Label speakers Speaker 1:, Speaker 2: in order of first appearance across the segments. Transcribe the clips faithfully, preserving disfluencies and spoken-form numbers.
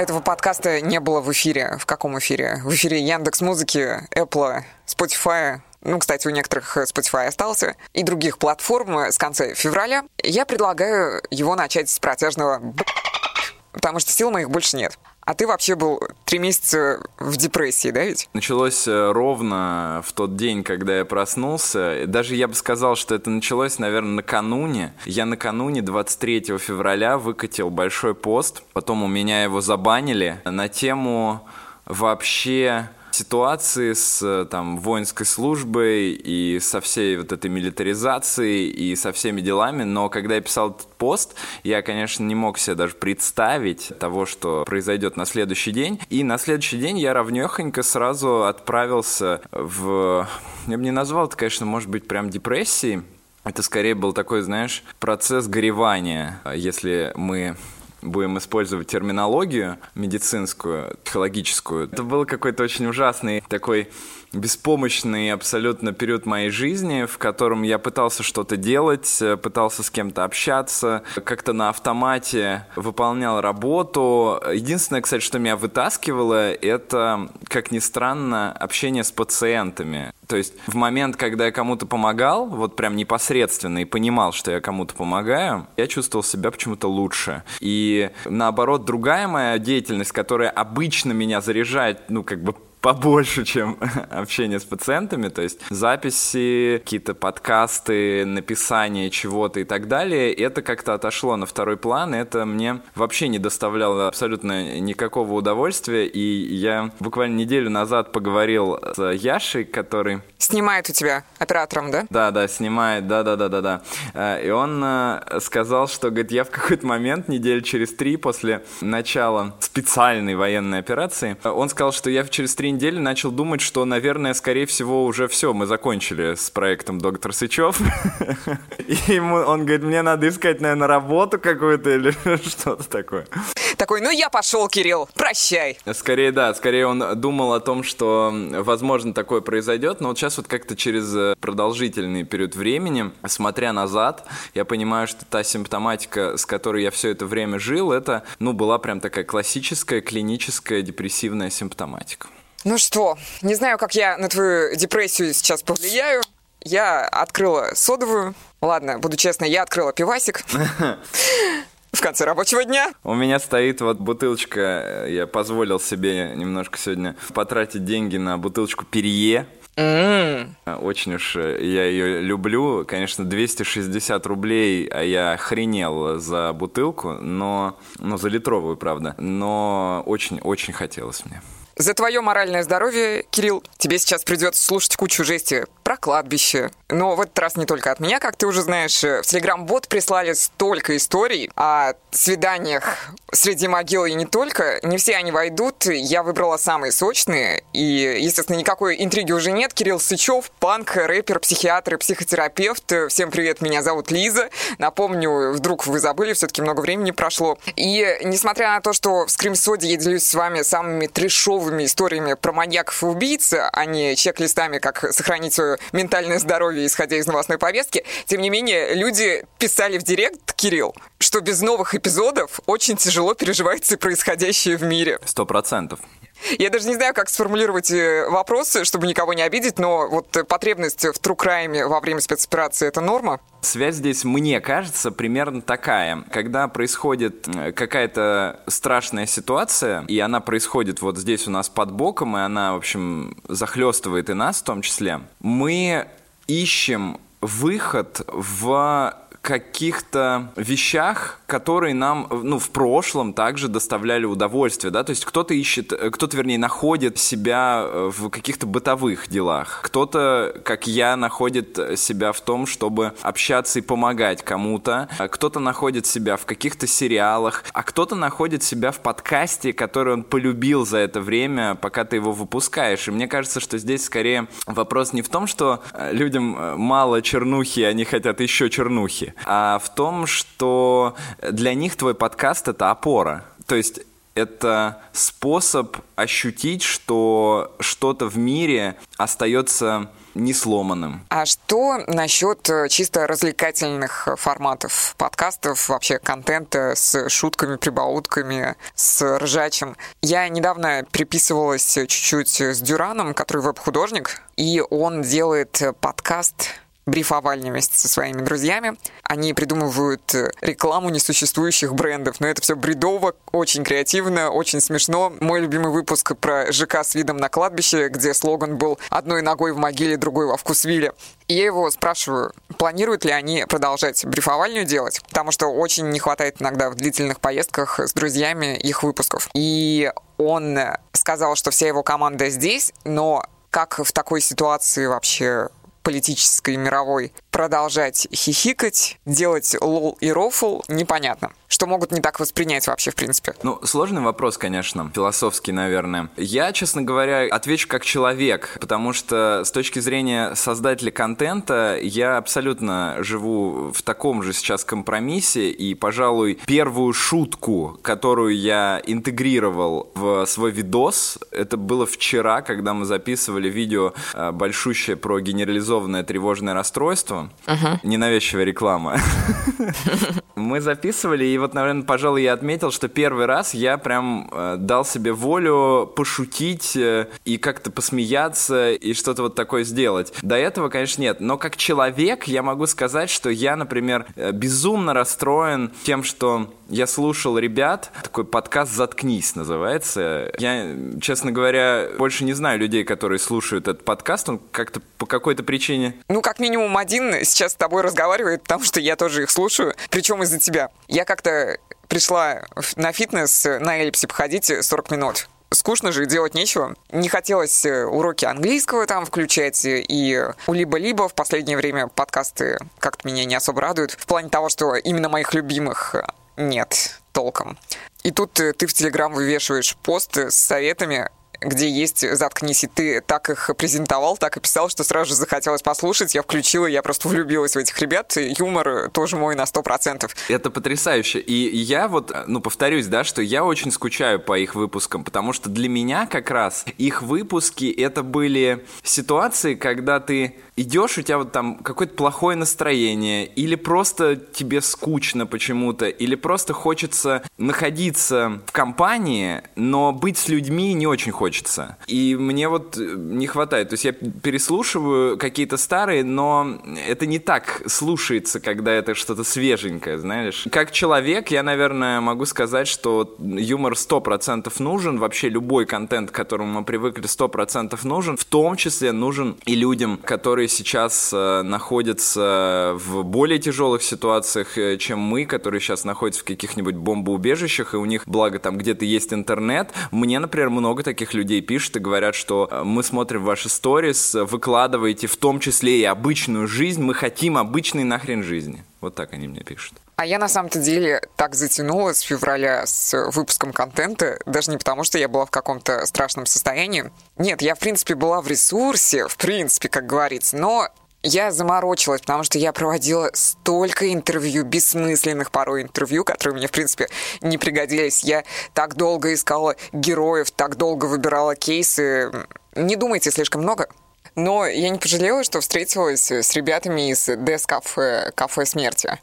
Speaker 1: этого подкаста не было в эфире. В каком эфире? В эфире Яндекс.Музыки, Apple, Spotify. Ну, кстати, у некоторых Spotify остался. И других платформ с конца февраля. Я предлагаю его начать с протяжного «б***», потому что сил моих больше нет. А ты вообще был три месяца в депрессии, да ведь?
Speaker 2: Началось ровно в тот день, когда я проснулся. Даже я бы сказал, что это началось, наверное, накануне. Я накануне, двадцать третьего февраля, выкатил большой пост. Потом у меня его забанили на тему вообще ситуации с там, воинской службой и со всей вот этой милитаризацией и со всеми делами, но когда я писал этот пост, я, конечно, не мог себе даже представить того, что произойдет на следующий день, и на следующий день я ровнёхонько сразу отправился в... Я бы не назвал это, конечно, может быть, прям депрессией, это скорее был такой, знаешь, процесс горевания, если мы... будем использовать терминологию медицинскую, психологическую. Это был какой-то очень ужасный такой беспомощный абсолютно период моей жизни, в котором я пытался что-то делать, пытался с кем-то общаться, как-то на автомате выполнял работу. Единственное, кстати, что меня вытаскивало, это, как ни странно, общение с пациентами. То есть в момент, когда я кому-то помогал, вот прям непосредственно, и понимал, что я кому-то помогаю, я чувствовал себя почему-то лучше. И наоборот, другая моя деятельность, которая обычно меня заряжает, ну, как бы побольше, чем общение с пациентами, то есть записи, какие-то подкасты, написание чего-то и так далее, это как-то отошло на второй план, и это мне вообще не доставляло абсолютно никакого удовольствия, и я буквально неделю назад поговорил с Яшей, который...
Speaker 1: Снимает у тебя оператором, да?
Speaker 2: Да, да, снимает, да-да-да-да-да. И он сказал, что, говорит, я в какой-то момент, неделю через три после начала специальной военной операции, он сказал, что я через три недели начал думать, что, наверное, скорее всего, уже все, мы закончили с проектом «Доктор Сычев». И ему, он говорит, мне надо искать, наверное, работу какую-то или что-то такое.
Speaker 1: Такой, ну я пошел, Кирилл, прощай.
Speaker 2: Скорее, да, скорее он думал о том, что, возможно, такое произойдет, но вот сейчас вот как-то через продолжительный период времени, смотря назад, я понимаю, что та симптоматика, с которой я все это время жил, это, ну, была прям такая классическая клиническая депрессивная симптоматика.
Speaker 1: Ну что, не знаю, как я на твою депрессию сейчас повлияю. Я открыла содовую. Ладно, буду честна, я открыла пивасик. В конце рабочего дня.
Speaker 2: У меня стоит вот бутылочка, я позволил себе немножко сегодня потратить деньги на бутылочку Перье. Mm. Очень уж я ее люблю. Конечно, двести шестьдесят рублей, а я охренел за бутылку, но, ну, за литровую, правда. Но очень-очень хотелось мне.
Speaker 1: За твое моральное здоровье, Кирилл, тебе сейчас придется слушать кучу жести про кладбище. Но в этот раз не только от меня, как ты уже знаешь. В Телеграм-бот прислали столько историй о свиданиях среди могил и не только. Не все они войдут. Я выбрала самые сочные. И, естественно, никакой интриги уже нет. Кирилл Сычев, панк, рэпер, психиатр и психотерапевт. Всем привет, меня зовут Лиза. Напомню, вдруг вы забыли, все-таки много времени прошло. И несмотря на то, что в скрим-соде я делюсь с вами самыми трешовыми историями про маньяков и убийц, а не чек-листами, как сохранить свое ментальное здоровье, исходя из новостной повестки, тем не менее, люди писали в директ, Кирилл, что без новых эпизодов очень тяжело переживается происходящее в мире.
Speaker 2: Сто процентов.
Speaker 1: Я даже не знаю, как сформулировать вопросы, чтобы никого не обидеть, но вот потребность в true crime во время спецоперации – это норма?
Speaker 2: Связь здесь, мне кажется, примерно такая. Когда происходит какая-то страшная ситуация, и она происходит вот здесь у нас под боком, и она, в общем, захлестывает и нас в том числе, мы ищем выход в каких-то вещах, которые нам, ну, в прошлом также доставляли удовольствие, да, то есть кто-то ищет, кто-то, вернее, находит себя в каких-то бытовых делах, кто-то, как я, находит себя в том, чтобы общаться и помогать кому-то, кто-то находит себя в каких-то сериалах, а кто-то находит себя в подкасте, который он полюбил за это время, пока ты его выпускаешь, и мне кажется, что здесь скорее вопрос не в том, что людям мало чернухи, они хотят еще чернухи, а в том, что для них твой подкаст — это опора. То есть это способ ощутить, что что-то в мире остается не сломанным.
Speaker 1: А что насчет чисто развлекательных форматов подкастов, вообще контента с шутками, прибаутками, с ржачем? Я недавно переписывалась чуть-чуть с Дюраном, который веб-художник, и он делает подкаст брифовальни вместе со своими друзьями. Они придумывают рекламу несуществующих брендов, но это все бредово, очень креативно, очень смешно. Мой любимый выпуск про ЖК с видом на кладбище, где слоган был «одной ногой в могиле, другой во вкусвилле». И я его спрашиваю, планируют ли они продолжать брифовальню делать, потому что очень не хватает иногда в длительных поездках с друзьями их выпусков. И он сказал, что вся его команда здесь, но как в такой ситуации вообще политической, мировой, продолжать хихикать, делать лол и рофл, непонятно. Что могут не так воспринять вообще, в принципе?
Speaker 2: Ну, сложный вопрос, конечно, философский, наверное. Я, честно говоря, отвечу как человек, потому что с точки зрения создателя контента я абсолютно живу в таком же сейчас компромиссе, и, пожалуй, первую шутку, которую я интегрировал в свой видос, это было вчера, когда мы записывали видео большущее про генерализованное тревожное расстройство. Uh-huh. Ненавязчивая реклама. Мы записывали, и вот, наверное, пожалуй, я отметил, что первый раз я прям э, дал себе волю пошутить э, и как-то посмеяться и что-то вот такое сделать. До этого, конечно, нет. Но как человек я могу сказать, что я, например, э, безумно расстроен тем, что я слушал ребят, такой подкаст «Заткнись» называется. Я, честно говоря, больше не знаю людей, которые слушают этот подкаст. Он как-то по какой-то причине...
Speaker 1: Ну, как минимум один сейчас с тобой разговаривает, потому что я тоже их слушаю, причем из-за тебя. Я как-то пришла на фитнес на эллипсе походить сорок минут. Скучно же, делать нечего. Не хотелось уроки английского там включать, и у либо-либо в последнее время подкасты как-то меня не особо радуют. В плане того, что именно моих любимых нет толком. И тут ты в Телеграм вывешиваешь пост с советами, где есть «Заткнись», и ты так их презентовал, так и писал, что сразу же захотелось послушать. Я включила, я просто влюбилась в этих ребят. И юмор тоже мой на сто процентов.
Speaker 2: Это потрясающе. И я вот, ну, повторюсь, да, что я очень скучаю по их выпускам, потому что для меня как раз их выпуски — это были ситуации, когда ты идешь, у тебя вот там какое-то плохое настроение, или просто тебе скучно почему-то, или просто хочется находиться в компании, но быть с людьми не очень хочется. И мне вот не хватает. То есть я переслушиваю какие-то старые, но это не так слушается, когда это что-то свеженькое, знаешь. Как человек я, наверное, могу сказать, что юмор сто процентов нужен, вообще любой контент, к которому мы привыкли, сто процентов нужен, в том числе нужен и людям, которые сейчас э, находятся в более тяжелых ситуациях, э, чем мы, которые сейчас находятся в каких-нибудь бомбоубежищах, и у них, благо, там где-то есть интернет. Мне, например, много таких людей пишут и говорят, что э, мы смотрим ваши сторис, выкладываете в том числе и обычную жизнь, мы хотим обычной нахрен жизни. Вот так они мне пишут.
Speaker 1: А я на самом-то деле так затянулась с февраля с выпуском контента, даже не потому, что я была в каком-то страшном состоянии. Нет, я, в принципе, была в ресурсе, в принципе, как говорится, но я заморочилась, потому что я проводила столько интервью, бессмысленных порой интервью, которые мне, в принципе, не пригодились. Я так долго искала героев, так долго выбирала кейсы. Не думайте слишком много. Но я не пожалела, что встретилась с ребятами из Дэс-кафе, кафе смерти.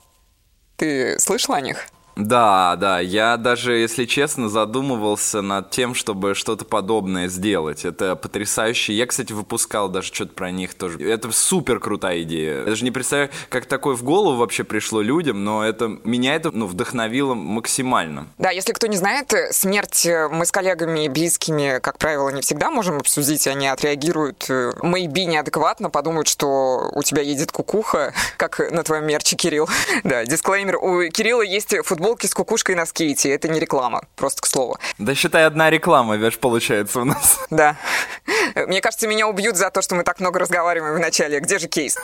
Speaker 1: Ты слышал о них?
Speaker 2: Да, да, я даже, если честно, задумывался над тем, чтобы что-то подобное сделать. Это потрясающе. Я, кстати, выпускал даже что-то про них тоже. Это супер крутая идея. Я даже не представляю, как такое в голову вообще пришло людям, но это меня это ну, вдохновило максимально.
Speaker 1: Да, если кто не знает, смерть мы с коллегами близкими, как правило, не всегда можем обсудить. Они отреагируют maybe неадекватно, подумают, что у тебя едет кукуха, как на твоем мерче, Кирилл. Да, дисклеймер. У Кирилла есть футбол Футболки с кукушкой на скейте. Это не реклама, просто к слову.
Speaker 2: Да считай, одна реклама, видишь, получается у нас.
Speaker 1: Да. Мне кажется, меня убьют за то, что мы так много разговариваем в начале. Где же кейс?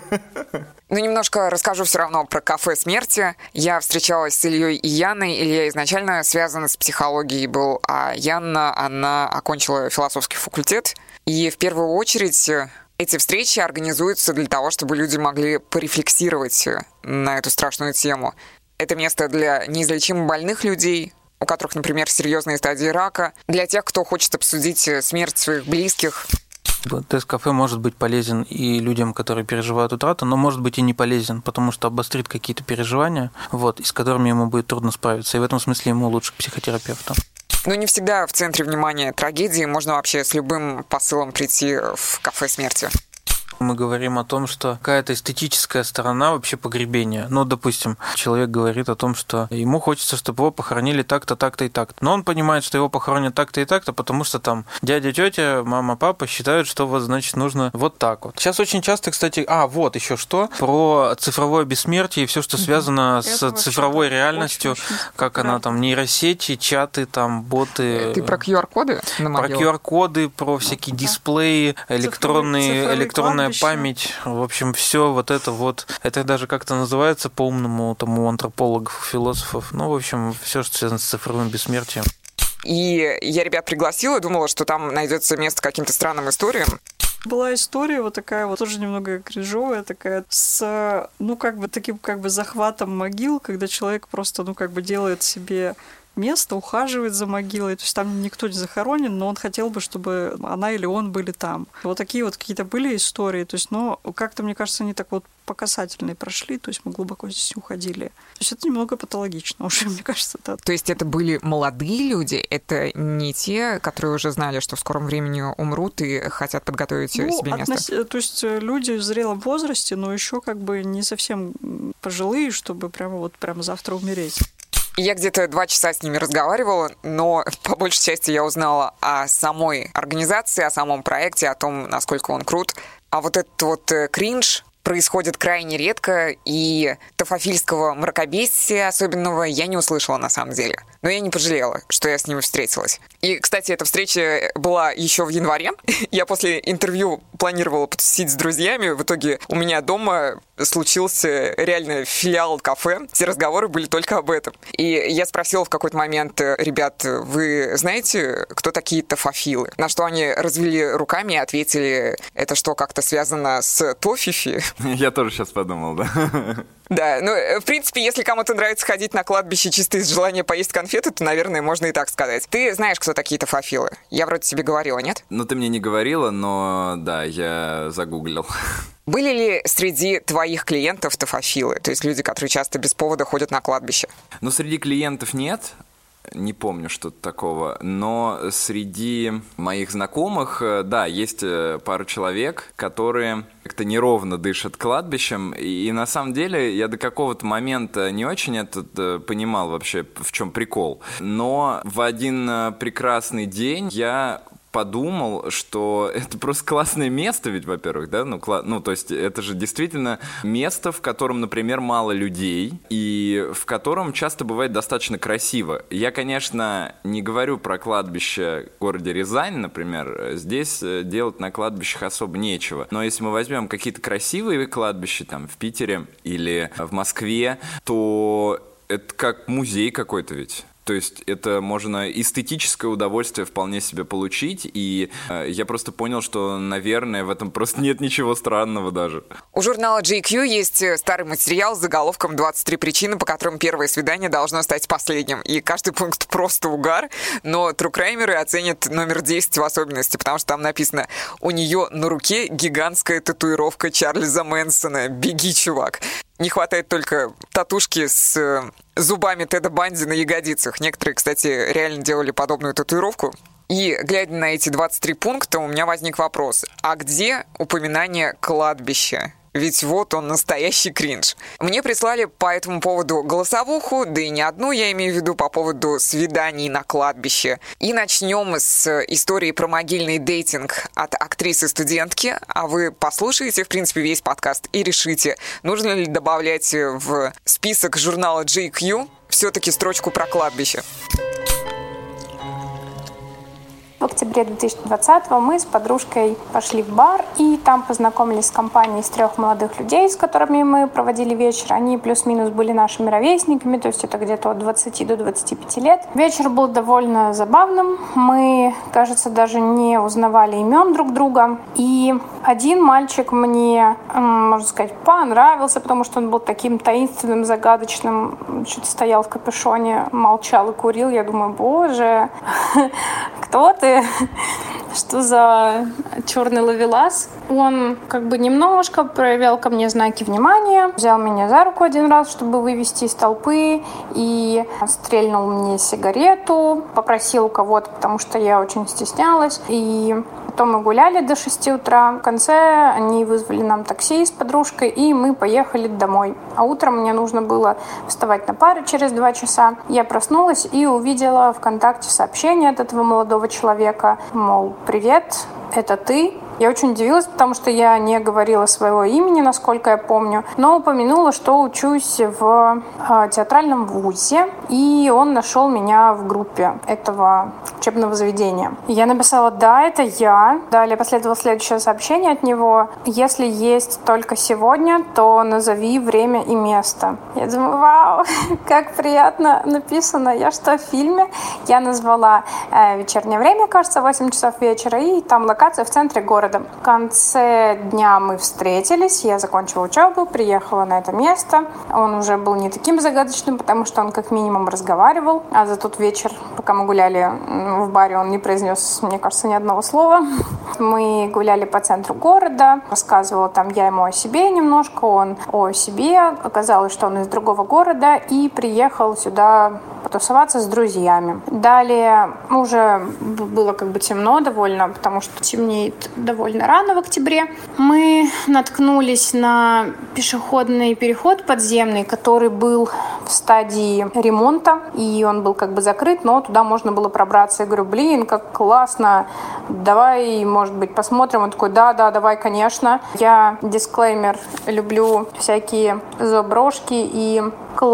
Speaker 1: Ну, немножко расскажу все равно про кафе смерти. Я встречалась с Ильей и Яной. Илья изначально связан с психологией был, а Яна, она окончила философский факультет. И в первую очередь эти встречи организуются для того, чтобы люди могли порефлексировать на эту страшную тему. Это место для неизлечимо больных людей, у которых, например, серьезные стадии рака, для тех, кто хочет обсудить смерть своих близких.
Speaker 3: Тест-кафе может быть полезен и людям, которые переживают утрату, но может быть и не полезен, потому что обострит какие-то переживания, вот, и с которыми ему будет трудно справиться. И в этом смысле ему лучше к психотерапевту.
Speaker 1: Но не всегда в центре внимания трагедии. Можно вообще с любым посылом прийти в кафе смерти.
Speaker 3: Мы говорим о том, что какая-то эстетическая сторона вообще погребения. Ну, допустим, человек говорит о том, что ему хочется, чтобы его похоронили так-то, так-то и так-то. Но он понимает, что его похоронят так-то и так-то, потому что там дядя, тетя, мама, папа считают, что вот, значит, нужно вот так вот. Сейчас очень часто, кстати, а, вот еще что, про цифровое бессмертие и все, что связано mm-hmm. с Это цифровой реальностью, очень, очень как она там, нейросети, чаты, там, боты.
Speaker 1: Ты про ку ар-коды на
Speaker 3: могилах? Про ку ар-коды, про всякие да. дисплеи, электронные, цифровые, электронная память, в общем, все вот это вот, это даже как-то называется по-умному там у антропологов, у философов, ну, в общем, все, что связано с цифровым бессмертием.
Speaker 1: И я ребят пригласила, думала, что там найдется место каким-то странным историям.
Speaker 4: Была история вот такая вот, тоже немного кринжовая такая, с, ну, как бы таким, как бы захватом могил, когда человек просто, ну, как бы делает себе место, ухаживает за могилой, то есть там никто не захоронен, но он хотел бы, чтобы она или он были там. Вот такие вот какие-то были истории, то есть, но как-то, мне кажется, они так вот по касательной прошли, то есть мы глубоко здесь не уходили. То есть это немного патологично уже, мне кажется. Да.
Speaker 1: То есть это были молодые люди, это не те, которые уже знали, что в скором времени умрут и хотят подготовить ну, себе место?
Speaker 4: Относ... То есть люди в зрелом возрасте, но еще как бы не совсем пожилые, чтобы прямо вот прямо завтра умереть.
Speaker 1: Я где-то два часа с ними разговаривала, но по большей части я узнала о самой организации, о самом проекте, о том, насколько он крут. А вот этот вот кринж происходит крайне редко, и тафофильского мракобесия особенного я не услышала на самом деле. Но я не пожалела, что я с ними встретилась. И, кстати, эта встреча была еще в январе. Я после интервью планировала потусить с друзьями. В итоге у меня дома случился реально филиал кафе. Все разговоры были только об этом. И я спросила в какой-то момент: ребят, вы знаете, кто такие тафофилы? На что они развели руками и ответили: это что, как-то связано с тофифи?
Speaker 2: Я тоже сейчас подумал, да.
Speaker 1: Да, ну, в принципе, если кому-то нравится ходить на кладбище чисто из желания поесть конфеты, то, наверное, можно и так сказать. Ты знаешь, кто такие тафофилы? Я вроде тебе говорила, нет?
Speaker 2: Ну, ты мне не говорила, но да, я загуглил.
Speaker 1: Были ли среди твоих клиентов тафофилы? То есть люди, которые часто без повода ходят на кладбище?
Speaker 2: Ну, среди клиентов нет. Не помню что-то такого, но среди моих знакомых, да, есть пара человек, которые как-то неровно дышат кладбищем, и на самом деле я до какого-то момента не очень это понимал вообще, в чем прикол, но в один прекрасный день я подумал, что это просто классное место, ведь, во-первых, да, ну, кла- ну, то есть это же действительно место, в котором, например, мало людей, и в котором часто бывает достаточно красиво. Я, конечно, не говорю про кладбище в городе Рязань, например, здесь делать на кладбищах особо нечего, но если мы возьмем какие-то красивые кладбища, там, в Питере или в Москве, то это как музей какой-то ведь. То есть это можно эстетическое удовольствие вполне себе получить, и э, я просто понял, что, наверное, в этом просто нет ничего странного даже.
Speaker 1: У журнала джей кью есть старый материал с заголовком «двадцать три причины, по которым первое свидание должно стать последним». И каждый пункт просто угар, но трукраймеры оценят номер десять в особенности, потому что там написано: у нее на руке гигантская татуировка Чарльза Мэнсона. Беги, чувак. Не хватает только татушки с зубами Теда Банди на ягодицах. Некоторые, кстати, реально делали подобную татуировку. И, глядя на эти двадцать три пункта, у меня возник вопрос: а где упоминание кладбища? Ведь вот он, настоящий кринж. Мне прислали по этому поводу голосовуху, да и не одну, я имею в виду, по поводу свиданий на кладбище. И начнем с истории про могильный дейтинг от актрисы-студентки. А вы послушаете, в принципе, весь подкаст и решите, нужно ли добавлять в список журнала джей кью все-таки строчку про кладбище.
Speaker 5: В октябре две тысячи двадцатого мы с подружкой пошли в бар, и там познакомились с компанией из трех молодых людей, с которыми мы проводили вечер. Они плюс-минус были нашими ровесниками, то есть это где-то от двадцати до двадцати пяти лет. Вечер был довольно забавным. Мы, кажется, даже не узнавали имен друг друга. И один мальчик мне, можно сказать, понравился, потому что он был таким таинственным, загадочным. Что-то стоял в капюшоне, молчал и курил. Я думаю, боже, кто ты? Что за черный ловелас? Он как бы немножко проявлял ко мне знаки внимания, взял меня за руку один раз, чтобы вывести из толпы, и стрельнул мне сигарету, попросил у кого-то, потому что я очень стеснялась, и потом мы гуляли до шести утра. В конце они вызвали нам такси с подружкой, и мы поехали домой. А утром мне нужно было вставать на пары через два часа. Я проснулась и увидела ВКонтакте сообщение от этого молодого человека, мол, привет, это ты? Я очень удивилась, потому что я не говорила своего имени, насколько я помню, но упомянула, что учусь в э, театральном вузе, и он нашел меня в группе этого учебного заведения. Я написала: да, это я. Далее последовало следующее сообщение от него: если есть только сегодня, то назови время и место. Я думаю, вау, как приятно написано. Я что, в фильме? Я назвала э, вечернее время, кажется, восемь часов вечера, и там локация в центре города. В конце дня мы встретились, я закончила учебу, приехала на это место. Он уже был не таким загадочным, потому что он как минимум разговаривал, а за тот вечер, пока мы гуляли в баре, он не произнес, мне кажется, ни одного слова. Мы гуляли по центру города, рассказывала там я ему о себе немножко, он о себе. Оказалось, что он из другого города и приехал сюда потусоваться с друзьями. Далее уже было как бы темно довольно, потому что темнеет довольно рано в октябре. Мы наткнулись на пешеходный переход подземный, который был в стадии ремонта, и он был как бы закрыт, но туда можно было пробраться. Я говорю, блин, как классно, давай, может быть, посмотрим. Он такой, да-да, давай, конечно. Я, дисклеймер, люблю всякие заброшки и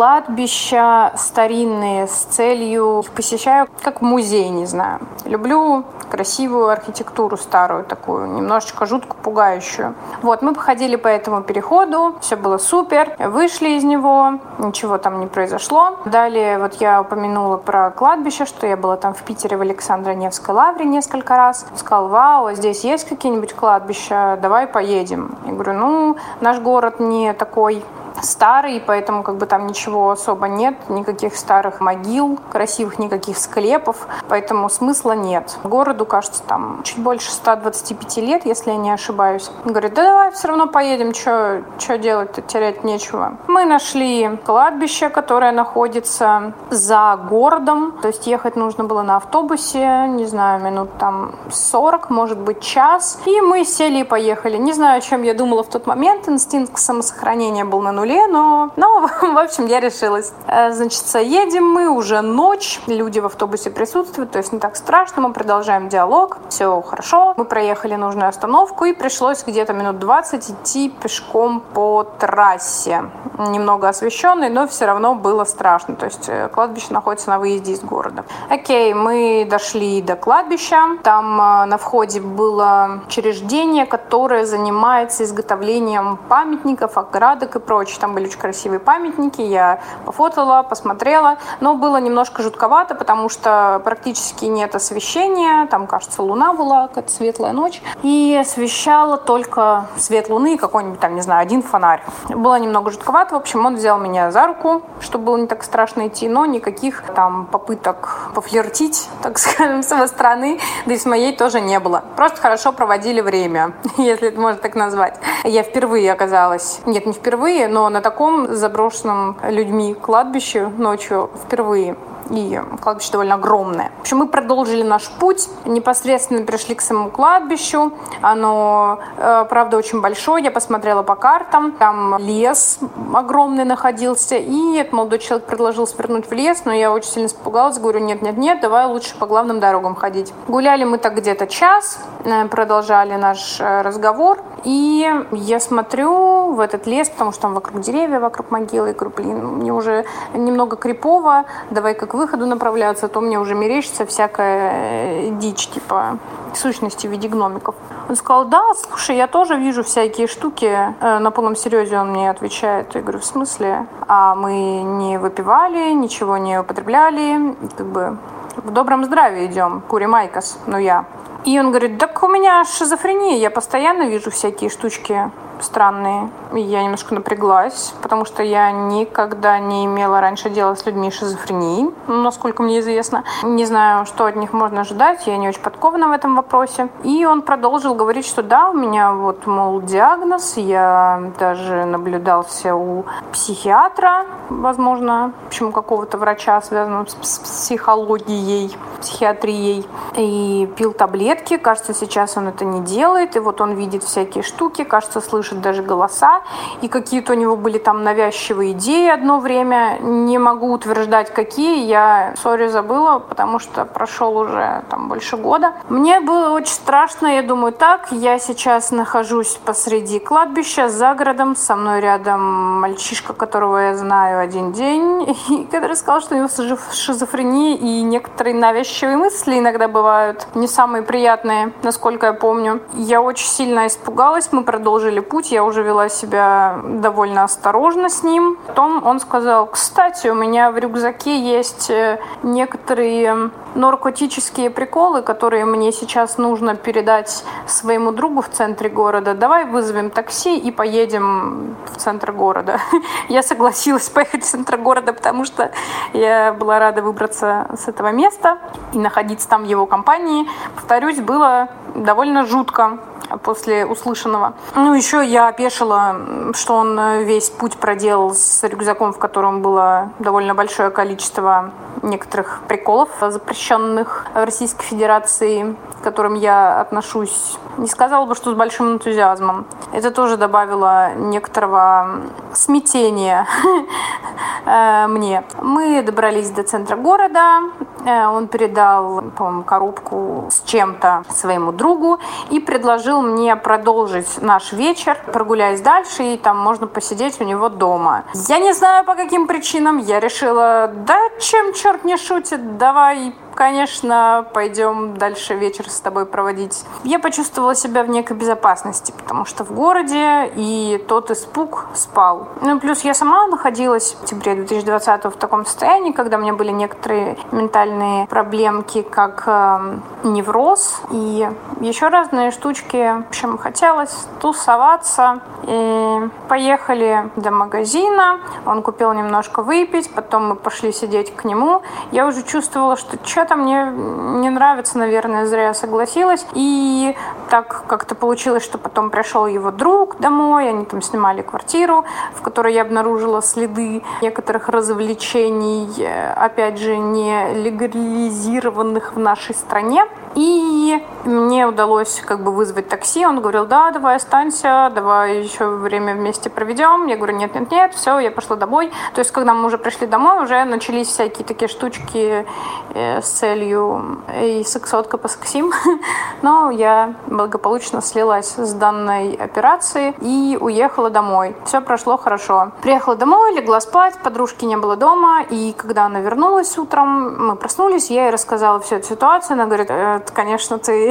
Speaker 5: кладбища старинные, с целью их посещаю как музей, не знаю. Люблю красивую архитектуру старую такую, немножечко жутко пугающую. Вот, мы походили по этому переходу, все было супер, вышли из него, ничего там не произошло. Далее вот я упомянула про кладбище, что я была там в Питере в Александро-Невской лавре несколько раз. Сказал, вау, а здесь есть какие-нибудь кладбища, давай поедем. Я говорю, ну, наш город не такой старый, поэтому как бы там ничего особо нет, никаких старых могил, красивых никаких склепов, поэтому смысла нет. Городу, кажется, там чуть больше ста двадцати пяти лет, если я не ошибаюсь. Он говорит, да давай все равно поедем, что делать-то, терять нечего. Мы нашли кладбище, которое находится за городом, то есть ехать нужно было на автобусе, не знаю, минут там сорок, может быть, час, и мы сели и поехали. Не знаю, о чем я думала в тот момент, инстинкт самосохранения был на нуле, но, но в общем, я решилась. Значит, едем мы, уже ночь, люди в автобусе присутствуют, то есть не так страшно, мы продолжаем диалог, все хорошо. Мы проехали нужную остановку, и пришлось где-то минут двадцать идти пешком по трассе. Немного освещенной, но все равно было страшно, то есть кладбище находится на выезде из города. Окей, мы дошли до кладбища, там на входе было учреждение, которое занимается изготовлением памятников, оградок и прочее. Там были очень красивые памятники, я пофотала, посмотрела, но было немножко жутковато, потому что практически нет освещения, там, кажется, луна была, какая-то светлая ночь, и освещала только свет луны и какой-нибудь там, не знаю, один фонарь. Было немного жутковато, в общем, он взял меня за руку, чтобы было не так страшно идти, но никаких там попыток пофлиртить, так скажем, с его стороны, да и с моей тоже не было. Просто хорошо проводили время, если это можно так назвать. Я впервые оказалась, нет, не впервые, но на таком заброшенном людьми кладбище ночью впервые. И кладбище довольно огромное. В общем, мы продолжили наш путь, непосредственно пришли к самому кладбищу. Оно, э, правда, очень большое. Я посмотрела по картам. Там лес огромный находился. И этот молодой человек предложил свернуть в лес, но я очень сильно испугалась. Говорю, нет-нет-нет, давай лучше по главным дорогам ходить. Гуляли мы так где-то час, э, продолжали наш э, разговор. И я смотрю в этот лес, потому что там вокруг деревья, вокруг могилы. И говорю, блин, мне уже немного крипово, давай как к выходу направляться, а то мне уже мерещится всякая дичь, типа сущности в виде гномиков. Он сказал, да, слушай, я тоже вижу всякие штуки. На полном серьезе он мне отвечает. Я говорю, в смысле? А мы не выпивали, ничего не употребляли, как бы в добром здравии идем, куримайкас, ну я. И он говорит, так у меня шизофрения, я постоянно вижу всякие штучки странные. И я немножко напряглась, потому что я никогда не имела раньше дела с людьми с шизофренией, насколько мне известно. Не знаю, что от них можно ожидать, я не очень подкована в этом вопросе. И он продолжил говорить, что да, у меня вот, мол, диагноз, я даже наблюдался у психиатра, возможно, в общем, какого-то врача, связанного с психологией, психиатрией, и пил таблетки. Кажется, сейчас он это не делает, и вот он видит всякие штуки, кажется, слышит даже голоса, и какие-то у него были там навязчивые идеи одно время. Не могу утверждать, какие. Я, сори, забыла, потому что прошел уже там больше года. Мне было очень страшно. Я думаю, так, я сейчас нахожусь посреди кладбища за городом, со мной рядом мальчишка, которого я знаю один день, и который сказал, что у него шизофрения, и некоторые навязчивые мысли иногда бывают не самые приятные, насколько я помню. Я очень сильно испугалась. Мы продолжили путь. Я уже вела себя довольно осторожно с ним. Потом он сказал, кстати, у меня в рюкзаке есть некоторые наркотические приколы, которые мне сейчас нужно передать своему другу в центре города. Давай вызовем такси и поедем в центр города. Я согласилась поехать в центр города, потому что я была рада выбраться с этого места и находиться там в его компании. Повторюсь, было довольно жутко после услышанного. Ну, еще я опешила, что он весь путь проделал с рюкзаком, в котором было довольно большое количество некоторых приколов, запрещенных в Российской Федерации, к которым я отношусь, не сказала бы, что с большим энтузиазмом. Это тоже добавило некоторого смятения мне. Мы добрались до центра города, он передал, по-моему, коробку с чем-то своему другу и предложил мне продолжить наш вечер, прогуляясь дальше, и там можно посидеть у него дома. Я не знаю, по каким причинам, я решила, да чем черт не шутит, давай, конечно, пойдем дальше вечер с тобой проводить. Я почувствовала себя в некой безопасности, потому что в городе и тот испуг спал. Ну, плюс я сама находилась в октябре две тысячи двадцатого в таком состоянии, когда у меня были некоторые ментальные проблемки, как э, невроз и еще разные штучки. В общем, хотелось тусоваться. И поехали до магазина, он купил немножко выпить, потом мы пошли сидеть к нему. Я уже чувствовала, что что-то мне не нравится, наверное, зря согласилась. И так как-то получилось, что потом пришел его друг домой, они там снимали квартиру, в которой я обнаружила следы некоторых развлечений, опять же, не легализированных в нашей стране. И мне удалось как бы вызвать такси. Он говорил, да, давай останься, давай еще время вместе проведем. Я говорю, нет-нет-нет, все, я пошла домой. То есть, когда мы уже пришли домой, уже начались всякие такие штучки э, с целью и сексотка посексим. Но я благополучно слилась с данной операции и уехала домой. Все прошло хорошо. Приехала домой, легла спать, подружки не было дома. И когда она вернулась утром, мы проснулись, я ей рассказала всю эту ситуацию. Она говорит, конечно, ты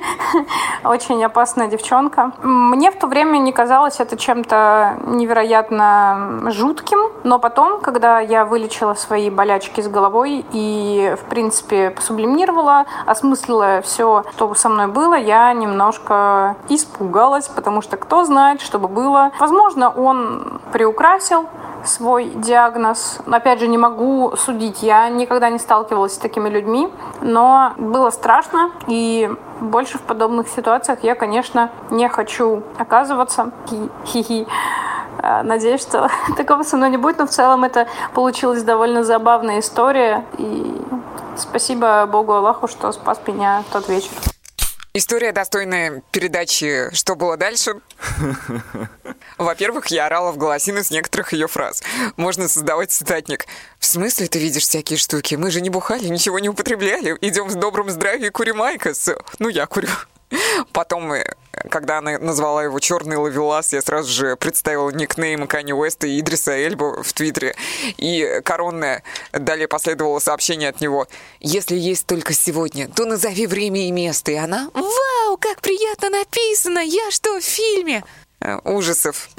Speaker 5: очень опасная девчонка. Мне в то время не казалось это чем-то невероятно жутким, но потом, когда я вылечила свои болячки с головой и, в принципе, посублимировала, осмыслила все, что со мной было, я немножко испугалась, потому что кто знает, что бы было. Возможно, он приукрасил свой диагноз. Опять же, не могу судить. Я никогда не сталкивалась с такими людьми, но было страшно, и больше в подобных ситуациях я, конечно, не хочу оказываться. Хи-хи. Надеюсь, что такого со мной не будет, но в целом это получилась довольно забавная история, и спасибо Богу Аллаху, что спас меня в тот вечер.
Speaker 1: История, достойная передачи «Что было дальше?». Во-первых, я орала в голосину с некоторых ее фраз. Можно создавать цитатник. В смысле ты видишь всякие штуки? Мы же не бухали, ничего не употребляли. Идем в добром здравии, курим айкос. Ну, я курю. Потом, когда она назвала его «Черный ловелас», я сразу же представила никнейм Канье Уэста и Идриса Эльбу в Твиттере. И коронное далее последовало сообщение от него: «Если есть только сегодня, то назови время и место». И она: «Вау, как приятно написано! Я что, в фильме?» Ужасов.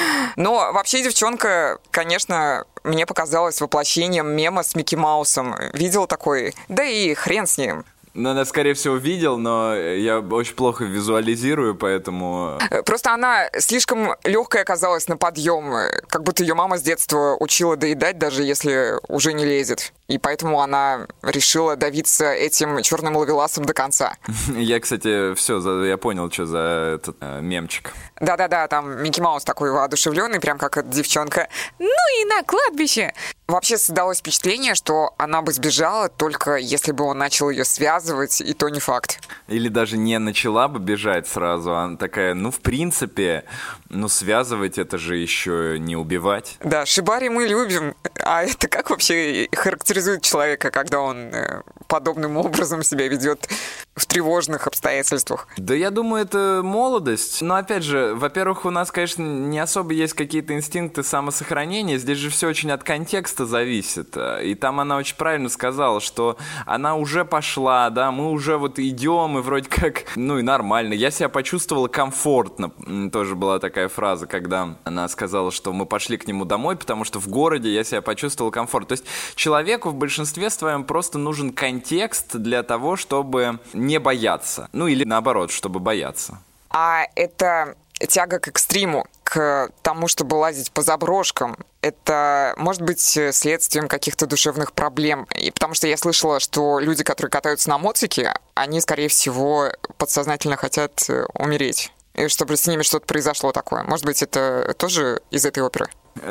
Speaker 1: Но вообще девчонка, конечно, мне показалась воплощением мема с Микки Маусом. Видел такой? Да и хрен с ним.
Speaker 2: Ну, она, скорее всего, видел, но я очень плохо визуализирую, поэтому...
Speaker 1: Просто она слишком легкая оказалась на подъем, как будто ее мама с детства учила доедать, даже если уже не лезет. И поэтому она решила давиться этим черным ловеласом до конца.
Speaker 2: Я, кстати, все, я понял, что за этот э, мемчик.
Speaker 1: Да-да-да, там Микки Маус такой воодушевленный, прям как эта девчонка. Ну и на кладбище! Вообще создалось впечатление, что она бы сбежала, только если бы он начал ее связывать, и то не факт.
Speaker 2: Или даже не начала бы бежать сразу, она такая, ну, в принципе, ну, связывать это же еще не убивать.
Speaker 1: Да, шибари мы любим, а это как вообще характеризует человека, когда он подобным образом себя ведет в тревожных обстоятельствах?
Speaker 2: Да я думаю, это молодость. Но опять же, во-первых, у нас, конечно, не особо есть какие-то инстинкты самосохранения. Здесь же все очень от контекста зависит. И там она очень правильно сказала, что она уже пошла, да, мы уже вот идем, и вроде как, ну и нормально. Я себя почувствовала комфортно. Тоже была такая фраза, когда она сказала, что мы пошли к нему домой, потому что в городе я себя почувствовала комфортно. То есть человеку в большинстве своем просто нужен контекст для того, чтобы не бояться. Ну или наоборот, чтобы бояться.
Speaker 1: А это тяга к экстриму, к тому, чтобы лазить по заброшкам, это может быть следствием каких-то душевных проблем. И потому что я слышала, что люди, которые катаются на мотике, они, скорее всего, подсознательно хотят умереть. И чтобы с ними что-то произошло такое. Может быть, это тоже из этой оперы?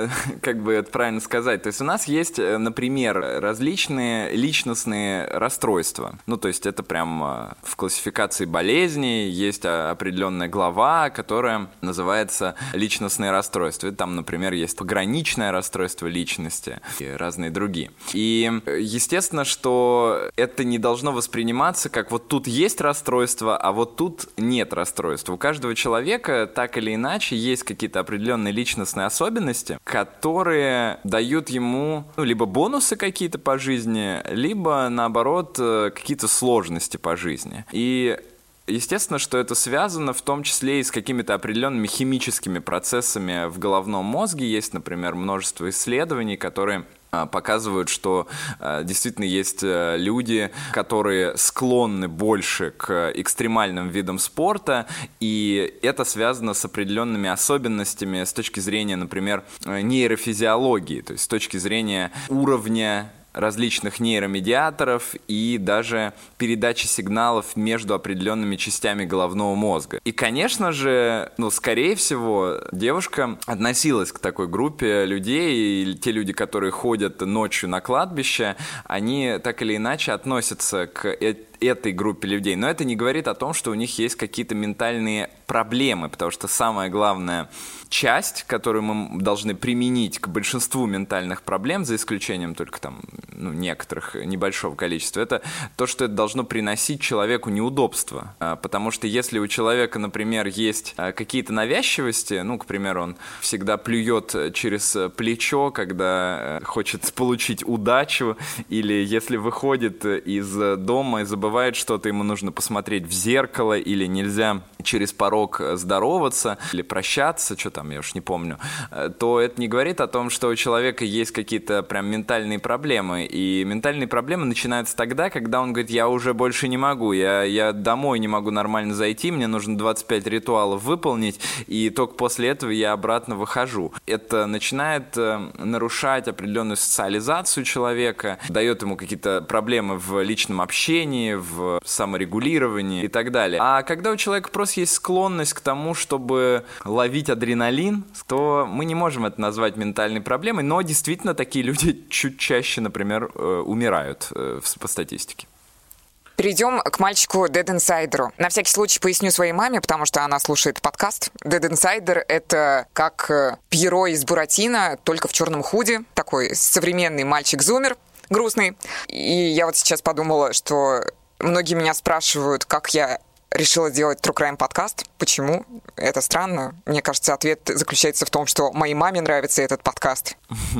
Speaker 2: Как бы это правильно сказать. То есть у нас есть, например, различные личностные расстройства. Ну, то есть это прям в классификации болезней есть определенная глава, которая называется личностные расстройства. И там, например, есть пограничное расстройство личности и разные другие. И естественно, что это не должно восприниматься как вот тут есть расстройство, а вот тут нет расстройства. У каждого человека так или иначе есть какие-то определенные личностные особенности, которые дают ему, ну, либо бонусы какие-то по жизни, либо, наоборот, какие-то сложности по жизни. И естественно, что это связано в том числе и с какими-то определенными химическими процессами в головном мозге. Есть, например, множество исследований, которые показывают, что э, действительно есть э, люди, которые склонны больше к экстремальным видам спорта, и это связано с определенными особенностями с точки зрения, например, нейрофизиологии, то есть с точки зрения уровня различных нейромедиаторов и даже передачи сигналов между определенными частями головного мозга. И, конечно же, ну, скорее всего, девушка относилась к такой группе людей, и те люди, которые ходят ночью на кладбище, они так или иначе относятся к этой группе людей. Но это не говорит о том, что у них есть какие-то ментальные проблемы, потому что самая главная часть, которую мы должны применить к большинству ментальных проблем, за исключением только там, ну, некоторых, небольшого количества, это то, что это должно приносить человеку неудобства. Потому что если у человека, например, есть какие-то навязчивости, ну, к примеру, он всегда плюет через плечо, когда хочет получить удачу, или если выходит из дома и забывает что-то, ему нужно посмотреть в зеркало, или нельзя через порог здороваться, или прощаться, что там, я уж не помню, то это не говорит о том, что у человека есть какие-то прям ментальные проблемы. И ментальные проблемы начинаются тогда, когда он говорит: я уже больше не могу, я, я домой не могу нормально зайти, мне нужно двадцать пять ритуалов выполнить, и только после этого я обратно выхожу. Это начинает нарушать определенную социализацию человека, дает ему какие-то проблемы в личном общении, в саморегулировании и так далее. А когда у человека просто есть склонность к тому, чтобы ловить адреналин, то мы не можем это назвать ментальной проблемой, но действительно такие люди чуть чаще, например, умирают по статистике.
Speaker 1: Перейдем к мальчику Dead Insider. На всякий случай поясню своей маме, потому что она слушает подкаст. Dead Insider — это как Пьеро из Буратино, только в черном худи. Такой современный мальчик-зумер, грустный. И я вот сейчас подумала, что многие меня спрашивают, как я решила делать True Crime подкаст. Почему? Это странно. Мне кажется, ответ заключается в том, что моей маме нравится этот подкаст.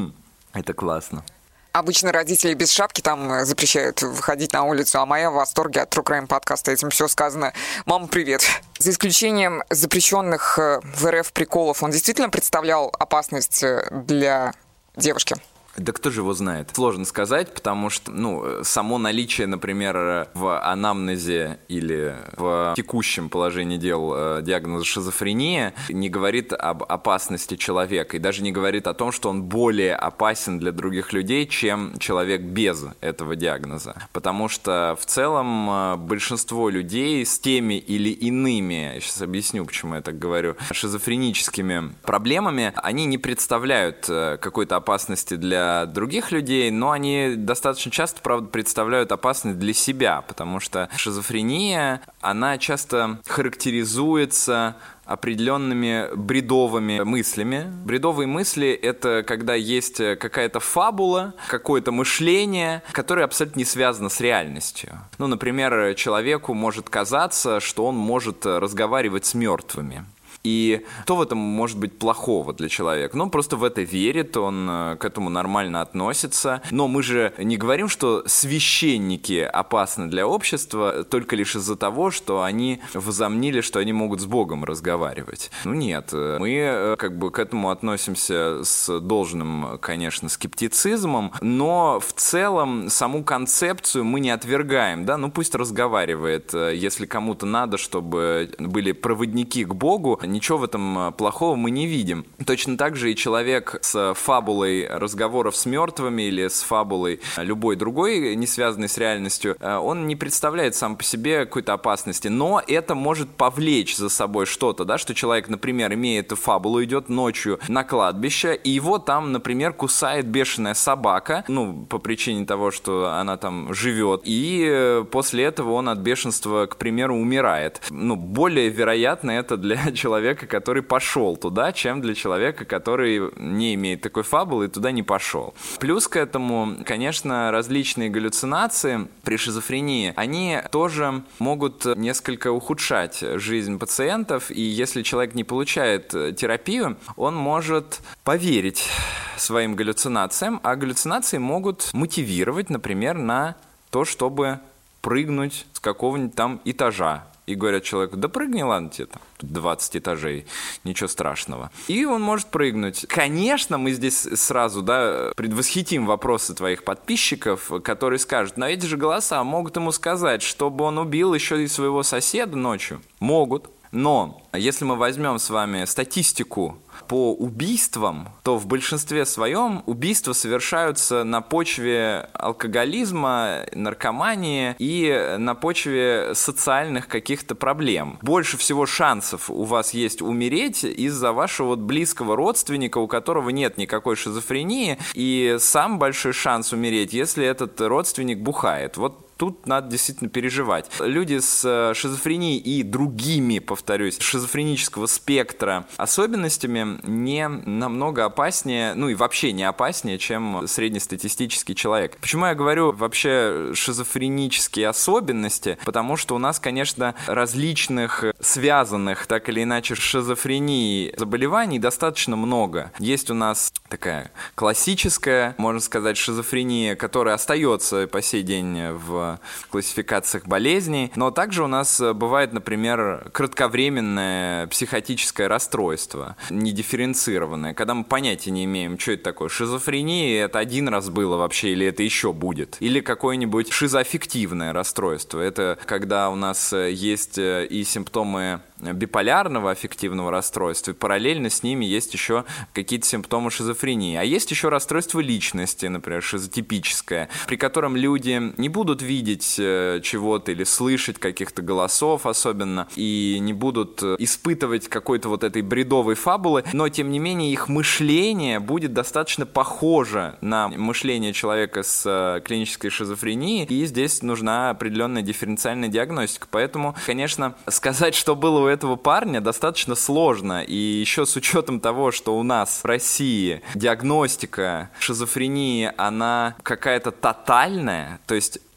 Speaker 2: Это классно.
Speaker 1: Обычно родители без шапки там запрещают выходить на улицу, а моя в восторге от True Crime подкаста. Этим все сказано. Мама, привет. За исключением запрещенных в эр эф приколов, он действительно представлял опасность для девушки?
Speaker 2: Да кто же его знает? Сложно сказать, потому что, ну, само наличие, например, в анамнезе или в текущем положении дел диагноза шизофрения не говорит об опасности человека и даже не говорит о том, что он более опасен для других людей, чем человек без этого диагноза. Потому что в целом большинство людей с теми или иными, я сейчас объясню, почему я так говорю, шизофреническими проблемами, они не представляют какой-то опасности для других людей, но они достаточно часто, правда, представляют опасность для себя, потому что шизофрения, она часто характеризуется определенными бредовыми мыслями. Бредовые мысли — это когда есть какая-то фабула, какое-то мышление, которое абсолютно не связано с реальностью. Ну, например, человеку может казаться, что он может разговаривать с мертвыми. И что в этом может быть плохого для человека? Ну, он просто в это верит, он к этому нормально относится. Но мы же не говорим, что священники опасны для общества только лишь из-за того, что они возомнили, что они могут с Богом разговаривать. Ну, нет. Мы как бы к этому относимся с должным, конечно, скептицизмом, но в целом саму концепцию мы не отвергаем, да? Ну, пусть разговаривает. Если кому-то надо, чтобы были проводники к Богу, ничего в этом плохого мы не видим. Точно так же и человек с фабулой разговоров с мертвыми или с фабулой любой другой, не связанной с реальностью, он не представляет сам по себе какой-то опасности. Но это может повлечь за собой что-то, да, что человек, например, имея эту фабулу, идет ночью на кладбище, и его там, например, кусает бешеная собака, ну, по причине того, что она там живет, и после этого он от бешенства, к примеру, умирает. Ну, более вероятно это для человека, человека, который пошел туда, чем для человека, который не имеет такой фабулы и туда не пошел. Плюс к этому, конечно, различные галлюцинации при шизофрении, они тоже могут несколько ухудшать жизнь пациентов, и если человек не получает терапию, он может поверить своим галлюцинациям, а галлюцинации могут мотивировать, например, на то, чтобы прыгнуть с какого-нибудь там этажа. И говорят человеку: да прыгни, ладно, тебе там двадцать этажей, ничего страшного. И он может прыгнуть. Конечно, мы здесь сразу, да, предвосхитим вопросы твоих подписчиков, которые скажут: но эти же голоса могут ему сказать, чтобы он убил еще и своего соседа ночью. Могут. Но если мы возьмем с вами статистику по убийствам, то в большинстве своем убийства совершаются на почве алкоголизма, наркомании и на почве социальных каких-то проблем. Больше всего шансов у вас есть умереть из-за вашего вот близкого родственника, у которого нет никакой шизофрении, и сам большой шанс умереть, если этот родственник бухает. Вот тут надо действительно переживать. Люди с шизофренией и другими, повторюсь, шизофренического спектра особенностями не намного опаснее, ну и вообще не опаснее, чем среднестатистический человек. Почему я говорю вообще шизофренические особенности? Потому что у нас, конечно, различных связанных так или иначе с шизофренией заболеваний достаточно много. Есть у нас такая классическая, можно сказать, шизофрения, которая остается по сей день в классификациях болезней, но также у нас бывает, например, кратковременное психотическое расстройство, недифференцированное, когда мы понятия не имеем, что это такое. Шизофрения — это один раз было вообще, или это еще будет. Или какое-нибудь шизоаффективное расстройство. Это когда у нас есть и симптомы биполярного аффективного расстройства, и параллельно с ними есть еще какие-то симптомы шизофрении. А есть еще расстройство личности, например, шизотипическое, при котором люди не будут видеть чего-то или слышать каких-то голосов особенно, и не будут испытывать какой-то вот этой бредовой фабулы, но, тем не менее, их мышление будет достаточно похоже на мышление человека с клинической шизофренией, и здесь нужна определенная дифференциальная диагностика. Поэтому, конечно, сказать, что было у этого парня, достаточно сложно. И еще с учетом того, что у нас в России диагностика шизофрении, она какая-то тотальная, то есть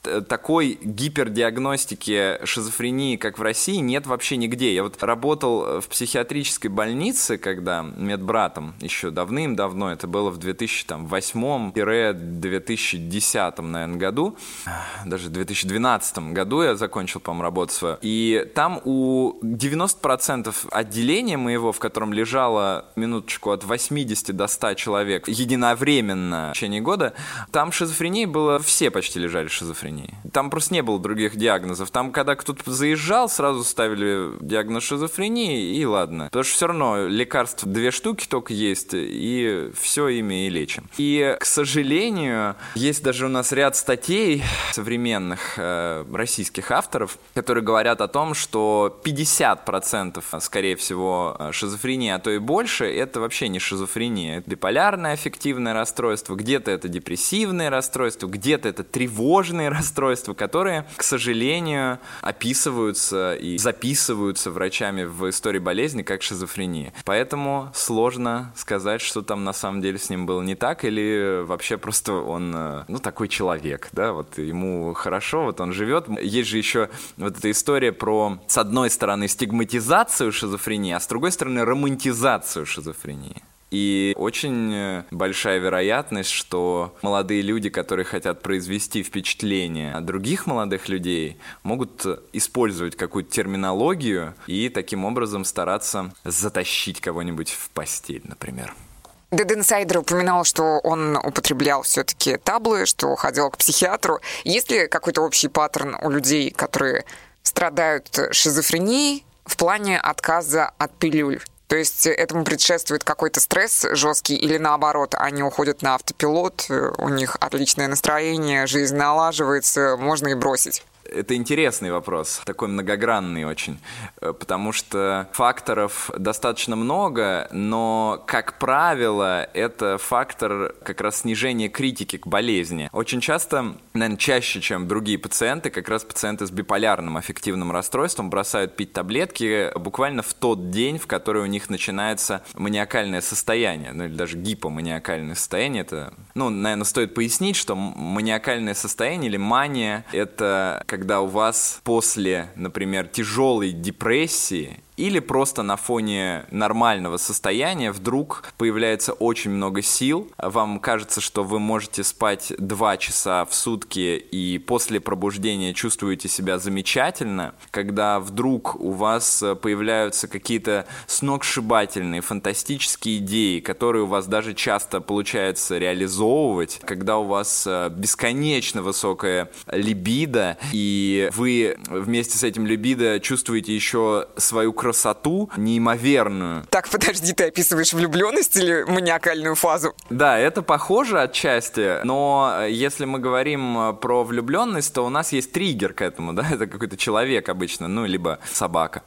Speaker 2: такой гипердиагностики шизофрении, как в России, нет вообще нигде. Я вот работал в психиатрической больнице, когда медбратом еще давным-давно, это было в две тысячи восьмом - две тысячи десятом, наверное, году, даже в две тысячи двенадцатом году я закончил, по-моему, работу свою. И там у девяноста процентов отделения моего, в котором лежало, минуточку, от восьмидесяти до ста человек единовременно в течение года, там шизофрении было, все почти лежали в шизофрении. Там просто не было других диагнозов. Там, когда кто-то заезжал, сразу ставили диагноз шизофрении, и ладно. Потому что все равно лекарств две штуки только есть, и все ими и лечим. И, к сожалению, есть даже у нас ряд статей современных э, российских авторов, которые говорят о том, что пятьдесят процентов, скорее всего, шизофрения, а то и больше, это вообще не шизофрения. Это биполярное аффективное расстройство, где-то это депрессивное расстройство, где-то это тревожные расстройства, расстройства, которые, к сожалению, описываются и записываются врачами в истории болезни как шизофрения. Поэтому сложно сказать, что там на самом деле с ним было не так, или вообще просто он, ну, такой человек, да, вот ему хорошо, вот он живет. Есть же еще вот эта история про, с одной стороны, стигматизацию шизофрении, а с другой стороны, романтизацию шизофрении. И очень большая вероятность, что молодые люди, которые хотят произвести впечатление от других молодых людей, могут использовать какую-то терминологию и таким образом стараться затащить кого-нибудь в постель, например.
Speaker 1: Dead Insider упоминал, что он употреблял все-таки таблы, что ходил к психиатру. Есть ли какой-то общий паттерн у людей, которые страдают шизофренией в плане отказа от пилюль? То есть этому предшествует какой-то стресс жесткий или наоборот, они уходят на автопилот, у них отличное настроение, жизнь налаживается, можно и бросить?
Speaker 2: Это интересный вопрос, такой многогранный очень, потому что факторов достаточно много, но, как правило, это фактор как раз снижения критики к болезни. Очень часто, наверное, чаще, чем другие пациенты, как раз пациенты с биполярным аффективным расстройством бросают пить таблетки буквально в тот день, в который у них начинается маниакальное состояние, ну или даже гипоманиакальное состояние. Это, ну, наверное, стоит пояснить, что маниакальное состояние или мания – это когда у вас после, например, тяжелой депрессии или просто на фоне нормального состояния вдруг появляется очень много сил, вам кажется, что вы можете спать два часа в сутки и после пробуждения чувствуете себя замечательно, когда вдруг у вас появляются какие-то сногсшибательные, фантастические идеи, которые у вас даже часто получается реализовывать, когда у вас бесконечно высокая либидо, и вы вместе с этим либидо чувствуете еще свою красоту, красоту неимоверную.
Speaker 1: Так, подожди, ты описываешь влюбленность или маниакальную фазу?
Speaker 2: Да, это похоже отчасти, но если мы говорим про влюбленность, то у нас есть триггер к этому, да, это какой-то человек обычно, ну, либо собака.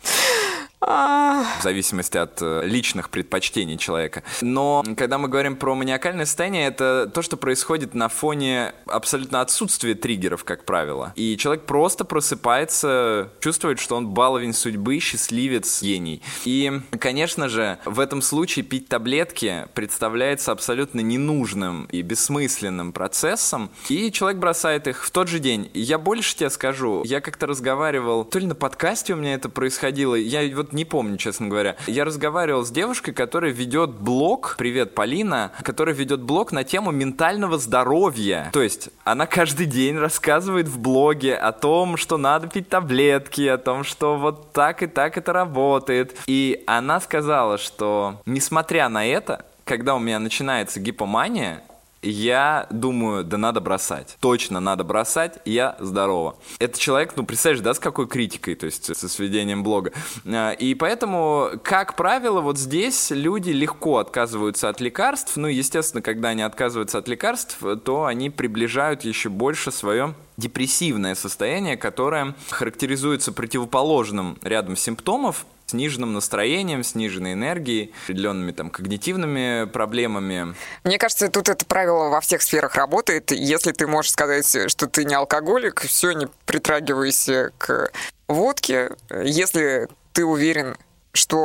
Speaker 2: В зависимости от личных предпочтений человека. Но когда мы говорим про маниакальное состояние, это то, что происходит на фоне абсолютно отсутствия триггеров, как правило. И человек просто просыпается, чувствует, что он баловень судьбы, счастливец, гений. И, конечно же, в этом случае пить таблетки представляется абсолютно ненужным и бессмысленным процессом, и человек бросает их в тот же день. Я больше тебе скажу, я как-то разговаривал, то ли на подкасте у меня это происходило, я вот не помню, честно говоря. Я разговаривал с девушкой, которая ведет блог, привет, Полина, которая ведет блог на тему ментального здоровья. То есть она каждый день рассказывает в блоге о том, что надо пить таблетки, о том, что вот так и так это работает. И она сказала, что несмотря на это, когда у меня начинается гипомания, я думаю, да надо бросать. Точно надо бросать, я здорова. Это человек, ну, представляешь, да, с какой критикой, то есть со сведением блога. И поэтому, как правило, вот здесь люди легко отказываются от лекарств. Ну, естественно, когда они отказываются от лекарств, то они приближают еще больше свое депрессивное состояние, которое характеризуется противоположным рядом симптомов, сниженным настроением, сниженной энергией, определенными там когнитивными проблемами.
Speaker 1: Мне кажется, тут это правило во всех сферах работает. Если ты можешь сказать, что ты не алкоголик, все, не притрагивайся к водке. Если ты уверен, что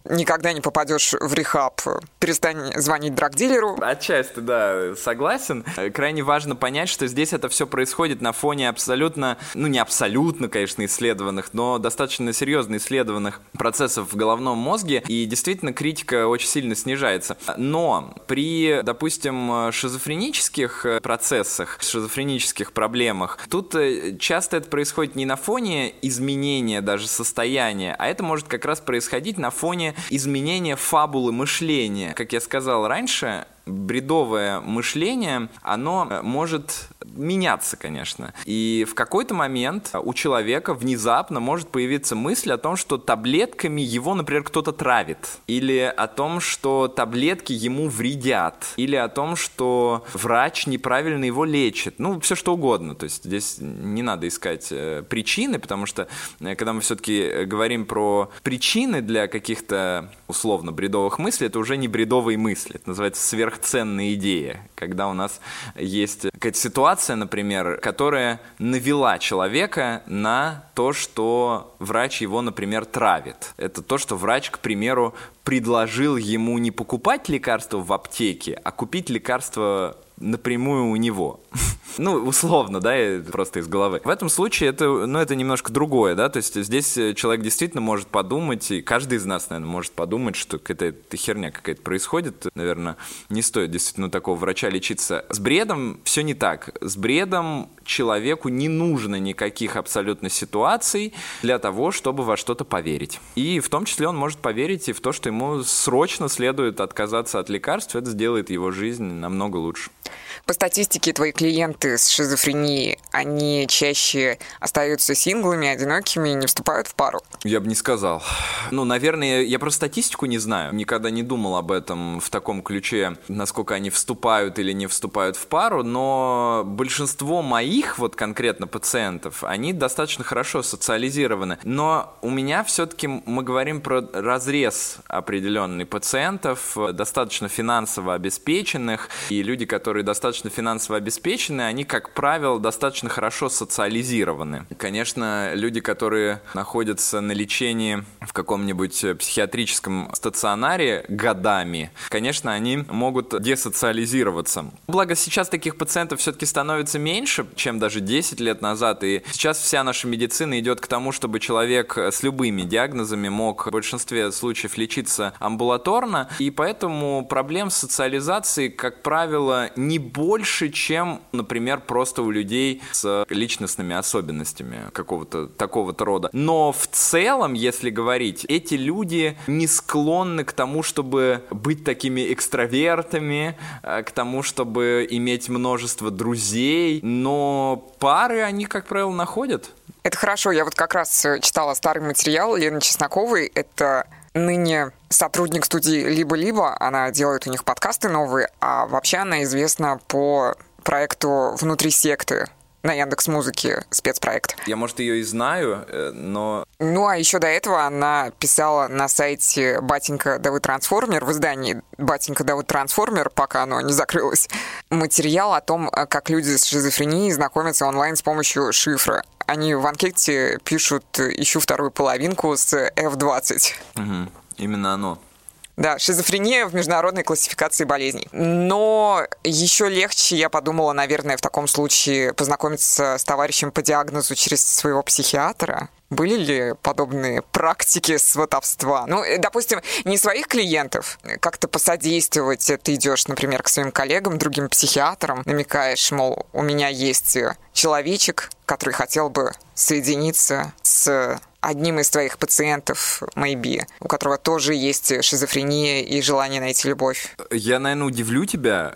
Speaker 1: никогда не попадешь в рехаб, перестань звонить драгдилеру.
Speaker 2: Отчасти, да, согласен. Крайне важно понять, что здесь это все происходит на фоне абсолютно, ну не абсолютно, конечно, исследованных, но достаточно серьезно исследованных процессов в головном мозге, и действительно критика очень сильно снижается. Но при, допустим, шизофренических процессах, шизофренических проблемах, тут часто это происходит не на фоне изменения даже состояния, а это может как раз происходить на фоне изменения фабулы мышления. Как я сказал раньше, бредовое мышление, оно может меняться, конечно. И в какой-то момент у человека внезапно может появиться мысль о том, что таблетками его, например, кто-то травит. Или о том, что таблетки ему вредят. Или о том, что врач неправильно его лечит. Ну, все что угодно. То есть здесь не надо искать причины, потому что когда мы все-таки говорим про причины для каких-то условно бредовых мыслей, это уже не бредовые мысли. Это называется сверх ценная идея, когда у нас есть какая-то ситуация, например, которая навела человека на то, что врач его, например, травит. Это то, что врач, к примеру, предложил ему не покупать лекарство в аптеке, а купить лекарство напрямую у него. Ну, условно, да, просто из головы. В этом случае это, ну, это немножко другое, да, то есть здесь человек действительно может подумать, и каждый из нас, наверное, может подумать, что какая-то херня какая-то происходит. Наверное, не стоит действительно такого врача лечиться. С бредом все не так. С бредом человеку не нужно никаких абсолютно ситуаций для того, чтобы во что-то поверить. И в том числе он может поверить и в то, что ему срочно следует отказаться от лекарств, это сделает его жизнь намного лучше.
Speaker 1: По статистике, твои клиенты с шизофренией, они чаще остаются синглами, одинокими и не вступают в пару?
Speaker 2: Я бы не сказал. Ну, наверное, я просто статистику не знаю. Никогда не думал об этом в таком ключе, насколько они вступают или не вступают в пару, но большинство моих вот конкретно пациентов, они достаточно хорошо социализированы. Но у меня все-таки мы говорим про разрез определенный пациентов, достаточно финансово обеспеченных, и люди, которые достаточно финансово обеспечены, они, как правило, достаточно хорошо социализированы. Конечно, люди, которые находятся на лечении в каком-нибудь психиатрическом стационаре годами, конечно, они могут десоциализироваться. Благо, сейчас таких пациентов все-таки становится меньше, чем даже десять лет назад, и сейчас вся наша медицина идет к тому, чтобы человек с любыми диагнозами мог в большинстве случаев лечиться амбулаторно, и поэтому проблем с социализацией, как правило, не больше, чем, например, просто у людей с личностными особенностями какого-то такого-то рода. Но в целом, если говорить, эти люди не склонны к тому, чтобы быть такими экстравертами, к тому, чтобы иметь множество друзей, но пары они, как правило, находят.
Speaker 1: Это хорошо. Я вот как раз читала старый материал Лены Чесноковой. Это ныне сотрудник студии «Либо-либо», она делает у них подкасты новые, а вообще она известна по проекту «Внутри секты» на Яндекс.Музыке, спецпроект.
Speaker 2: Я, может, ее и знаю, но...
Speaker 1: Ну, а еще до этого она писала на сайте «Батенька, да вы трансформер», в издании «Батенька, да вы трансформер», пока оно не закрылось, материал о том, как люди с шизофренией знакомятся онлайн с помощью шифра. Они в анкете пишут «Ищу вторую половинку с эф двадцать».
Speaker 2: Угу, именно оно.
Speaker 1: Да, шизофрения в международной классификации болезней. Но еще легче, я подумала, наверное, в таком случае познакомиться с товарищем по диагнозу через своего психиатра. Были ли подобные практики сватовства? Ну, допустим, не своих клиентов, как-то посодействовать. Ты идешь, например, к своим коллегам, другим психиатрам, намекаешь, мол, у меня есть человечек, который хотел бы соединиться с одним из твоих пациентов, maybe, у которого тоже есть шизофрения и желание найти любовь.
Speaker 2: Я, наверное, удивлю тебя,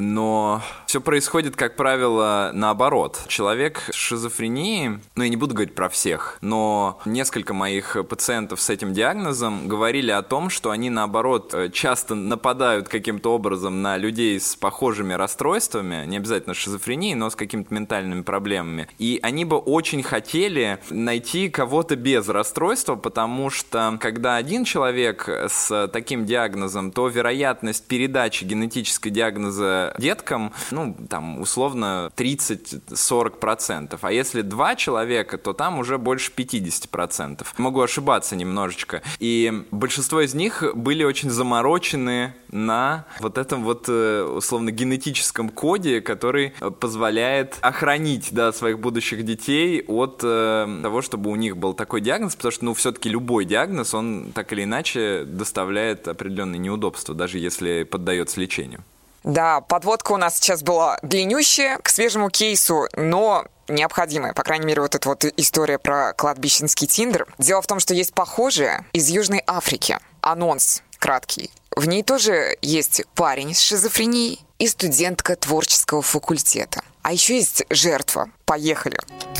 Speaker 2: но все происходит, как правило, наоборот. Человек с шизофренией, ну я не буду говорить про всех, но несколько моих пациентов с этим диагнозом говорили о том, что они, наоборот, часто нападают каким-то образом на людей с похожими расстройствами, не обязательно шизофренией, но с какими-то ментальными проблемами. И они бы очень хотели найти кого-то без расстройства, потому что когда один человек с таким диагнозом, то вероятность передачи генетического диагноза деткам, ну, ну, там, условно, тридцать-сорок процентов. А если два человека, то там уже больше пятьдесят процентов. Могу ошибаться немножечко. И большинство из них были очень заморочены на вот этом вот, условно, генетическом коде, который позволяет охранить, да, своих будущих детей от э, того, чтобы у них был такой диагноз, потому что, ну, все-таки любой диагноз, он так или иначе доставляет определенные неудобства, даже если поддается лечению.
Speaker 1: Да, подводка у нас сейчас была длиннющая к свежему кейсу, но необходимая. По крайней мере, вот эта вот история про кладбищенский Тиндер. Дело в том, что есть похожее из Южной Африки. Анонс краткий. В ней тоже есть парень с шизофренией и студентка творческого факультета. А еще есть жертва. Поехали.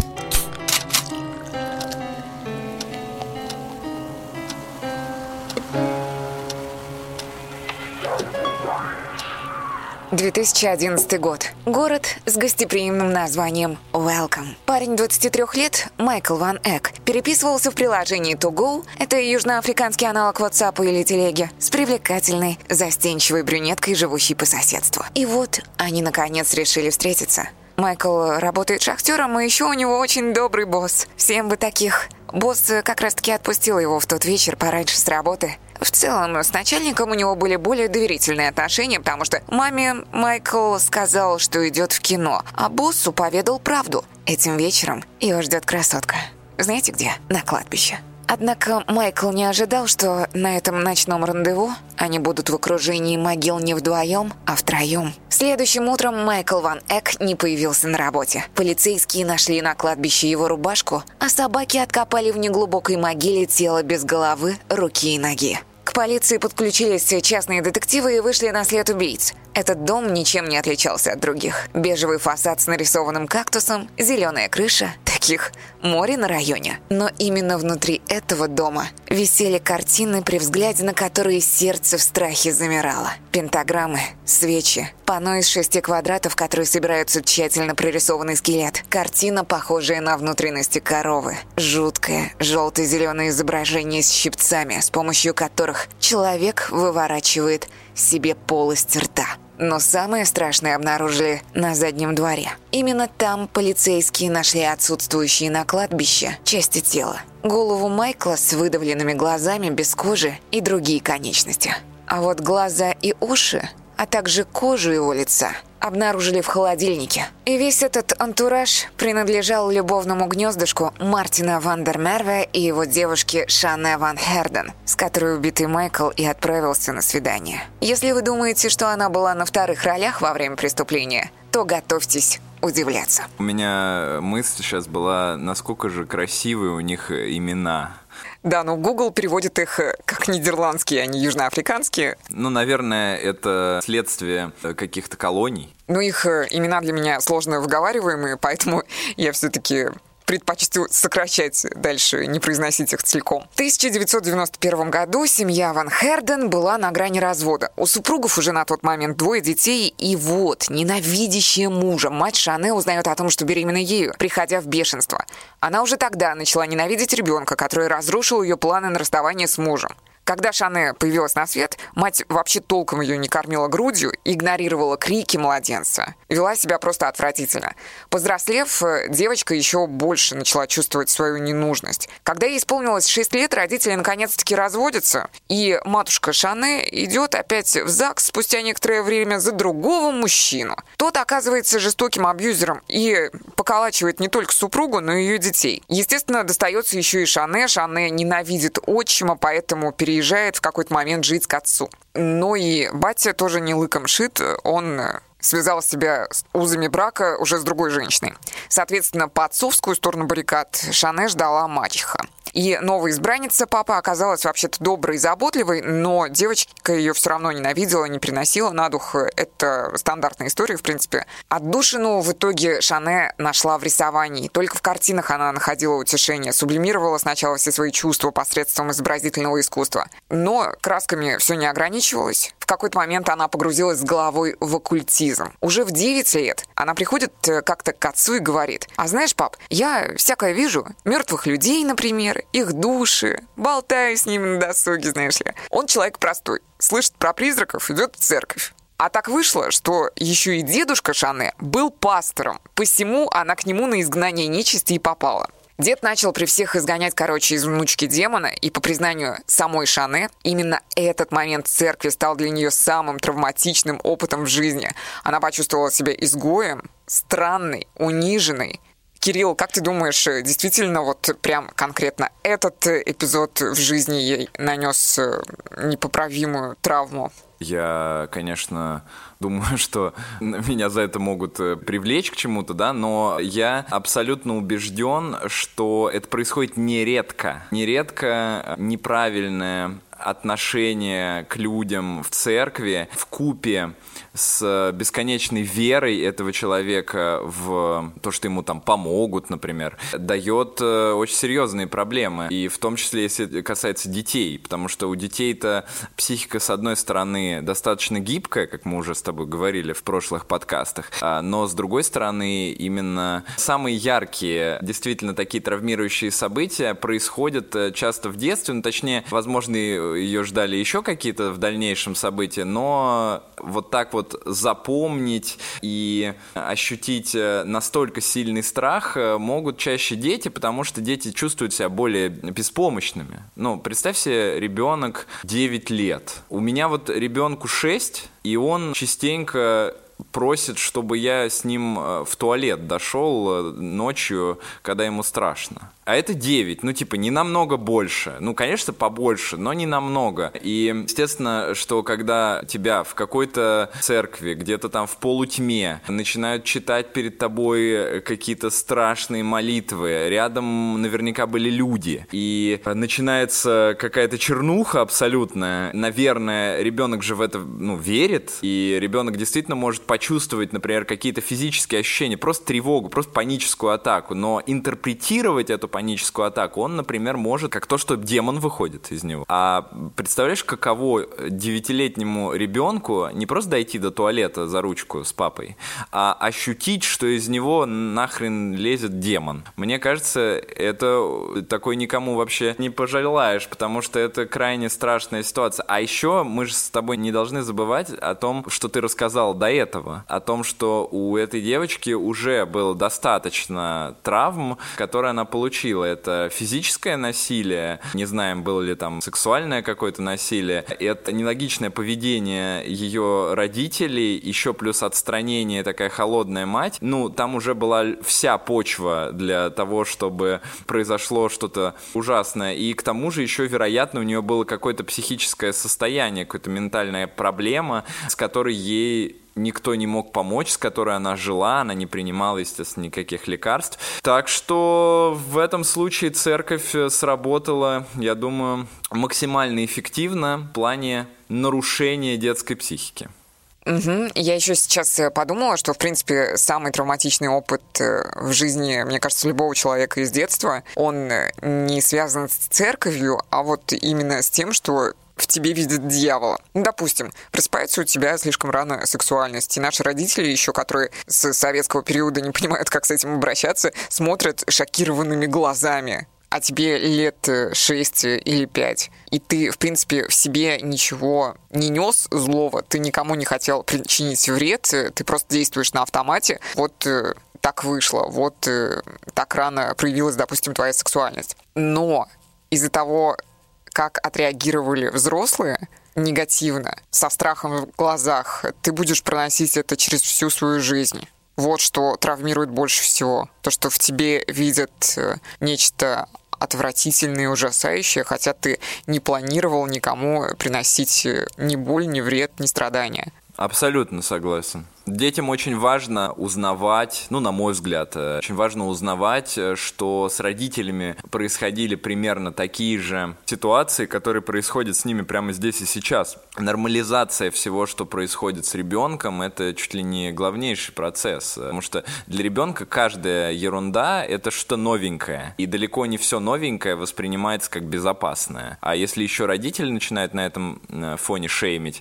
Speaker 1: две тысячи одиннадцатый год. Город с гостеприимным названием Welcome. Парень двадцати трёх лет, Майкл Ван Эк, переписывался в приложении To Go, это южноафриканский аналог WhatsApp или телеги, с привлекательной, застенчивой брюнеткой, живущей по соседству. И вот они, наконец, решили встретиться. Майкл работает шахтером, и еще у него очень добрый босс. Всем бы таких. Босс как раз-таки отпустил его в тот вечер пораньше с работы. В целом, с начальником у него были более доверительные отношения, потому что маме Майкл сказал, что идет в кино, а боссу поведал правду. Этим вечером его ждет красотка. Знаете где? На кладбище. Однако Майкл не ожидал, что на этом ночном рандеву они будут в окружении могил не вдвоем, а втроем. Следующим утром Майкл Ван Эк не появился на работе. Полицейские нашли на кладбище его рубашку, а собаки откопали в неглубокой могиле тело без головы, руки и ноги. К полиции подключились частные детективы и вышли на след убийц. Этот дом ничем не отличался от других. Бежевый фасад с нарисованным кактусом, зеленая крыша, таких море на районе. Но именно внутри этого дома висели картины, при взгляде на которые сердце в страхе замирало. Пентаграммы, свечи, панно из шести квадратов, которые собираются в тщательно прорисованный скелет. Картина, похожая на внутренности коровы. Жуткое желто-зеленое изображение с щипцами, с помощью которых человек выворачивает себе полость рта. Но самое страшное обнаружили на заднем дворе. Именно там полицейские нашли отсутствующие на кладбище части тела. Голову Майкла с выдавленными глазами, без кожи и другие конечности. А вот глаза и уши, а также кожу его лица обнаружили в холодильнике. И весь этот антураж принадлежал любовному гнездышку Мартина Ван дер Мерве и его девушки Шанне Ван Херден, с которой убитый Майкл и отправился на свидание. Если вы думаете, что она была на вторых ролях во время преступления, то готовьтесь удивляться.
Speaker 2: У меня мысль сейчас была, насколько же красивые у них имена.
Speaker 1: Да, но Google переводит их как нидерландские, а не южноафриканские.
Speaker 2: Ну, наверное, это следствие каких-то колоний.
Speaker 1: Ну, их имена для меня сложно выговариваемые, поэтому я все-таки предпочту сокращать дальше, не произносить их целиком. В тысяча девятьсот девяносто первом году семья Ван Херден была на грани развода. У супругов уже на тот момент двое детей, и вот, ненавидящая мужа, мать Шанне узнает о том, что беременна ею, приходя в бешенство. Она уже тогда начала ненавидеть ребенка, который разрушил ее планы на расставание с мужем. Когда Шанне появилась на свет, мать вообще толком ее не кормила грудью, игнорировала крики младенца. Вела себя просто отвратительно. Повзрослев, девочка еще больше начала чувствовать свою ненужность. Когда ей исполнилось шесть лет, родители наконец-таки разводятся, и матушка Шанне идет опять в ЗАГС спустя некоторое время за другого мужчину. Тот оказывается жестоким абьюзером и поколачивает не только супругу, но и ее детей. Естественно, достается еще и Шанне. Шанне ненавидит отчима, поэтому переезжает Приезжает в какой-то момент жить к отцу. Но и батя тоже не лыком шит, он связал себя с узами брака уже с другой женщиной. Соответственно, по отцовскую сторону баррикад Шанне ждала мачеха. И новая избранница папа оказалась вообще-то доброй и заботливой, но девочка ее все равно ненавидела, не приносила на дух. Это стандартная история, в принципе. Отдушину в итоге Шанне нашла в рисовании. Только в картинах она находила утешение. Сублимировала сначала все свои чувства посредством изобразительного искусства. Но красками все не ограничивалось. В какой-то момент она погрузилась с головой в оккультизм. Уже в девять лет она приходит как-то к отцу и говорит: «А знаешь, пап, я всякое вижу. Мертвых людей, например, их души. Болтаю с ними на досуге, знаешь ли». Он человек простой. Слышит про призраков, идет в церковь. А так вышло, что еще и дедушка Шане был пастором, посему она к нему на изгнание нечисти и попала. Дед начал при всех изгонять, короче, из внучки демона, и по признанию самой Шане, именно этот момент в церкви стал для нее самым травматичным опытом в жизни. Она почувствовала себя изгоем, странной, униженной. Кирилл, как ты думаешь, действительно вот прям конкретно этот эпизод в жизни ей нанес непоправимую травму?
Speaker 2: Я, конечно, думаю, что меня за это могут привлечь к чему-то, да, но я абсолютно убежден, что это происходит нередко. Нередко неправильное отношение к людям в церкви вкупе с бесконечной верой этого человека в то, что ему там помогут, например, дает очень серьезные проблемы. И в том числе, если касается детей, потому что у детей-то психика, с одной стороны, достаточно гибкая, как мы уже с тобой говорили в прошлых подкастах, но с другой стороны, именно самые яркие, действительно такие травмирующие события происходят часто в детстве, ну, точнее, возможно, ее ждали еще какие-то в дальнейшем события, но вот так вот запомнить и ощутить настолько сильный страх могут чаще дети, потому что дети чувствуют себя более беспомощными. Ну, представь себе, ребенок девять лет. У меня вот ребенку шесть, и он частенько просит, чтобы я с ним в туалет дошел ночью, когда ему страшно. А это девять, ну типа не намного больше. Ну, конечно, побольше, но не намного. И естественно, что когда тебя в какой-то церкви, где-то там в полутьме начинают читать перед тобой какие-то страшные молитвы, рядом наверняка были люди, и начинается какая-то чернуха абсолютная, наверное, ребенок же в это, ну, верит, и ребенок действительно может почувствовать, например, какие-то физические ощущения, просто тревогу, просто паническую атаку, но интерпретировать эту паническую атаку он, например, может как то, что демон выходит из него. А представляешь, каково девятилетнему ребенку не просто дойти до туалета за ручку с папой, а ощутить, что из него нахрен лезет демон. Мне кажется, это такой никому вообще не пожелаешь, потому что это крайне страшная ситуация. А еще мы же с тобой не должны забывать о том, что ты рассказал до этого, о том, что у этой девочки уже было достаточно травм, которые она получила. Это физическое насилие, не знаем, было ли там сексуальное какое-то насилие, это нелогичное поведение ее родителей, еще плюс отстранение, такая холодная мать. Ну, там уже была вся почва для того, чтобы произошло что-то ужасное. И к тому же еще, вероятно, у нее было какое-то психическое состояние, какая-то ментальная проблема, с которой ей никто не мог помочь, с которой она жила, она не принимала, естественно, никаких лекарств. Так что в этом случае церковь сработала, я думаю, максимально эффективно в плане нарушения детской психики.
Speaker 1: Угу. Я еще сейчас подумала, что, в принципе, самый травматичный опыт в жизни, мне кажется, любого человека из детства, он не связан с церковью, а вот именно с тем, что в тебе видит дьявола. Допустим, просыпается у тебя слишком рано сексуальность, и наши родители еще, которые с советского периода не понимают, как с этим обращаться, смотрят шокированными глазами. А тебе лет шесть или пять, и ты, в принципе, в себе ничего не нес злого, ты никому не хотел причинить вред, ты просто действуешь на автомате, вот так вышло, вот так рано проявилась, допустим, твоя сексуальность. Но из-за того, как отреагировали взрослые негативно, со страхом в глазах, ты будешь проносить это через всю свою жизнь. Вот что травмирует больше всего. То, что в тебе видят нечто отвратительное и ужасающее, хотя ты не планировал никому приносить ни боль, ни вред, ни страдания.
Speaker 2: Абсолютно согласен. Детям очень важно узнавать, ну, на мой взгляд, очень важно узнавать, что с родителями происходили примерно такие же ситуации, которые происходят с ними прямо здесь и сейчас. Нормализация всего, что происходит с ребенком, это чуть ли не главнейший процесс, потому что для ребенка каждая ерунда — это что-то новенькое, и далеко не все новенькое воспринимается как безопасное. А если еще родители начинают на этом фоне шеймить,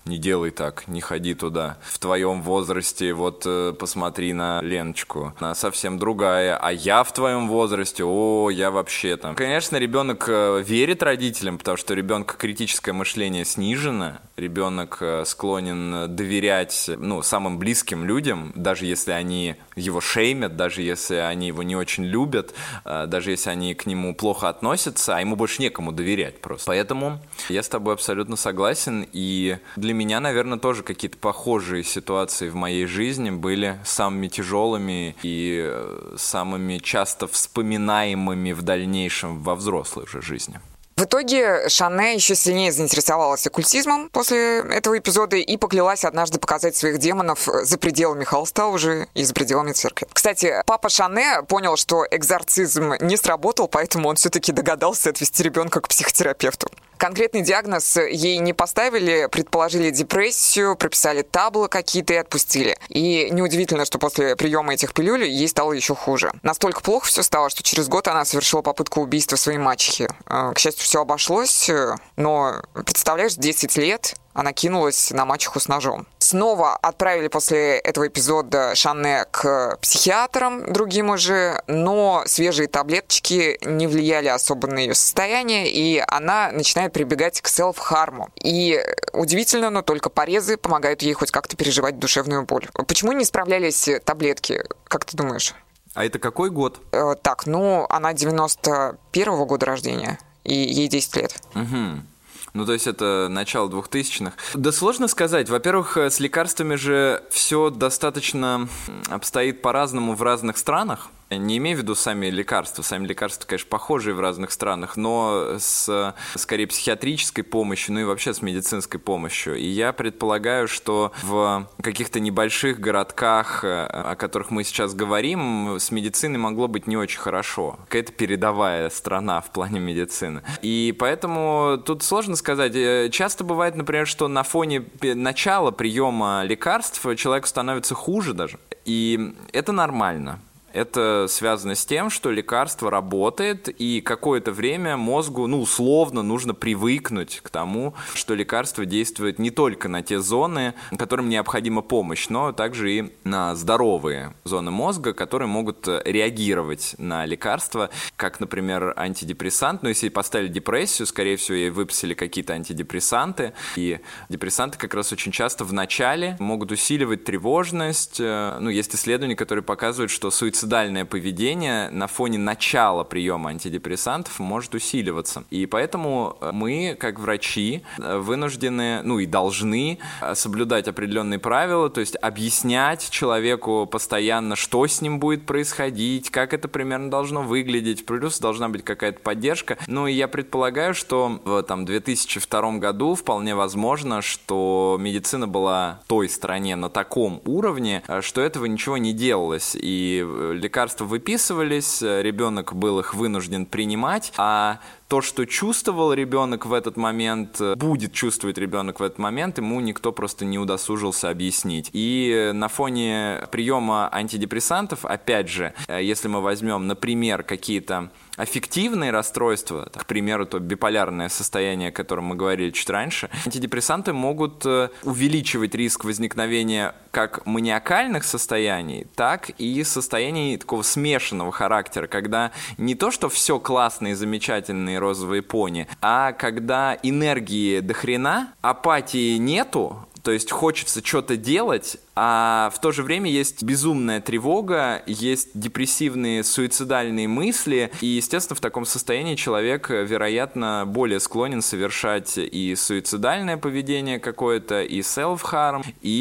Speaker 2: не делай так, не ходи туда. В твоем возрасте вот э, посмотри на Леночку, она совсем другая, а я в твоем возрасте, о, я вообще там. Конечно, ребенок э, верит родителям, потому что у ребенка критическое мышление снижено, ребенок э, склонен доверять, ну, самым близким людям, даже если они его шеймят, даже если они его не очень любят, э, даже если они к нему плохо относятся, а ему больше некому доверять просто. Поэтому я с тобой абсолютно согласен, и для меня, наверное, тоже какие-то похожие ситуации в моей жизни были самыми тяжелыми и самыми часто вспоминаемыми в дальнейшем во взрослой уже жизни.
Speaker 1: В итоге Шане еще сильнее заинтересовалась оккультизмом после этого эпизода и поклялась однажды показать своих демонов за пределами холста уже и за пределами церкви. Кстати, папа Шане понял, что экзорцизм не сработал, поэтому он все-таки догадался отвести ребенка к психотерапевту. Конкретный диагноз ей не поставили, предположили депрессию, прописали таблы какие-то и отпустили. И неудивительно, что после приема этих пилюль ей стало еще хуже. Настолько плохо все стало, что через год она совершила попытку убийства своей мачехи. К счастью, все обошлось, но, представляешь, десять лет она кинулась на мачеху с ножом. Снова отправили после этого эпизода Шане к психиатрам, другим уже, но свежие таблеточки не влияли особо на ее состояние, и она начинает прибегать к селф-харму. И удивительно, но только порезы помогают ей хоть как-то переживать душевную боль. Почему не справлялись таблетки, как ты думаешь?
Speaker 2: А это какой год?
Speaker 1: Э, так, ну, она девяносто первого года рождения, и ей десять лет.
Speaker 2: Угу. Ну, то есть это начало двухтысячных. Да сложно сказать. Во-первых, с лекарствами же все достаточно обстоит по-разному в разных странах. Не имею в виду сами лекарства. Сами лекарства, конечно, похожие в разных странах, но с, скорее, психиатрической помощью, ну и вообще с медицинской помощью. И я предполагаю, что в каких-то небольших городках, о которых мы сейчас говорим, с медициной могло быть не очень хорошо. Какая-то передовая страна в плане медицины. И поэтому тут сложно сказать. Часто бывает, например, что на фоне начала приема лекарств человеку становится хуже даже. И это нормально. Это связано с тем, что лекарство работает, и какое-то время мозгу, ну, условно, нужно привыкнуть к тому, что лекарство действует не только на те зоны, которым необходима помощь, но также и на здоровые зоны мозга, которые могут реагировать на лекарства, как, например, антидепрессант. Ну, если ей поставили депрессию, скорее всего, ей выписали какие-то антидепрессанты, и депрессанты как раз очень часто в начале могут усиливать тревожность. Ну, есть исследования, которые показывают, что суицидальность Суицидальное поведение на фоне начала приема антидепрессантов может усиливаться. И поэтому мы, как врачи, вынуждены, ну и должны соблюдать определенные правила, то есть объяснять человеку постоянно, что с ним будет происходить, как это примерно должно выглядеть, плюс должна быть какая-то поддержка. Ну и я предполагаю, что в там, две тысячи втором году вполне возможно, что медицина была в той стране на таком уровне, что этого ничего не делалось. И лекарства выписывались, ребенок был их вынужден принимать, а то, что чувствовал ребенок в этот момент, будет чувствовать ребенок в этот момент, ему никто просто не удосужился объяснить. И на фоне приема антидепрессантов, опять же, если мы возьмем, например, какие-то аффективные расстройства, к примеру, то биполярное состояние, о котором мы говорили чуть раньше, антидепрессанты могут увеличивать риск возникновения как маниакальных состояний, так и состояний такого смешанного характера, когда не то, что все классно и замечательно, и розовые пони, а когда энергии до хрена, апатии нету, то есть хочется что-то делать, а в то же время есть безумная тревога, есть депрессивные, суицидальные мысли, и, естественно, в таком состоянии человек, вероятно, более склонен совершать и суицидальное поведение какое-то, и self-harm,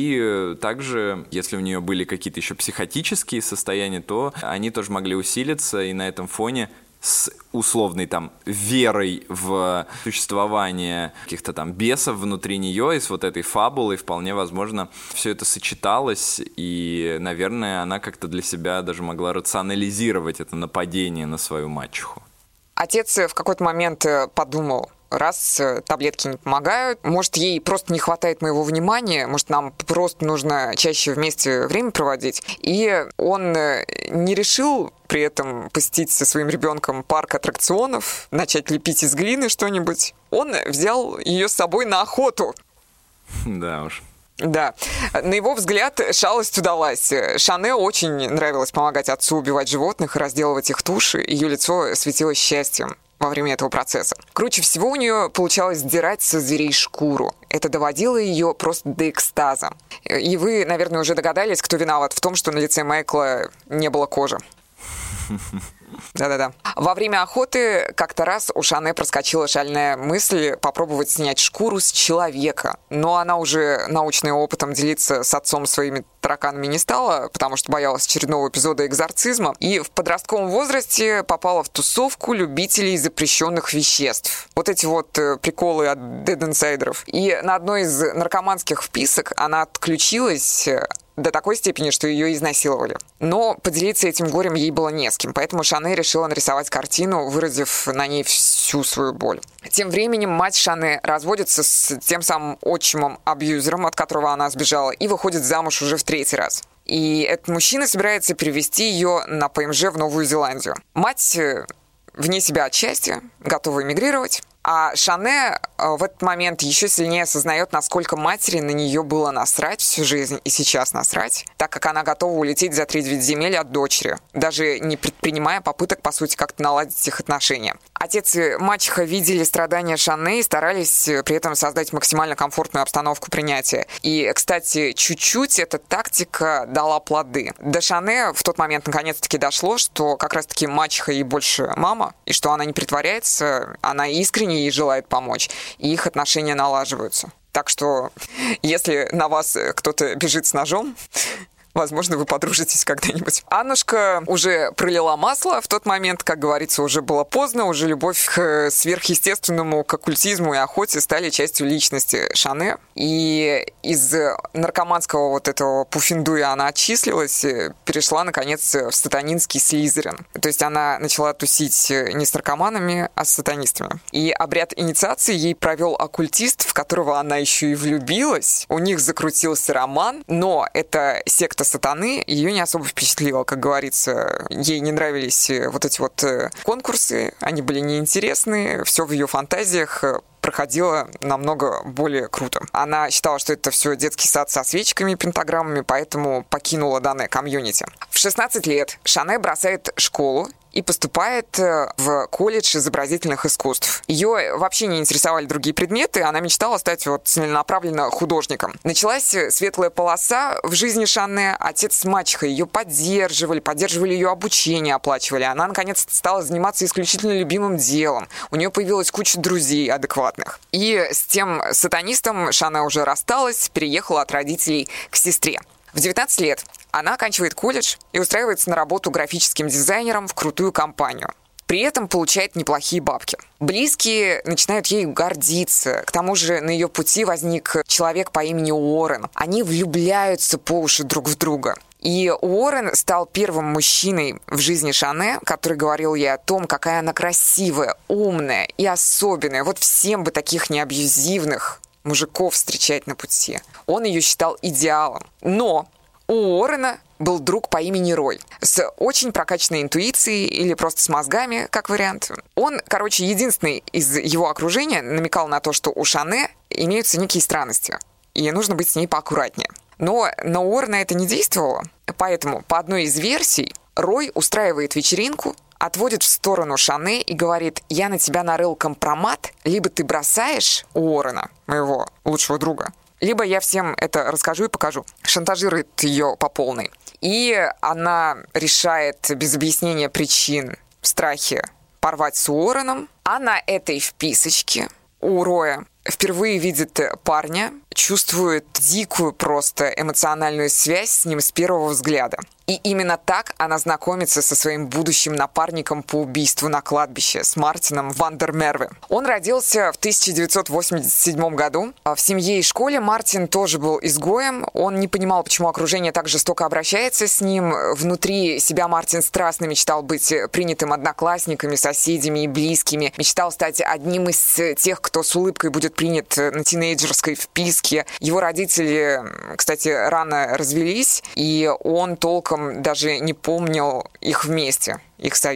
Speaker 2: и также, если у нее были какие-то еще психотические состояния, то они тоже могли усилиться, и на этом фоне с условной там верой в существование каких-то там бесов внутри нее и с вот этой фабулой вполне возможно все это сочеталось, и, наверное, она как-то для себя даже могла рационализировать это нападение на свою мачеху.
Speaker 1: Отец в какой-то момент подумал: раз таблетки не помогают, может, ей просто не хватает моего внимания, может, нам просто нужно чаще вместе время проводить. И он не решил при этом посетить со своим ребенком парк аттракционов, начать лепить из глины что-нибудь. Он взял ее с собой на охоту.
Speaker 2: Да уж.
Speaker 1: Да. На его взгляд, шалость удалась. Шане очень нравилось помогать отцу убивать животных и разделывать их туши. Ее лицо светилось счастьем во время этого процесса. Круче всего у нее получалось сдирать со зверей шкуру. Это доводило ее просто до экстаза. И вы, наверное, уже догадались, кто виноват в том, что на лице Майкла не было кожи. Да-да-да. Во время охоты как-то раз у Шане проскочила шальная мысль попробовать снять шкуру с человека. Но она уже научным опытом делиться с отцом своими тараканами не стала, потому что боялась очередного эпизода экзорцизма. И в подростковом возрасте попала в тусовку любителей запрещенных веществ. Вот эти вот приколы от дед-инсайдеров. И на одной из наркоманских вписок она отключилась до такой степени, что ее изнасиловали. Но поделиться этим горем ей было не с кем, поэтому Шане решила нарисовать картину, выразив на ней всю свою боль. Тем временем мать Шане разводится с тем самым отчимом-абьюзером, от которого она сбежала, и выходит замуж уже в третий раз. И этот мужчина собирается перевести ее на ПМЖ в Новую Зеландию. Мать вне себя от счастья, готова эмигрировать. А Шане в этот момент еще сильнее осознает, насколько матери на нее было насрать всю жизнь и сейчас насрать, так как она готова улететь за три-девять земель от дочери, даже не предпринимая попыток, по сути, как-то наладить их отношения. Отец и мачеха видели страдания Шане и старались при этом создать максимально комфортную обстановку принятия. И, кстати, чуть-чуть эта тактика дала плоды. До Шане в тот момент наконец-таки дошло, что как раз-таки мачеха ей больше мама, и что она не притворяется, она искренне ей желает помочь, и их отношения налаживаются. Так что, если на вас кто-то бежит с ножом, возможно, вы подружитесь когда-нибудь. Аннушка уже пролила масло в тот момент, как говорится, уже было поздно, уже любовь к сверхъестественному, к оккультизму и охоте стали частью личности Шане. И из наркоманского вот этого пуффендуя она отчислилась, перешла, наконец, в сатанинский Слизерин. То есть она начала тусить не с наркоманами, а с сатанистами. И обряд инициации ей провел оккультист, в которого она еще и влюбилась. У них закрутился роман, но эта секта сатаны ее не особо впечатлила, как говорится. Ей не нравились вот эти вот конкурсы, они были неинтересны, все в ее фантазиях проходило намного более круто. Она считала, что это все детский сад со свечками и пентаграммами, поэтому покинула данное комьюнити. В шестнадцать лет Шане бросает школу и поступает в колледж изобразительных искусств. Ее вообще не интересовали другие предметы, она мечтала стать вот целенаправленно художником. Началась светлая полоса в жизни Шане, отец с мачехой ее поддерживали, поддерживали ее обучение, оплачивали. Она, наконец, стала заниматься исключительно любимым делом. У нее появилась куча друзей адекватных. И с тем сатанистом Шане уже рассталась, переехала от родителей к сестре. В девятнадцать лет она оканчивает колледж и устраивается на работу графическим дизайнером в крутую компанию. При этом получает неплохие бабки. Близкие начинают ею гордиться. К тому же на ее пути возник человек по имени Уоррен. Они влюбляются по уши друг в друга. И Уоррен стал первым мужчиной в жизни Шане, который говорил ей о том, какая она красивая, умная и особенная. Вот всем бы таких неабьюзивных мужиков встречать на пути. Он ее считал идеалом. Но у Уоррена был друг по имени Рой с очень прокачанной интуицией или просто с мозгами, как вариант. Он, короче, единственный из его окружения намекал на то, что у Шане имеются некие странности, и нужно быть с ней поаккуратнее. Но на Уоррена это не действовало, поэтому по одной из версий Рой устраивает вечеринку, отводит в сторону Шане и говорит: «Я на тебя нарыл компромат, либо ты бросаешь Уоррена, моего лучшего друга, либо я всем это расскажу и покажу». Шантажирует ее по полной. И она решает без объяснения причин в страхе порвать с Уорреном. А на этой вписочке у Роя впервые видит парня, чувствует дикую просто эмоциональную связь с ним с первого взгляда. И именно так она знакомится со своим будущим напарником по убийству на кладбище, с Мартином ван дер Мерве. Он родился в тысяча девятьсот восемьдесят седьмом году. В семье и школе Мартин тоже был изгоем. Он не понимал, почему окружение так жестоко обращается с ним. Внутри себя Мартин страстно мечтал быть принятым одноклассниками, соседями и близкими. Мечтал стать одним из тех, кто с улыбкой будет принят на тинейджерской вписке. Его родители, кстати, рано развелись, и он толком даже не помнил их вместе, их союз.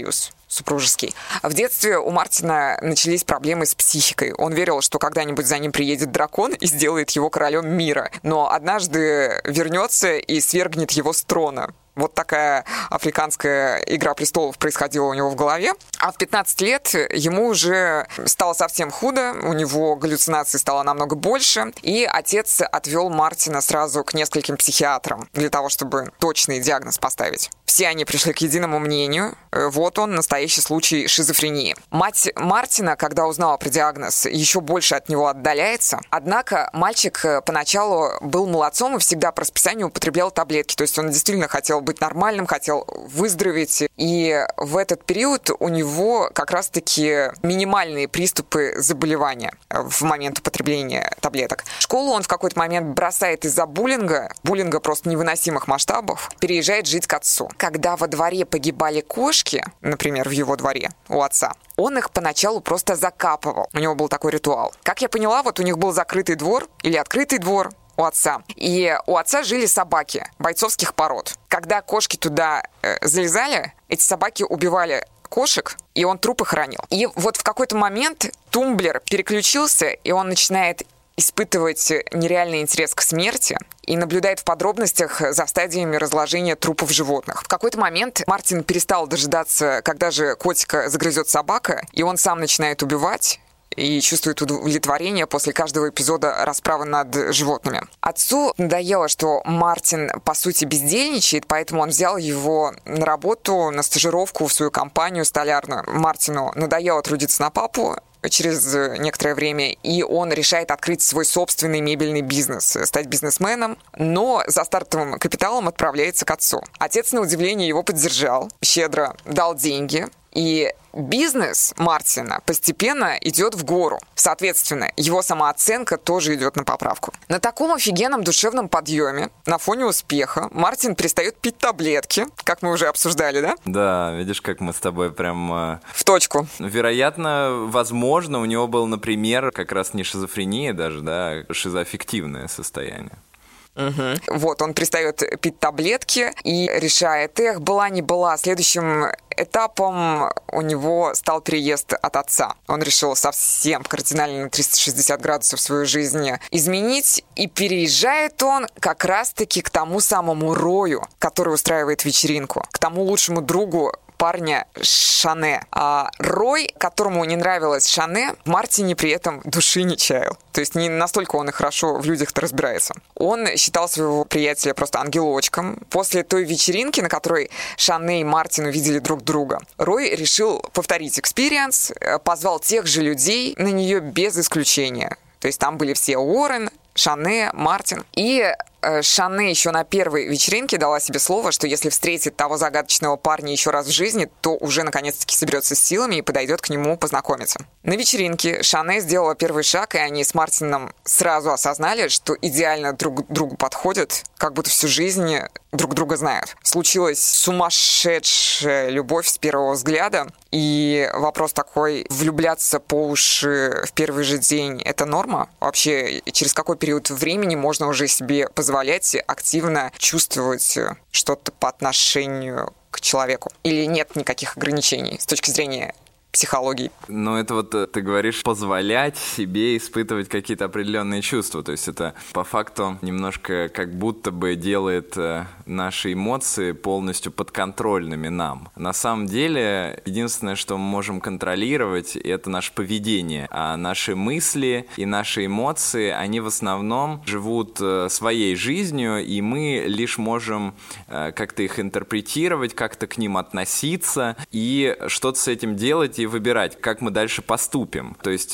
Speaker 1: супружеский. В детстве у Мартина начались проблемы с психикой. Он верил, что когда-нибудь за ним приедет дракон и сделает его королем мира. Но однажды вернется и свергнет его с трона. Вот такая африканская «Игра престолов» происходила у него в голове. А в пятнадцать лет ему уже стало совсем худо, у него галлюцинаций стало намного больше, и отец отвел Мартина сразу к нескольким психиатрам для того, чтобы точный диагноз поставить. Все они пришли к единому мнению. Вот он, настоящий случай шизофрении. Мать Мартина, когда узнала про диагноз, еще больше от него отдаляется. Однако мальчик поначалу был молодцом и всегда по расписанию употреблял таблетки. То есть он действительно хотел быть нормальным, хотел выздороветь. И в этот период у него как раз-таки минимальные приступы заболевания в момент употребления таблеток. Школу он в какой-то момент бросает из-за буллинга, буллинга просто невыносимых масштабов, переезжает жить к отцу. Когда во дворе погибали кошки, например, в его дворе у отца, он их поначалу просто закапывал. У него был такой ритуал. Как я поняла, вот у них был закрытый двор или открытый двор у отца. И у отца жили собаки бойцовских пород. Когда кошки туда э, залезали, эти собаки убивали кошек, и он трупы хоронил. И вот в какой-то момент тумблер переключился, и он начинает испытывать нереальный интерес к смерти и наблюдает в подробностях за стадиями разложения трупов животных. В какой-то момент Мартин перестал дожидаться, когда же котика загрызет собака, и он сам начинает убивать и чувствует удовлетворение после каждого эпизода расправы над животными. Отцу надоело, что Мартин, по сути, бездельничает, поэтому он взял его на работу, на стажировку в свою компанию столярную. Мартину надоело трудиться на папу через некоторое время, и он решает открыть свой собственный мебельный бизнес, стать бизнесменом, но за стартовым капиталом отправляется к отцу. Отец, на удивление, его поддержал, щедро дал деньги, и бизнес Мартина постепенно идет в гору. Соответственно, его самооценка тоже идет на поправку. На таком офигенном душевном подъеме, на фоне успеха, Мартин перестает пить таблетки, как мы уже обсуждали, да?
Speaker 2: Да, видишь, как мы с тобой прям... Э...
Speaker 1: В точку.
Speaker 2: Вероятно, возможно, у него был, например, как раз не шизофрения даже, да, а шизоаффективное состояние.
Speaker 1: Угу. Вот, он перестает пить таблетки и решает, эх, была не была. Следующим этапом у него стал переезд от отца. Он решил совсем кардинально на триста шестьдесят градусов свою жизнь изменить, и переезжает он как раз-таки к тому самому Рою, который устраивает вечеринку, к тому лучшему другу парня Шане. А Рой, которому не нравилась Шане, в Мартине при этом души не чаял. То есть не настолько он и хорошо в людях-то разбирается. Он считал своего приятеля просто ангелочком. После той вечеринки, на которой Шане и Мартин увидели друг друга, Рой решил повторить экспириенс, позвал тех же людей на нее без исключения. То есть там были все: Уоррен, Шане, Мартин. И э, Шане еще на первой вечеринке дала себе слово, что если встретит того загадочного парня еще раз в жизни, то уже наконец-таки соберется с силами и подойдет к нему познакомиться. На вечеринке Шане сделала первый шаг, и они с Мартином сразу осознали, что идеально друг другу подходят, как будто всю жизнь друг друга знают. Случилась сумасшедшая любовь с первого взгляда, и вопрос такой: влюбляться по уши в первый же день — это норма? Вообще, через какой период времени можно уже себе позволять активно чувствовать что-то по отношению к человеку? Или нет никаких ограничений с точки зрения психологии?
Speaker 2: Ну, это вот ты говоришь позволять себе испытывать какие-то определенные чувства. То есть это по факту немножко как будто бы делает наши эмоции полностью подконтрольными нам. На самом деле, единственное, что мы можем контролировать, это наше поведение. А наши мысли и наши эмоции, они в основном живут своей жизнью, и мы лишь можем как-то их интерпретировать, как-то к ним относиться и что-то с этим делать и выбирать, как мы дальше поступим. То есть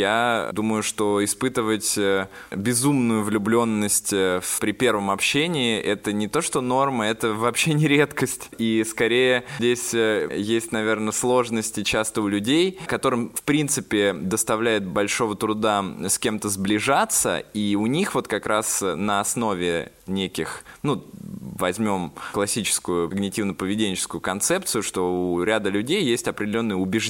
Speaker 2: я думаю, что испытывать безумную влюбленность при первом общении — это не то, что норма, это вообще не редкость. И скорее здесь есть, наверное, сложности часто у людей, которым, в принципе, доставляет большого труда с кем-то сближаться, и у них вот как раз на основе неких, ну, возьмем классическую когнитивно-поведенческую концепцию, что у ряда людей есть определенные убеждения,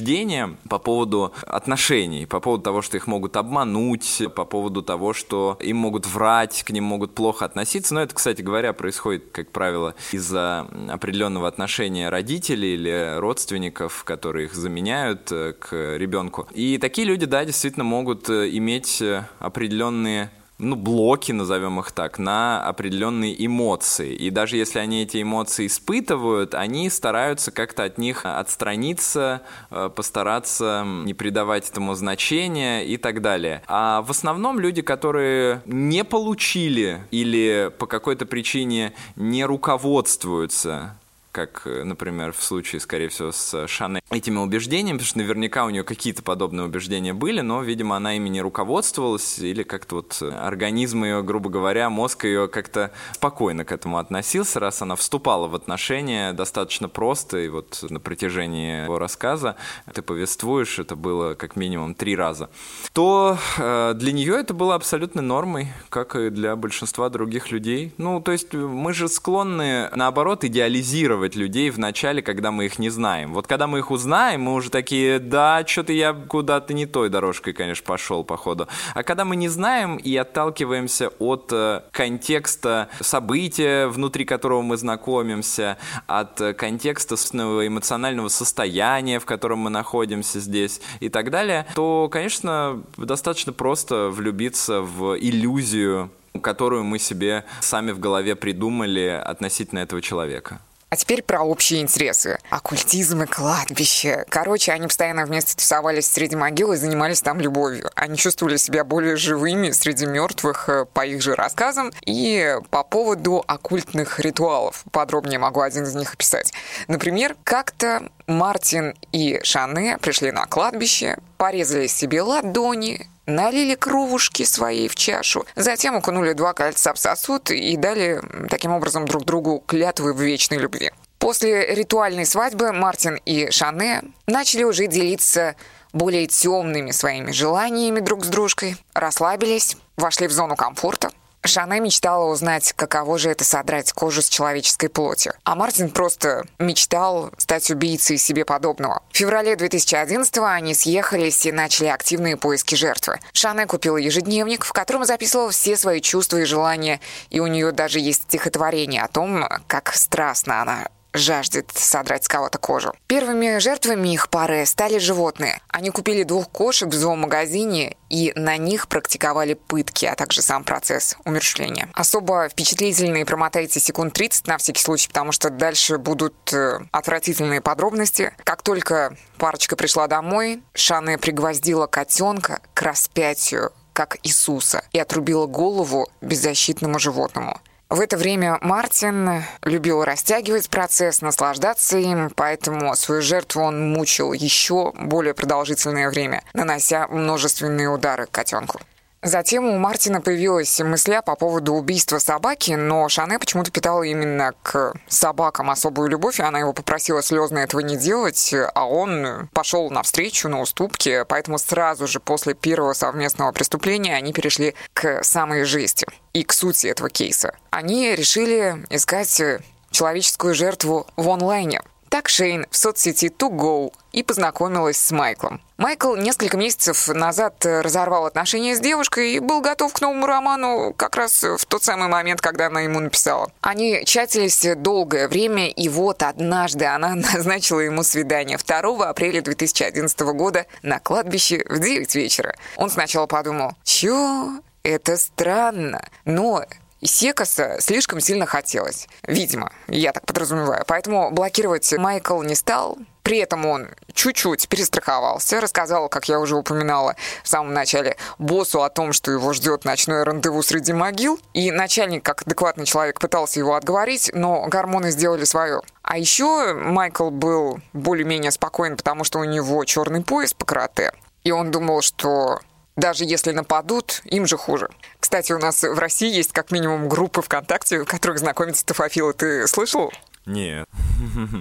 Speaker 2: убеждения по поводу отношений, по поводу того, что их могут обмануть, по поводу того, что им могут врать, к ним могут плохо относиться. Но это, кстати говоря, происходит, как правило, из-за определенного отношения родителей или родственников, которые их заменяют к ребенку. И такие люди, да, действительно могут иметь определенные, ну, блоки, назовем их так, на определенные эмоции. И даже если они эти эмоции испытывают, они стараются как-то от них отстраниться, постараться не придавать этому значения и так далее. А в основном люди, которые не получили или по какой-то причине не руководствуются, как, например, в случае, скорее всего, с Шане, этими убеждениями, потому что наверняка у нее какие-то подобные убеждения были, но, видимо, она ими не руководствовалась, или как-то вот организм ее, грубо говоря, мозг ее как-то спокойно к этому относился, раз она вступала в отношения достаточно просто, и вот на протяжении его рассказа ты повествуешь, это было как минимум три раза, то э, для нее это было абсолютной нормой, как и для большинства других людей. Ну, то есть мы же склонны, наоборот, идеализировать людей в начале, когда мы их не знаем. Вот когда мы их узнаем, мы уже такие, да, что-то я куда-то не той дорожкой, конечно, пошел, походу. А когда мы не знаем и отталкиваемся от э, контекста события, внутри которого мы знакомимся, от э, контекста собственного эмоционального состояния, в котором мы находимся здесь и так далее, то, конечно, достаточно просто влюбиться в иллюзию, которую мы себе сами в голове придумали относительно этого человека.
Speaker 1: А теперь про общие интересы. Оккультизм и кладбище. Короче, они постоянно вместе тусовались среди могил и занимались там любовью. Они чувствовали себя более живыми среди мертвых, по их же рассказам. И по поводу оккультных ритуалов. Подробнее могу один из них описать. Например, как-то Мартин и Шане пришли на кладбище, порезали себе ладони, налили кровушки своей в чашу, затем окунули два кольца в сосуд и дали таким образом друг другу клятвы в вечной любви. После ритуальной свадьбы Мартин и Шане начали уже делиться более темными своими желаниями друг с дружкой, расслабились, вошли в зону комфорта. Шане мечтала узнать, каково же это содрать кожу с человеческой плоти. А Мартин просто мечтал стать убийцей себе подобного. В феврале две тысячи одиннадцатого они съехались и начали активные поиски жертвы. Шане купила ежедневник, в котором записывала все свои чувства и желания, и у нее даже есть стихотворение о том, как страстно она жаждет содрать с кого-то кожу. Первыми жертвами их пары стали животные. Они купили двух кошек в зоомагазине и на них практиковали пытки, а также сам процесс умерщвления. Особо впечатлительные промотайте секунд тридцать на всякий случай, потому что дальше будут э, отвратительные подробности. Как только парочка пришла домой, Шане пригвоздила котенка к распятию, как Иисуса, и отрубила голову беззащитному животному. В это время Мартин любил растягивать процесс, наслаждаться им, поэтому свою жертву он мучил еще более продолжительное время, нанося множественные удары котенку. Затем у Мартина появилась мысля по поводу убийства собаки, но Шане почему-то питала именно к собакам особую любовь, и она его попросила слезно этого не делать, а он пошел навстречу, на уступки, поэтому сразу же после первого совместного преступления они перешли к самой жести и к сути этого кейса. Они решили искать человеческую жертву в онлайне. Так Шейн в соцсети ту гоу и познакомилась с Майклом. Майкл несколько месяцев назад разорвал отношения с девушкой и был готов к новому роману как раз в тот самый момент, когда она ему написала. Они чатились долгое время, и вот однажды она назначила ему свидание второго апреля две тысячи одиннадцатого года на кладбище в девять вечера. Он сначала подумал, чё, это странно, но... И Секаса слишком сильно хотелось. Видимо, я так подразумеваю. Поэтому блокировать Майкл не стал. При этом он чуть-чуть перестраховался, рассказал, как я уже упоминала в самом начале, боссу о том, что его ждет ночное рандеву среди могил. И начальник, как адекватный человек, пытался его отговорить, но гормоны сделали свое. А еще Майкл был более-менее спокоен, потому что у него черный пояс по карате. И он думал, что... даже если нападут, им же хуже. Кстати, у нас в России есть как минимум группы ВКонтакте, в которых знакомятся тофофилы. Ты слышал?
Speaker 2: Нет.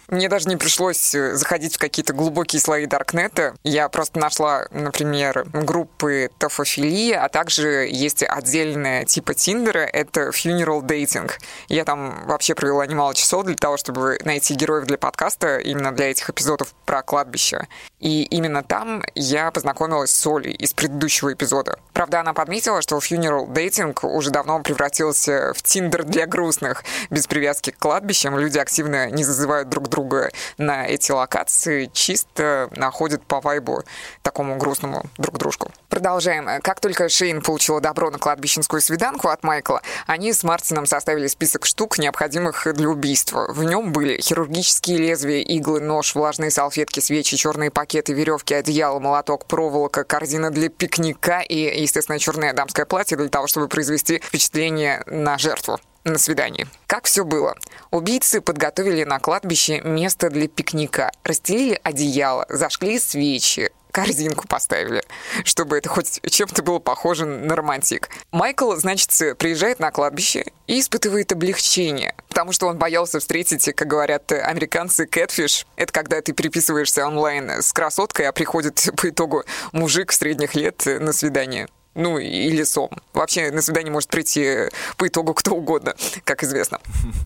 Speaker 1: Мне даже не пришлось заходить в какие-то глубокие слои Даркнета. Я просто нашла, например, группы тофофилии, а также есть отдельная типа Тиндера, это funeral dating. Я там вообще провела немало часов для того, чтобы найти героев для подкаста, именно для этих эпизодов про кладбище. И именно там я познакомилась с Олей из предыдущего эпизода. Правда, она подметила, что funeral dating уже давно превратился в Тиндер для грустных. Без привязки к кладбищам люди активно не зазывают друг друга друга на эти локации, чисто находят по вайбу такому грустному друг дружку. Продолжаем. Как только Шейн получила добро на кладбищенскую свиданку от Майкла, они с Мартином составили список штук, необходимых для убийства. В нем были хирургические лезвия, иглы, нож, влажные салфетки, свечи, черные пакеты, веревки, одеяло, молоток, проволока, корзина для пикника и, естественно, черное дамское платье для того, чтобы произвести впечатление на жертву на свидании. Как все было? Убийцы подготовили на кладбище место для пикника, расстелили одеяло, зажгли свечи, корзинку поставили, чтобы это хоть чем-то было похоже на романтик. Майкл, значит, приезжает на кладбище и испытывает облегчение, потому что он боялся встретить, как говорят американцы, catfish. Это когда ты переписываешься онлайн с красоткой, а приходит по итогу мужик средних лет на свидание. Ну, или сом. Вообще на свидание может прийти по итогу кто угодно, как известно.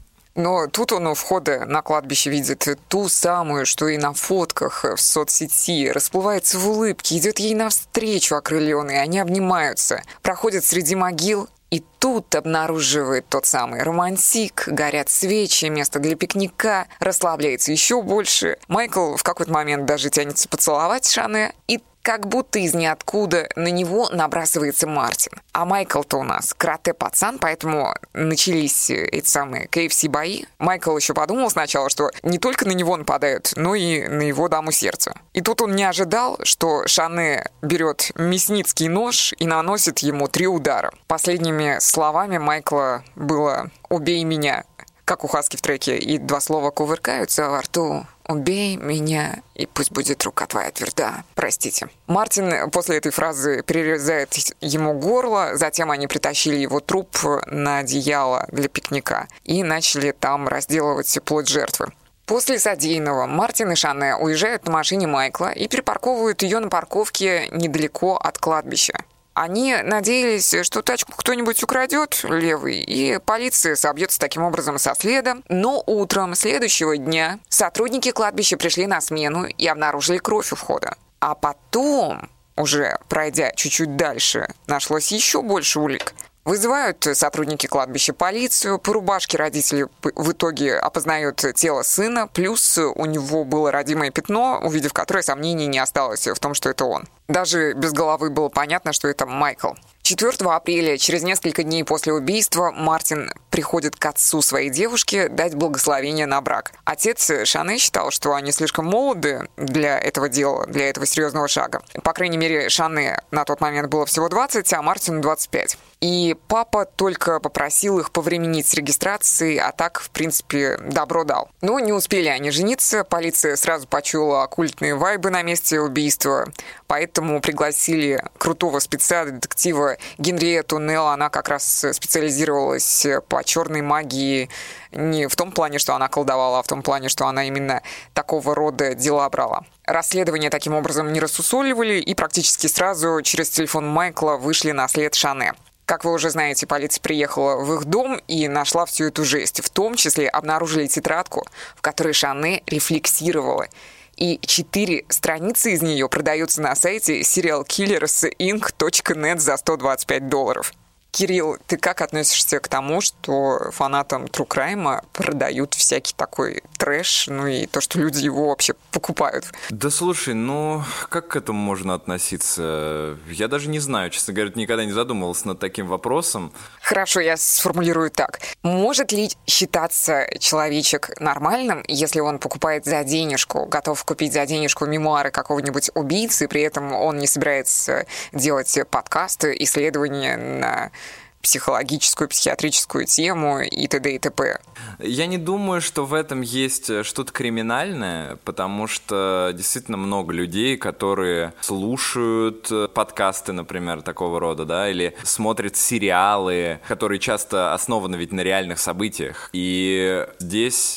Speaker 1: Но тут он у входа на кладбище видит ту самую, что и на фотках в соцсети, расплывается в улыбке, идет ей навстречу окрыленный, они обнимаются, проходят среди могил, и тут обнаруживает тот самый романтик, горят свечи, место для пикника, расслабляется еще больше. Майкл в какой-то момент даже тянется поцеловать Шане, и как будто из ниоткуда на него набрасывается Мартин. А Майкл-то у нас карате-пацан, поэтому начались эти самые кей эф си-бои. Майкл еще подумал сначала, что не только на него нападают, но и на его даму сердца. И тут он не ожидал, что Шане берет мясницкий нож и наносит ему три удара. Последними словами Майкла было «убей меня», как у Хаски в треке, и два слова кувыркаются во рту. «Убей меня, и пусть будет рука твоя тверда». Простите. Мартин после этой фразы перерезает ему горло, затем они притащили его труп на одеяло для пикника и начали там разделывать плоть жертвы. После содеянного Мартин и Шане уезжают на машине Майкла и припарковывают ее на парковке недалеко от кладбища. Они надеялись, что тачку кто-нибудь украдет левый, и полиция собьется таким образом со следа. Но утром следующего дня сотрудники кладбища пришли на смену и обнаружили кровь у входа. А потом, уже пройдя чуть-чуть дальше, нашлось еще больше улик. Вызывают сотрудники кладбища полицию, по рубашке родители в итоге опознают тело сына, плюс у него было родимое пятно, увидев которое сомнений не осталось в том, что это он. Даже без головы было понятно, что это Майкл. четвёртого апреля, через несколько дней после убийства, Мартин приходит к отцу своей девушки дать благословение на брак. Отец Шане считал, что они слишком молоды для этого дела, для этого серьезного шага. По крайней мере, Шане на тот момент было всего двадцать, а Мартину двадцать пять. И папа только попросил их повременить с регистрацией, а так, в принципе, добро дал. Но не успели они жениться, полиция сразу почуяла оккультные вайбы на месте убийства, поэтому пригласили крутого спеца, детектива Генриетту Нелл. Она как раз специализировалась по черной магии не в том плане, что она колдовала, а в том плане, что она именно такого рода дела брала. Расследование таким образом не рассусоливали и практически сразу через телефон Майкла вышли на след Шане. Как вы уже знаете, полиция приехала в их дом и нашла всю эту жесть. В том числе обнаружили тетрадку, в которой Шане рефлексировала. И четыре страницы из нее продаются на сайте serial killers inc точка net за сто двадцать пять долларов. Кирилл, ты как относишься к тому, что фанатам True Crime продают всякий такой трэш, ну и то, что люди его вообще покупают?
Speaker 2: Да слушай, ну как к этому можно относиться? Я даже не знаю, честно говоря, никогда не задумывался над таким вопросом.
Speaker 1: Хорошо, я сформулирую так. Может ли считаться человечек нормальным, если он покупает за денежку, готов купить за денежку мемуары какого-нибудь убийцы, при этом он не собирается делать подкасты, исследования на психологическую, психиатрическую тему и т.д. и т.п.
Speaker 2: Я не думаю, что в этом есть что-то криминальное, потому что действительно много людей, которые слушают подкасты, например, такого рода, да, или смотрят сериалы, которые часто основаны ведь на реальных событиях. И здесь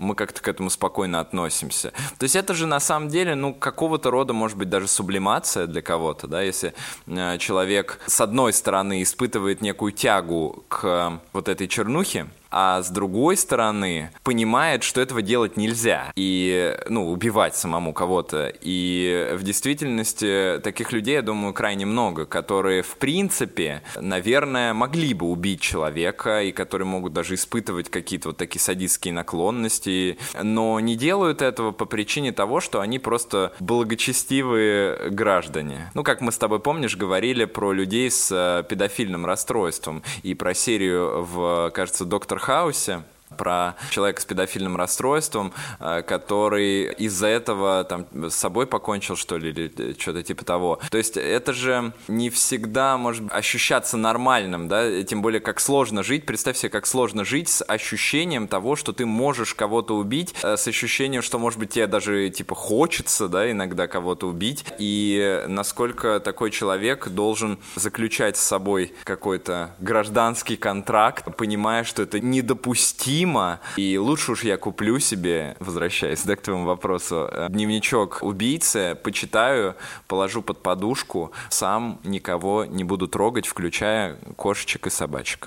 Speaker 2: мы как-то к этому спокойно относимся. То есть это же на самом деле, ну, какого-то рода, может быть, даже сублимация для кого-то, да, если э, человек, с одной стороны, испытывает некую тягу к вот этой чернухе, а с другой стороны понимает, что этого делать нельзя, и, ну, убивать самому кого-то. И в действительности таких людей, я думаю, крайне много, которые, в принципе, наверное, могли бы убить человека, и которые могут даже испытывать какие-то вот такие садистские наклонности, но не делают этого по причине того, что они просто благочестивые граждане. Ну, как мы с тобой, помнишь, говорили про людей с педофильным расстройством, и про серию в, кажется, «Доктор Хаусе», про человека с педофильным расстройством, который из-за этого там с собой покончил, что ли, или что-то типа того. То есть это же не всегда может ощущаться нормальным, да, тем более как сложно жить. Представь себе, как сложно жить с ощущением того, что ты можешь кого-то убить, с ощущением, что, может быть, тебе даже типа хочется, да, иногда кого-то убить, и насколько такой человек должен заключать с собой какой-то гражданский контракт, понимая, что это недопустимо. И лучше уж я куплю себе, возвращаясь, да, к твоему вопросу, дневничок убийцы, почитаю, положу под подушку, сам никого не буду трогать, включая кошечек и собачек.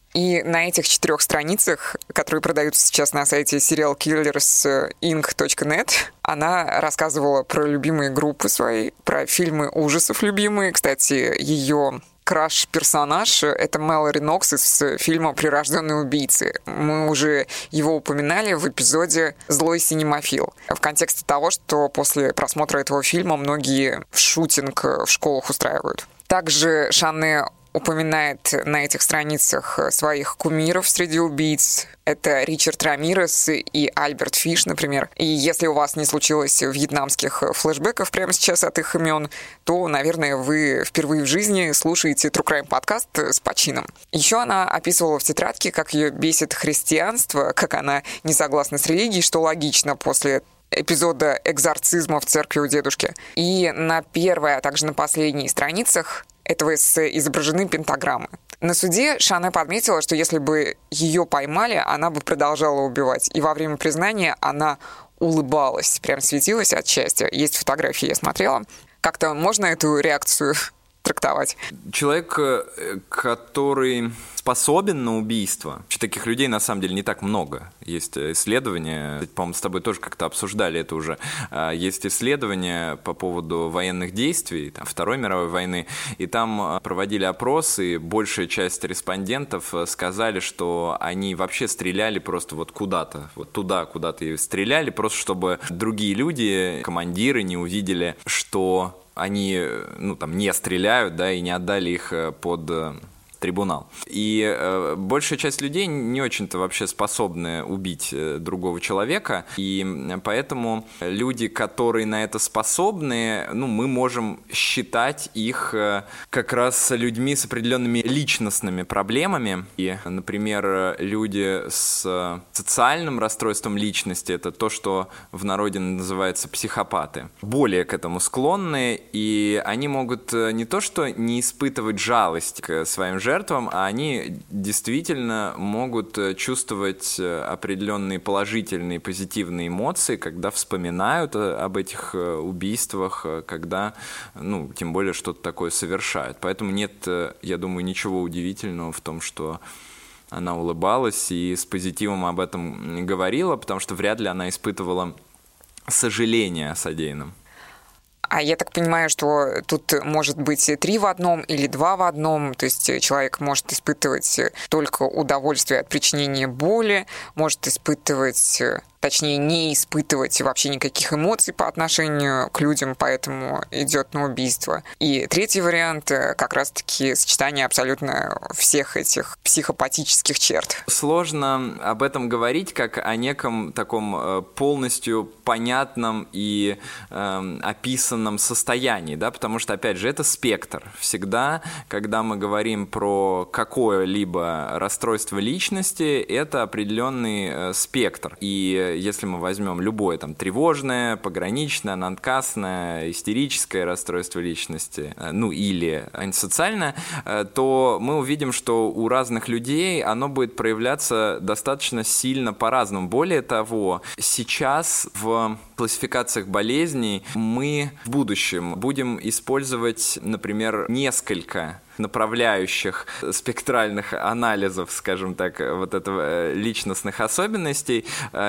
Speaker 1: И на этих четырех страницах, которые продаются сейчас на сайте serial killers inc точка нет, она рассказывала про любимые группы свои, про фильмы ужасов любимые. Кстати, ее краш-персонаж — это Мэлори Нокс из фильма «Прирожденные убийцы». Мы уже его упоминали в эпизоде «Злой синемофил». В контексте того, что после просмотра этого фильма многие шутинг в школах устраивают. Также Шане упоминает на этих страницах своих кумиров среди убийц. Это Ричард Рамирес и Альберт Фиш, например. И если у вас не случилось вьетнамских флешбеков прямо сейчас от их имен, то, наверное, вы впервые в жизни слушаете True Crime подкаст с почином. Еще она описывала в тетрадке, как ее бесит христианство, как она не согласна с религией, что логично после эпизода экзорцизма в церкви у дедушки. И на первой, а также на последней страницах этого эссе изображены пентаграммы. На суде Шане подметила, что если бы ее поймали, она бы продолжала убивать. И во время признания она улыбалась, прям светилась от счастья. Есть фотографии, я смотрела. Как-то можно эту реакцию трактовать?
Speaker 2: Человек, который способен на убийство. Таких людей, на самом деле, не так много. Есть исследования, по-моему, с тобой тоже как-то обсуждали это уже. Есть исследования по поводу военных действий, там, Второй мировой войны, и там проводили опросы, и большая часть респондентов сказали, что они вообще стреляли просто вот куда-то, вот туда куда-то и стреляли, просто чтобы другие люди, командиры, не увидели, что они, ну, там, не стреляют, да, и не отдали их под трибунал. И э, большая часть людей не очень-то вообще способны убить э, другого человека, и поэтому люди, которые на это способны, ну, мы можем считать их э, как раз людьми с определенными личностными проблемами. И, например, люди с социальным расстройством личности — это то, что в народе называется психопаты. Более к этому склонны, и они могут не то что не испытывать жалость к своим жертвам, жертвам, а они действительно могут чувствовать определенные положительные, позитивные эмоции, когда вспоминают об этих убийствах, когда, ну, тем более что-то такое совершают. Поэтому нет, я думаю, ничего удивительного в том, что она улыбалась и с позитивом об этом говорила, потому что вряд ли она испытывала сожаление о содеянном.
Speaker 1: А я так понимаю, что тут может быть три в одном или два в одном, то есть человек может испытывать только удовольствие от причинения боли, может испытывать, точнее, не испытывать вообще никаких эмоций по отношению к людям, поэтому идет на убийство. И третий вариант как раз-таки сочетание абсолютно всех этих психопатических черт.
Speaker 2: Сложно об этом говорить как о неком таком полностью понятном и э, описанном состоянии, да, потому что, опять же, это спектр. Всегда, когда мы говорим про какое-либо расстройство личности, это определенный э, спектр. И если мы возьмем любое там тревожное, пограничное, нанкасное, истерическое расстройство личности, ну или антисоциальное, то мы увидим, что у разных людей оно будет проявляться достаточно сильно по-разному. Более того, сейчас в классификациях болезней мы в будущем будем использовать, например, несколько направляющих спектральных анализов, скажем так, вот этого личностных особенностей,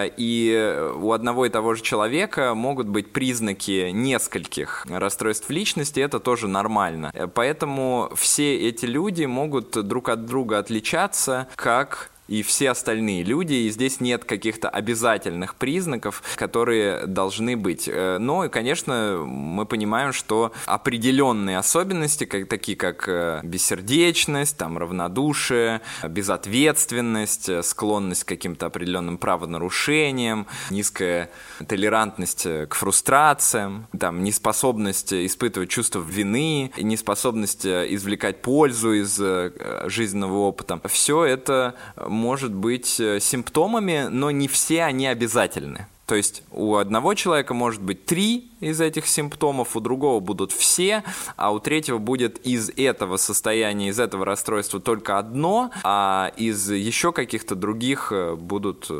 Speaker 2: и у одного и того же человека могут быть признаки нескольких расстройств личности, это тоже нормально. Поэтому все эти люди могут друг от друга отличаться, как и все остальные люди, и здесь нет каких-то обязательных признаков, которые должны быть. Но, конечно, мы понимаем, что определенные особенности, как, такие как бессердечность, там, равнодушие, безответственность, склонность к каким-то определенным правонарушениям, низкая толерантность к фрустрациям, там, неспособность испытывать чувство вины, неспособность извлекать пользу из жизненного опыта. Все это может быть симптомами, но не все они обязательны. То есть у одного человека может быть три из этих симптомов, у другого будут все, а у третьего будет из этого состояния, из этого расстройства только одно, а из еще каких-то других будут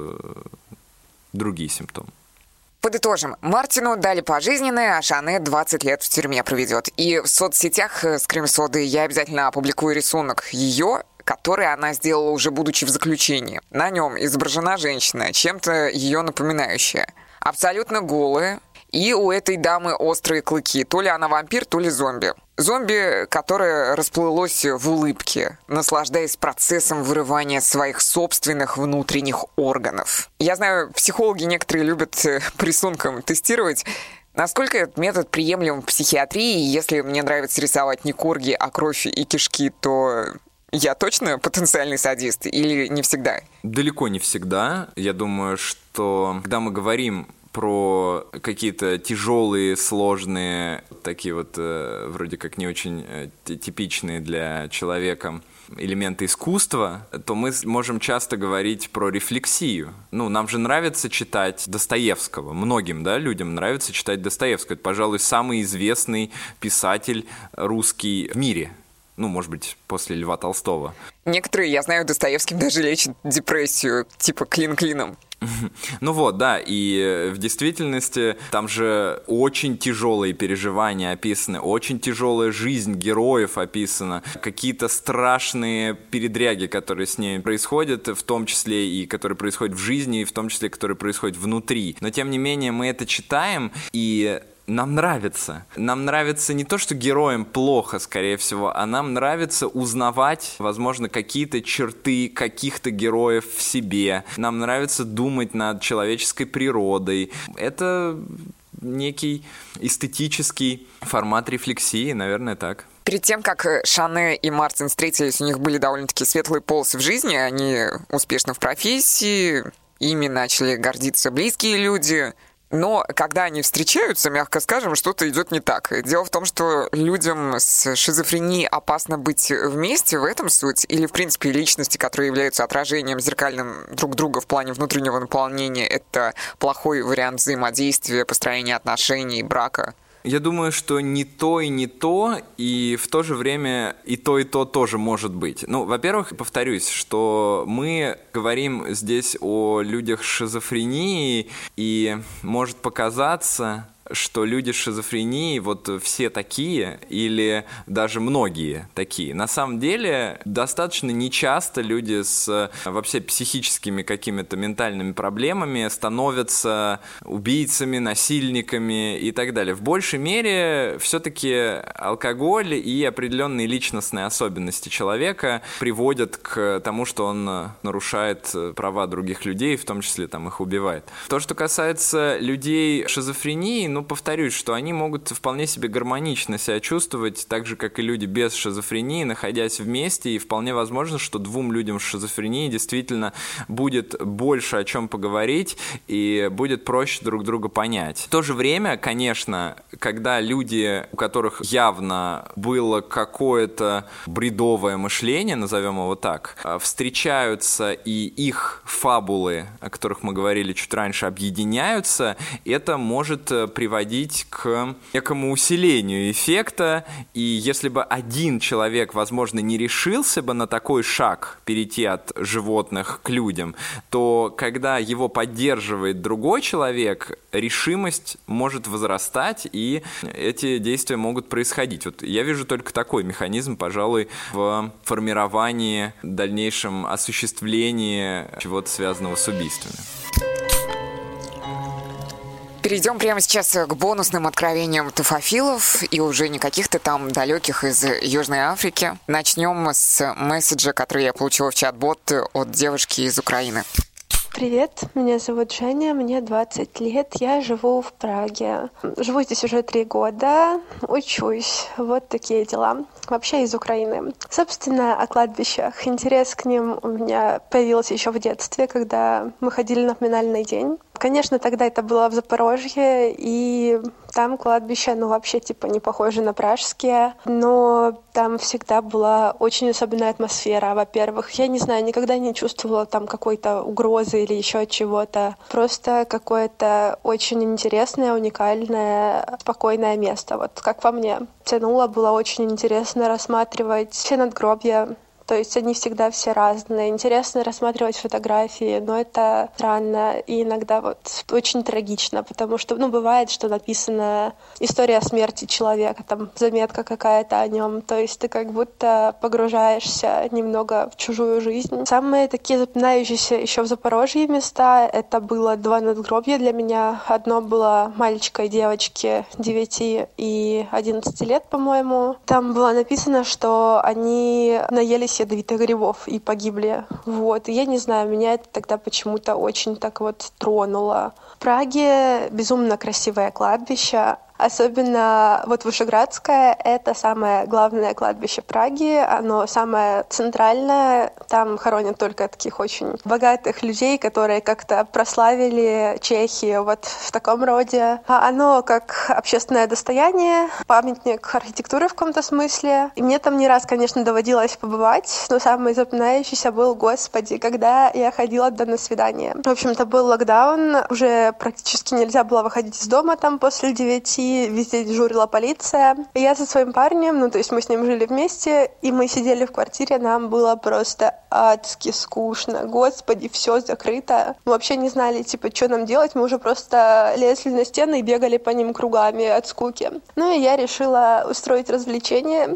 Speaker 2: другие симптомы.
Speaker 1: Подытожим. Мартину дали пожизненное, а Шане двадцать лет в тюрьме проведет. И в соцсетях с крем-соды я обязательно опубликую рисунок ее, который она сделала уже будучи в заключении. На нем изображена женщина, чем-то ее напоминающая. Абсолютно голая. И у этой дамы острые клыки. То ли она вампир, то ли зомби. Зомби, которое расплылось в улыбке, наслаждаясь процессом вырывания своих собственных внутренних органов. Я знаю, психологи некоторые любят по рисункам тестировать, насколько этот метод приемлем в психиатрии. Если мне нравится рисовать не корги, а кровь и кишки, то я точно потенциальный садист или не всегда?
Speaker 2: Далеко не всегда. Я думаю, что когда мы говорим про какие-то тяжелые, сложные, такие вот э, вроде как не очень э, типичные для человека элементы искусства, то мы можем часто говорить про рефлексию. Ну, нам же нравится читать Достоевского. Многим, да, людям нравится читать Достоевского. Это, пожалуй, самый известный писатель русский в мире. Ну, может быть, после Льва Толстого.
Speaker 1: Некоторые, я знаю, Достоевским даже лечат депрессию, типа клин клином.
Speaker 2: Ну вот, да, и в действительности там же очень тяжелые переживания описаны, очень тяжелая жизнь героев описана, какие-то страшные передряги, которые с ней происходят, в том числе и которые происходят в жизни, и в том числе, которые происходят внутри. Но тем не менее мы это читаем, и нам нравится. Нам нравится не то, что героям плохо, скорее всего, а нам нравится узнавать, возможно, какие-то черты каких-то героев в себе. Нам нравится думать над человеческой природой. Это некий эстетический формат рефлексии, наверное, так.
Speaker 1: Перед тем, как Шане и Мартин встретились, у них были довольно-таки светлые полосы в жизни, они успешны в профессии, ими начали гордиться близкие люди. Но когда они встречаются, мягко скажем, что-то идет не так. Дело в том, что людям с шизофренией опасно быть вместе, в этом суть. Или, в принципе, личности, которые являются отражением зеркальным друг друга в плане внутреннего наполнения, это плохой вариант взаимодействия, построения отношений, брака.
Speaker 2: Я думаю, что не то и не то, и в то же время и то, и то тоже может быть. Ну, во-первых, повторюсь, что мы говорим здесь о людях с шизофренией, и может показаться, что люди с шизофренией вот все такие, или даже многие такие. На самом деле, достаточно нечасто люди с вообще психическими какими-то ментальными проблемами становятся убийцами, насильниками и так далее. В большей мере все-таки алкоголь и определенные личностные особенности человека приводят к тому, что он нарушает права других людей, в том числе там их убивает. То, что касается людей с шизофренией, ну, ну, повторюсь, что они могут вполне себе гармонично себя чувствовать, так же, как и люди без шизофрении, находясь вместе, и вполне возможно, что двум людям с шизофренией действительно будет больше о чем поговорить, и будет проще друг друга понять. В то же время, конечно, когда люди, у которых явно было какое-то бредовое мышление, назовем его так, встречаются и их фабулы, о которых мы говорили чуть раньше, объединяются, это может приводить к некому усилению эффекта, и если бы один человек, возможно, не решился бы на такой шаг перейти от животных к людям, то когда его поддерживает другой человек, решимость может возрастать, и эти действия могут происходить. Вот я вижу только такой механизм, пожалуй, в формировании, дальнейшем осуществлении чего-то связанного с убийствами.
Speaker 1: Перейдем прямо сейчас к бонусным откровениям туфофилов, и уже не каких-то там далеких из Южной Африки. Начнем с месседжа, который я получила в чат-бот от девушки из Украины.
Speaker 6: Привет, меня зовут Женя, мне двадцать лет, я живу в Праге. Живу здесь уже три года, учусь, вот такие дела. Вообще из Украины. Собственно, о кладбищах. Интерес к ним у меня появился еще в детстве, когда мы ходили на поминальный день. Конечно, тогда это было в Запорожье, и там кладбища, ну, вообще, типа, не похожи на пражские, но там всегда была очень особенная атмосфера. Во-первых, я не знаю, никогда не чувствовала там какой-то угрозы или еще чего-то. Просто какое-то очень интересное, уникальное, спокойное место. Вот как по мне. Тянуло, было очень интересно рассматривать все надгробья. То есть они всегда все разные. Интересно рассматривать фотографии, но это странно и иногда вот очень трагично, потому что, ну, бывает, что написана история смерти человека, там заметка какая-то о нем. То есть ты как будто погружаешься немного в чужую жизнь. Самые такие запоминающиеся еще в Запорожье места — это было два надгробья для меня. Одно было мальчика и девочки девяти и одиннадцати лет, по-моему. Там было написано, что они наелись ядовитых грибов и погибли. Вот. И я не знаю, меня это тогда почему-то очень так вот тронуло. В Праге безумно красивое кладбище. Особенно вот Вышеградское — это самое главное кладбище Праги. Оно самое центральное. Там хоронят только таких очень богатых людей, которые как-то прославили Чехию вот в таком роде. А оно как общественное достояние, памятник архитектуры в каком-то смысле. И мне там не раз, конечно, доводилось побывать, но самый запоминающийся был, господи, когда я ходила туда на свидание. В общем-то, был локдаун, уже практически нельзя было выходить из дома там после девяти. Везде дежурила полиция. И я со своим парнем, ну, то есть мы с ним жили вместе, и мы сидели в квартире, нам было просто адски скучно. Господи, все закрыто. Мы вообще не знали, типа, что нам делать. Мы уже просто лезли на стены и бегали по ним кругами от скуки. Ну, и я решила устроить развлечение.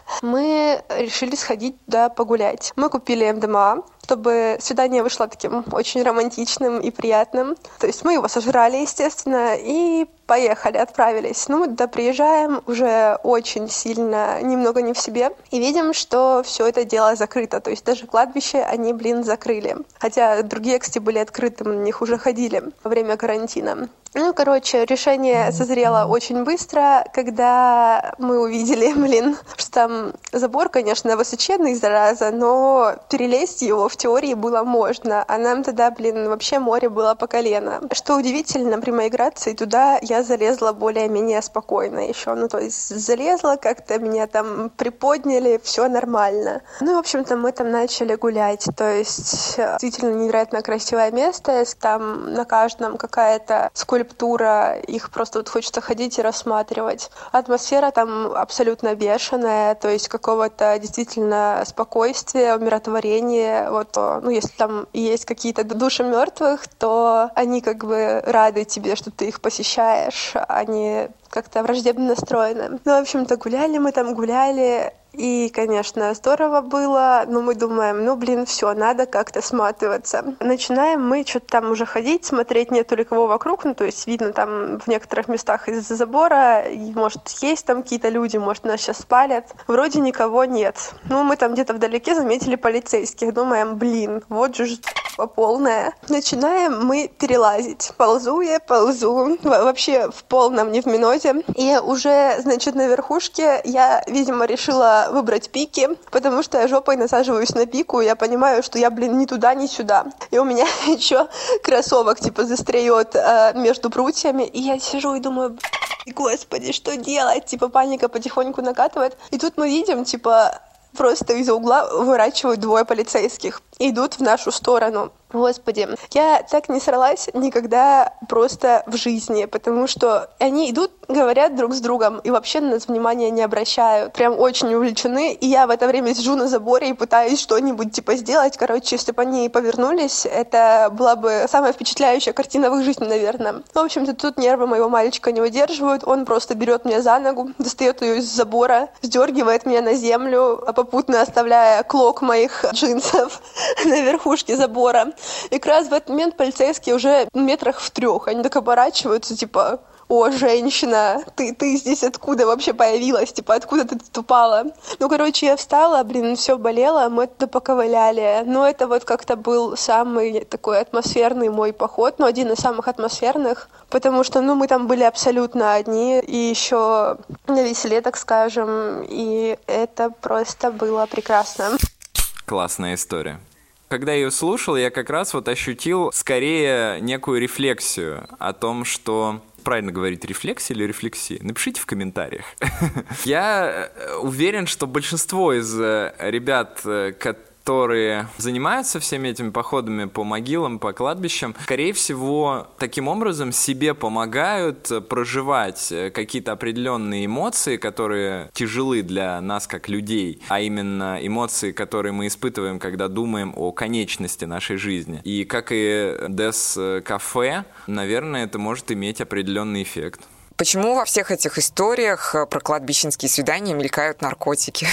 Speaker 6: Мы решили сходить туда погулять. Мы купили эм дэ эм а, чтобы свидание вышло таким очень романтичным и приятным. То есть мы его сожрали, естественно, и поехали, отправились. Ну, мы туда приезжаем уже очень сильно, немного не в себе, и видим, что все это дело закрыто. То есть даже кладбище они, блин, закрыли. Хотя другие, кстати, были открыты, мы на них уже ходили во время карантина. Ну, короче, решение созрело очень быстро, когда мы увидели, блин, что там забор, конечно, высоченный, зараза, но перелезть его в теории было можно, а нам тогда, блин, вообще море было по колено. Что удивительно, при миграции туда я залезла более-менее спокойно еще, ну, то есть залезла, как-то меня там приподняли, все нормально. Ну, в общем-то, мы там начали гулять, то есть действительно невероятно красивое место, там на каждом какая-то скульптура, их просто вот хочется ходить и рассматривать. Атмосфера там абсолютно бешеная, то есть какого-то действительно спокойствия, умиротворения. Вот, ну, если там есть какие-то души мертвых, то они как бы рады тебе, что ты их посещаешь, они как-то враждебно настроены. Ну, в общем-то, гуляли мы там, гуляли, и, конечно, здорово было, но мы думаем, ну, блин, все, надо как-то сматываться. Начинаем мы что-то там уже ходить, смотреть, нету ли кого вокруг, ну, то есть видно там в некоторых местах из-за забора, и, может, есть там какие-то люди, может, нас сейчас спалят. Вроде никого нет. Ну, мы там где-то вдалеке заметили полицейских, думаем, блин, вот же по полная. Начинаем мы перелазить. Ползу я, ползу. Вообще в полном не в минуте. И уже, значит, на верхушке я, видимо, решила выбрать пики, потому что я жопой насаживаюсь на пику, и я понимаю, что я, блин, ни туда, ни сюда. И у меня еще кроссовок, типа, застряет э, между прутьями. И я сижу и думаю, господи, что делать? Типа, паника потихоньку накатывает. И тут мы видим, типа, просто из-за угла выворачивают двое полицейских и идут в нашу сторону. Господи, я так не сралась никогда просто в жизни, потому что они идут, говорят друг с другом и вообще на нас внимания не обращают. Прям очень увлечены, и я в это время сижу на заборе и пытаюсь что-нибудь типа сделать. Короче, если бы они повернулись, это была бы самая впечатляющая картина в их жизни, наверное. В общем-то, тут нервы моего мальчика не выдерживают, он просто берет меня за ногу, достает ее из забора, сдергивает меня на землю, а попутно оставляя клок моих джинсов на верхушке забора. И как раз в этот момент полицейские уже метрах в трех. Они так оборачиваются, типа, о, женщина, ты, ты здесь откуда вообще появилась? Типа, откуда ты тут упала? Ну, короче, я встала, блин, все болело, мы туда поковыляли. Но это вот как-то был самый такой атмосферный мой поход, ну, один из самых атмосферных, потому что, ну, мы там были абсолютно одни, и еще на веселе, так скажем, и это просто было прекрасно.
Speaker 2: Классная история. Когда я ее слушал, я как раз вот ощутил скорее некую рефлексию о том, что... Правильно говорить, рефлексия или рефлексия? Напишите в комментариях. Я уверен, что большинство из ребят, которые занимаются всеми этими походами по могилам, по кладбищам, скорее всего, таким образом себе помогают проживать какие-то определенные эмоции, которые тяжелы для нас как людей, а именно эмоции, которые мы испытываем, когда думаем о конечности нашей жизни. И как и Дес-кафе, наверное, это может иметь определенный эффект.
Speaker 1: Почему во всех этих историях про кладбищенские свидания мелькают наркотики?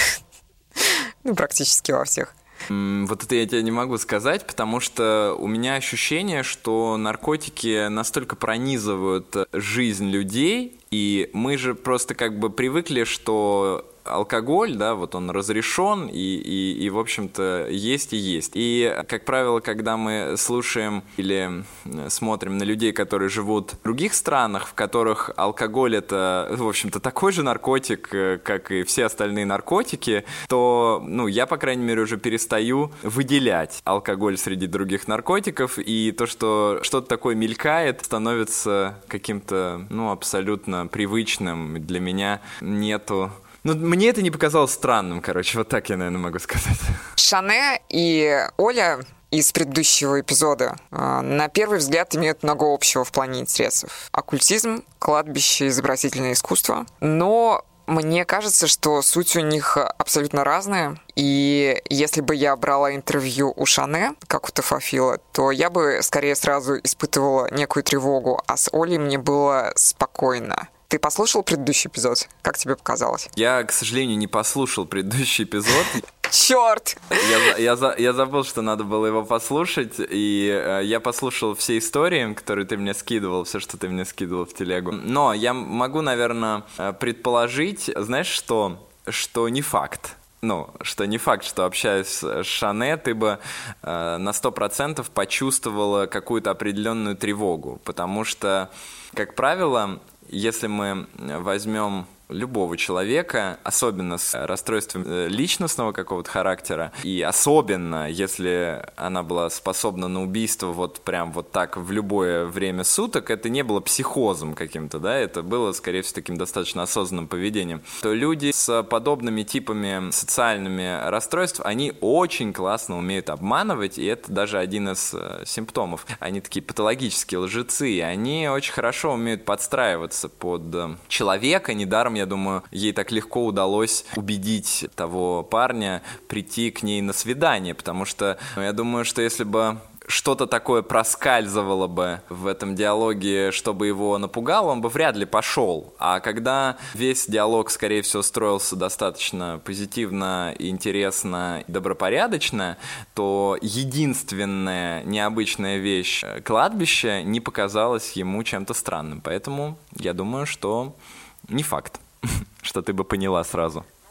Speaker 1: Ну, практически во всех.
Speaker 2: Вот это я тебе не могу сказать, потому что у меня ощущение, что наркотики настолько пронизывают жизнь людей, и мы же просто как бы привыкли, что алкоголь, да, вот он разрешен, и, и, и, в общем-то, есть и есть. И, как правило, когда мы слушаем или смотрим на людей, которые живут в других странах, в которых алкоголь — это, в общем-то, такой же наркотик, как и все остальные наркотики, то, ну, я, по крайней мере, уже перестаю выделять алкоголь среди других наркотиков, и то, что что-то такое мелькает, становится каким-то, ну, абсолютно привычным. Для меня нету... Ну, мне это не показалось странным, короче, вот так я, наверное, могу сказать.
Speaker 1: Шане и Оля из предыдущего эпизода на первый взгляд имеют много общего в плане интересов. Оккультизм, кладбище, изобразительное искусство. Но мне кажется, что суть у них абсолютно разная. И если бы я брала интервью у Шане, как у Тафафила, то я бы скорее сразу испытывала некую тревогу, а с Олей мне было спокойно. Ты послушал предыдущий эпизод? Как тебе показалось?
Speaker 2: Я, к сожалению, не послушал предыдущий эпизод.
Speaker 1: Черт!
Speaker 2: Я, я, я забыл, что надо было его послушать, и э, я послушал все истории, которые ты мне скидывал, все, что ты мне скидывал в телегу. Но я могу, наверное, предположить, знаешь, что, что не факт. Ну, что не факт, что, общаясь с Шане, ты бы э, на сто процентов почувствовала какую-то определенную тревогу, потому что, как правило, если мы возьмем любого человека, особенно с расстройством личностного какого-то характера, и особенно, если она была способна на убийство вот прям вот так в любое время суток, это не было психозом каким-то, да, это было, скорее всего, таким достаточно осознанным поведением, то люди с подобными типами социальными расстройств, они очень классно умеют обманывать, и это даже один из симптомов. Они такие патологические лжецы, и они очень хорошо умеют подстраиваться под человека, недаром, я думаю, ей так легко удалось убедить того парня прийти к ней на свидание, потому что, ну, я думаю, что если бы что-то такое проскальзывало бы в этом диалоге, чтобы его напугало, он бы вряд ли пошел. А когда весь диалог, скорее всего, строился достаточно позитивно, интересно, добропорядочно, то единственная необычная вещь — кладбище — не показалась ему чем-то странным. Поэтому я думаю, что не факт, что ты бы поняла сразу.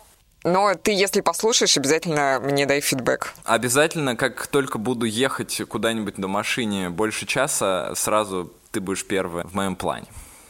Speaker 1: Но ты, если послушаешь, обязательно мне дай фидбэк.
Speaker 2: Обязательно, как только буду ехать куда-нибудь на машине больше часа, сразу ты будешь первая в моем плане.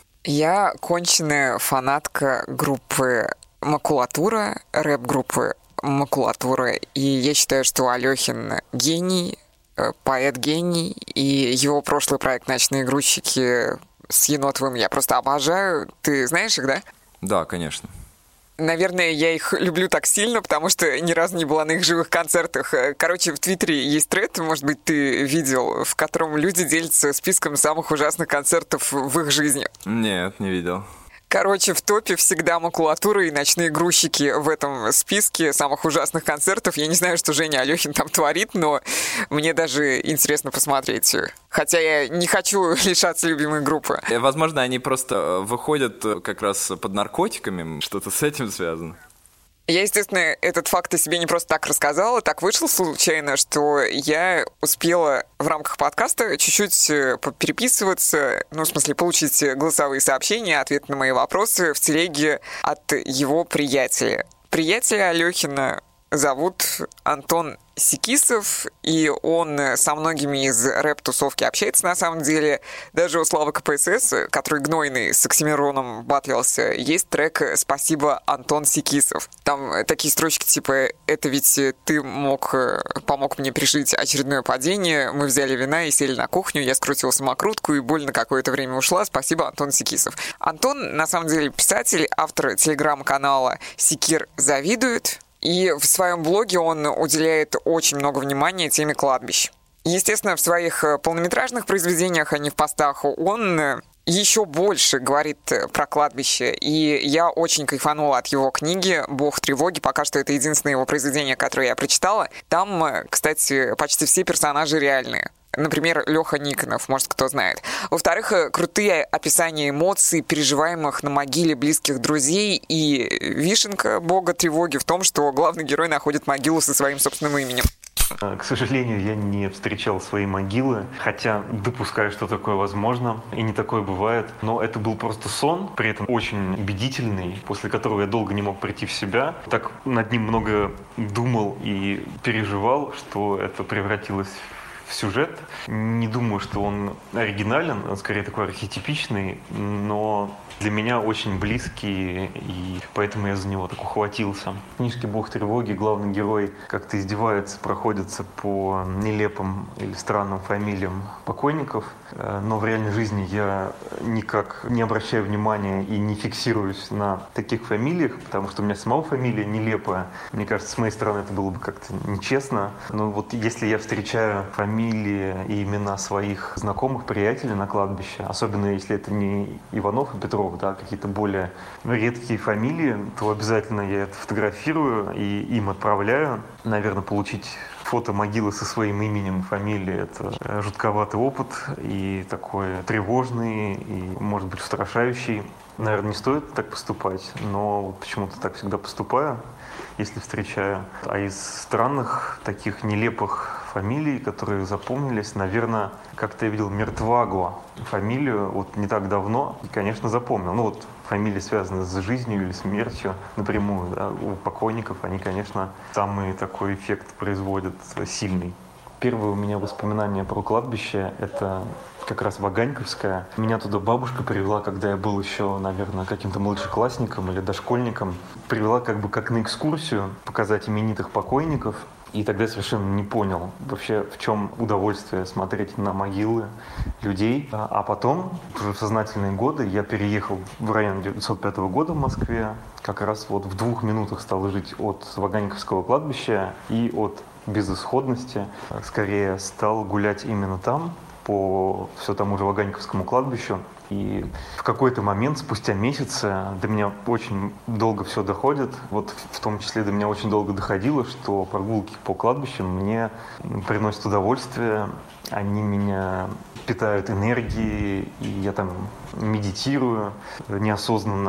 Speaker 1: Я конченая фанатка группы «Макулатура», рэп-группы «Макулатура». И я считаю, что Алёхин гений, поэт-гений. И его прошлый проект «Ночные грузчики» с Енотовым я просто обожаю. Ты знаешь их, да?
Speaker 2: Да, конечно.
Speaker 1: Наверное, я их люблю так сильно, потому что ни разу не была на их живых концертах. Короче, в Твиттере есть тред, может быть, ты видел, в котором люди делятся списком самых ужасных концертов в их жизни.
Speaker 2: Нет, не видел.
Speaker 1: Короче, в топе всегда «Макулатура» и «Ночные грузчики» в этом списке самых ужасных концертов. Я не знаю, что Женя Алёхин там творит, но мне даже интересно посмотреть. Хотя я не хочу лишаться любимой группы.
Speaker 2: Возможно, они просто выходят как раз под наркотиками. Что-то с этим связано.
Speaker 1: Я, естественно, этот факт о себе не просто так рассказала. Так вышло случайно, что я успела в рамках подкаста чуть-чуть переписываться, ну, в смысле, получить голосовые сообщения, ответы на мои вопросы в телеге от его приятеля. Приятеля Алёхина зовут Антон Сикисов, и он со многими из рэп-тусовки общается на самом деле. Даже у Славы КПСС, который гнойный с Оксимироном батлился, есть трек «Спасибо, Антон Сикисов». Там такие строчки типа «Это ведь ты мог, помог мне прижить очередное падение, мы взяли вина и сели на кухню, я скрутил самокрутку, и боль на какое-то время ушла. Спасибо, Антон Сикисов». Антон, на самом деле, писатель, автор телеграм-канала «Секир завидует». И в своем блоге он уделяет очень много внимания теме кладбищ. Естественно, в своих полнометражных произведениях, а не в постах, он еще больше говорит про кладбище. И я очень кайфанула от его книги «Бог тревоги». Пока что это единственное его произведение, которое я прочитала. Там, кстати, почти все персонажи реальные. Например, Леха Никонов, может, кто знает. Во-вторых, крутые описания эмоций, переживаемых на могиле близких друзей, и вишенка бога тревоги в том, что главный герой находит могилу со своим собственным именем.
Speaker 7: К сожалению, я не встречал свои могилы, хотя допускаю, что такое возможно, и не такое бывает. Но это был просто сон, при этом очень убедительный, после которого я долго не мог прийти в себя. Так над ним много думал и переживал, что это превратилось в сюжет. Не думаю, что он оригинален, он скорее такой архетипичный, но для меня очень близкий, и поэтому я за него так ухватился. В книжке «Бог тревоги» главный герой как-то издевается, проходится по нелепым или странным фамилиям покойников, но в реальной жизни я никак не обращаю внимания и не фиксируюсь на таких фамилиях, потому что у меня самого фамилия нелепая. Мне кажется, с моей стороны это было бы как-то нечестно. Но вот если я встречаю фамилии и имена своих знакомых, приятелей на кладбище, особенно если это не Иванов и Петров, да, какие-то более редкие фамилии, то обязательно я это фотографирую и им отправляю. Наверное, получить фото могилы со своим именем, фамилией — это жутковатый опыт и такой тревожный, и, может быть, устрашающий. Наверное, не стоит так поступать, но почему-то так всегда поступаю, если встречаю. А из странных, таких нелепых фамилий, которые запомнились, наверное, как-то я видел Мертваго фамилию вот не так давно, и, конечно, запомнил. Ну вот фамилии, связанные с жизнью или смертью напрямую, да, у покойников, они, конечно, самый такой эффект производят сильный. Первое у меня воспоминание про кладбище — это как раз Ваганьковская. Меня туда бабушка привела, когда я был еще, наверное, каким-то младшеклассником или дошкольником. Привела как бы как на экскурсию, показать именитых покойников. И тогда я совершенно не понял вообще, в чем удовольствие смотреть на могилы людей. А потом, уже в сознательные годы, я переехал в район девятьсот пятого года в Москве. Как раз вот в двух минутах стал жить от Ваганьковского кладбища и от безысходности. Скорее стал гулять именно там, по все тому же Ваганьковскому кладбищу. И в какой-то момент, спустя месяцы, до меня очень долго все доходит. Вот в том числе до меня очень долго доходило, что прогулки по кладбищам мне приносят удовольствие. Они меня питают энергией, и я там медитирую неосознанно.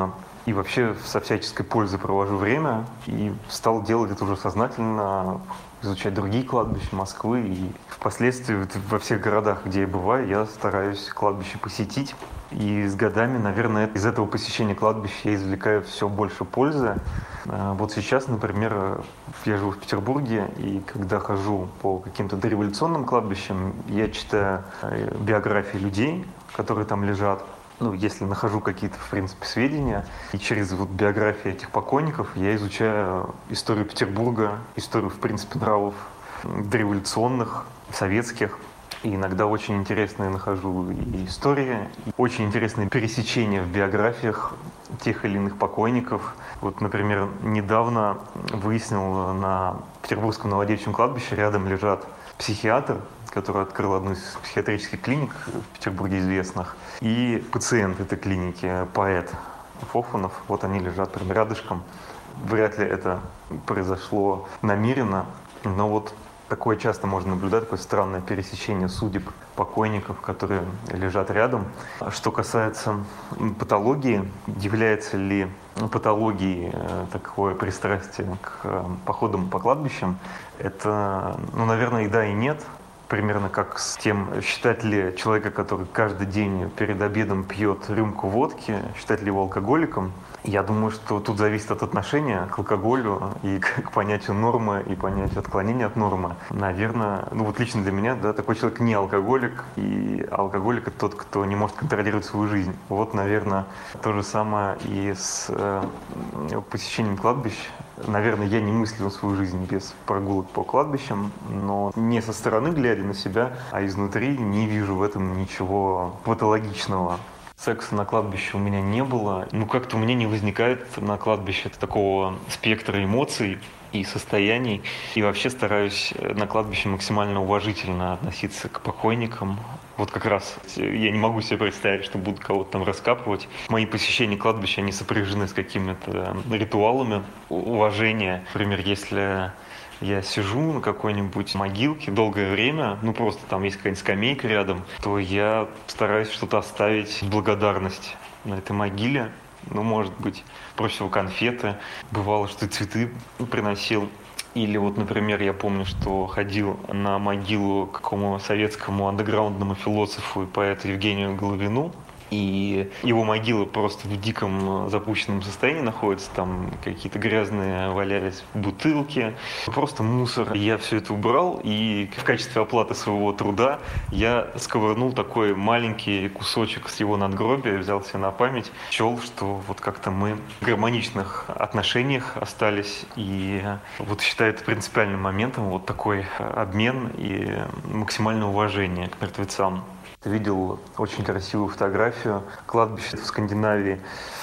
Speaker 7: и вообще со всяческой пользой провожу время. И стал делать это уже сознательно, изучать другие кладбища Москвы. И впоследствии во всех городах, где я бываю, я стараюсь кладбище посетить. И с годами, наверное, из этого посещения кладбища я извлекаю все больше пользы. Вот сейчас, например, я живу в Петербурге, и когда хожу по каким-то дореволюционным кладбищам, я читаю биографии людей, которые там лежат. Ну, если нахожу какие-то, в принципе, сведения, и через вот биографии этих покойников я изучаю историю Петербурга, историю, в принципе, нравов дореволюционных, советских. И иногда очень интересные нахожу и истории, и очень интересные пересечения в биографиях тех или иных покойников. Вот, например, недавно выяснил, на Петербургском Новодевичьем кладбище рядом лежат психиатр, который открыл одну из психиатрических клиник в Петербурге известных, и пациент этой клиники, поэт Фофанов. Вот они лежат прямо рядышком. Вряд ли это произошло намеренно, но вот такое часто можно наблюдать, такое странное пересечение судеб покойников, которые лежат рядом. Что касается патологии, является ли патологией такое пристрастие к походам по кладбищам, это, ну, наверное, и да, и нет. Примерно как с тем, считать ли человека, который каждый день перед обедом пьет рюмку водки, считать ли его алкоголиком. Я думаю, что тут зависит от отношения к алкоголю и к понятию нормы и понятию отклонения от нормы. Наверное, ну вот лично для меня, да, такой человек не алкоголик, и алкоголик — это тот, кто не может контролировать свою жизнь. Вот, наверное, то же самое и с э, посещением кладбищ. Наверное, я не мыслю свою жизнь без прогулок по кладбищам, но не со стороны глядя на себя, а изнутри не вижу в этом ничего патологичного. Секса на кладбище у меня не было. Ну, как-то у меня не возникает на кладбище такого спектра эмоций и состояний. И вообще стараюсь на кладбище максимально уважительно относиться к покойникам. Вот как раз я не могу себе представить, что буду кого-то там раскапывать. Мои посещения кладбища, они сопряжены с какими-то ритуалами уважения. Например, если я сижу на какой-нибудь могилке долгое время, ну просто там есть какая-нибудь скамейка рядом, то я стараюсь что-то оставить в благодарность на этой могиле. Ну, может быть, проще всего конфеты. Бывало, что и цветы приносил. Или вот, например, я помню, что ходил на могилу к какому советскому андеграундному философу и поэту Евгению Головину. И его могила просто в диком запущенном состоянии находится. Там какие-то грязные валялись бутылки, просто мусор. Я все это убрал, и в качестве оплаты своего труда я сковырнул такой маленький кусочек с его надгробия, взял себе на память, счел, что вот как-то мы в гармоничных отношениях остались. И вот считаю это принципиальным моментом, вот такой обмен и максимальное уважение к мертвецам. Видел очень красивую фотографию кладбища в Скандинавии,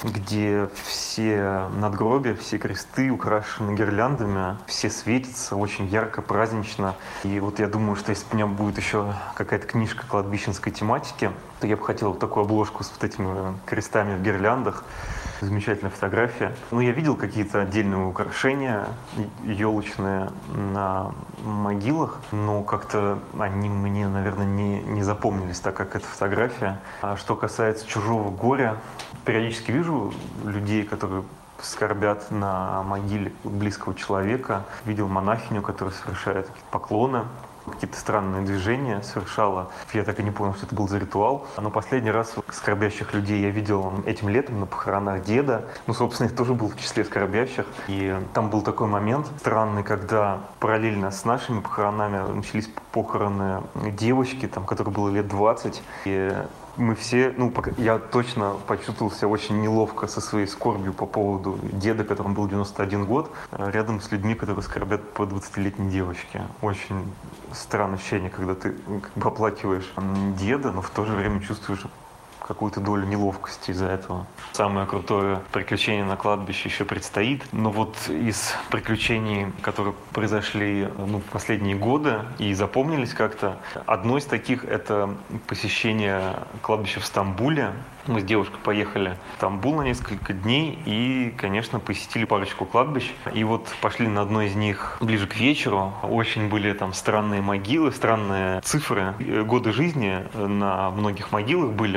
Speaker 7: где все надгробия, все кресты украшены гирляндами, все светятся очень ярко, празднично. И вот я думаю, что если бы у меня будет еще какая-то книжка кладбищенской тематики, то я бы хотел вот такую обложку с вот этими крестами в гирляндах. Замечательная фотография. Ну, я видел какие-то отдельные украшения елочные на могилах, но как-то они мне, наверное, не, не запомнились так, как эта фотография. А что касается чужого горя, периодически вижу людей, которые скорбят на могиле близкого человека. Видел монахиню, которая совершает поклоны. Какие-то странные движения совершала. Я так и не понял, что это был за ритуал. Но последний раз скорбящих людей я видел этим летом на похоронах деда. Ну, собственно, я тоже был в числе скорбящих. И там был такой момент странный, когда параллельно с нашими похоронами начались похороны девочки, там, которой было лет двадцать. И мы все, ну, я точно почувствовал себя очень неловко со своей скорбью по поводу деда, которому был девяносто один год, рядом с людьми, которые скорбят по двадцатилетней девочке. Очень странное ощущение, когда ты как бы оплакиваешь деда, но в то же время чувствуешь какую-то долю неловкости из-за этого. Самое крутое приключение на кладбище еще предстоит. Но вот из приключений, которые произошли, ну, в последние годы и запомнились как-то, одно из таких — это посещение кладбища в Стамбуле. Мы с девушкой поехали в Стамбул на несколько дней и, конечно, посетили парочку кладбищ. И вот пошли на одно из них ближе к вечеру. Очень были там странные могилы, странные цифры. Годы жизни на многих могилах были, потому что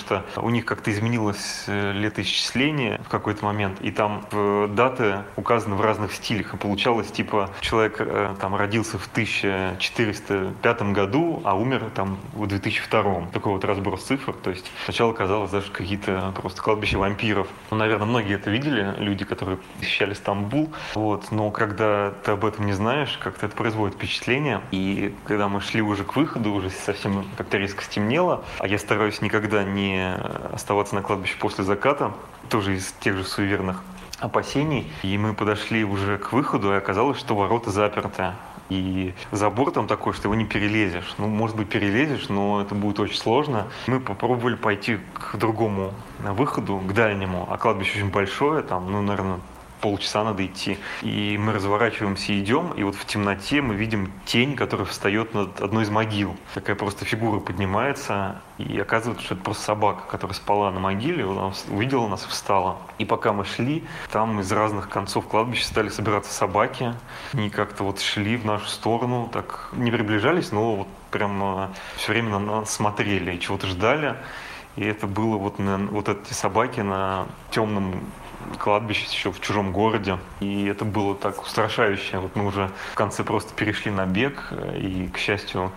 Speaker 7: что у них как-то изменилось летоисчисление в какой-то момент, и там даты указаны в разных стилях, и получалось, типа, человек там родился в тысяча четыреста пятом году, а умер там в две тысячи втором. Такой вот разброс цифр, то есть сначала казалось даже какие-то просто кладбища вампиров. Ну, наверное, многие это видели, люди, которые посещали Стамбул, вот, но когда ты об этом не знаешь, как-то это производит впечатление, и когда мы шли уже к выходу, уже совсем как-то резко стемнело, а я стараюсь никогда не оставаться на кладбище после заката, тоже из тех же суеверных опасений, и мы подошли уже к выходу, и оказалось, что ворота заперты. И забор там такой, что его не перелезешь. Ну, может быть, перелезешь, но это будет очень сложно. Мы попробовали пойти к другому выходу, к дальнему, а кладбище очень большое, там, ну, наверное, полчаса надо идти. И мы разворачиваемся и идем, и вот в темноте мы видим тень, которая встает над одной из могил. Такая просто фигура поднимается, и оказывается, что это просто собака, которая спала на могиле, она увидела нас и встала. И пока мы шли, там из разных концов кладбища стали собираться собаки. Они как-то вот шли в нашу сторону, так не приближались, но вот прям все время на нас смотрели и чего-то ждали. И это было вот, на, вот эти собаки на темном кладбище еще в чужом городе. И это было так устрашающе. Вот мы уже в конце просто перешли на бег, и, к счастью,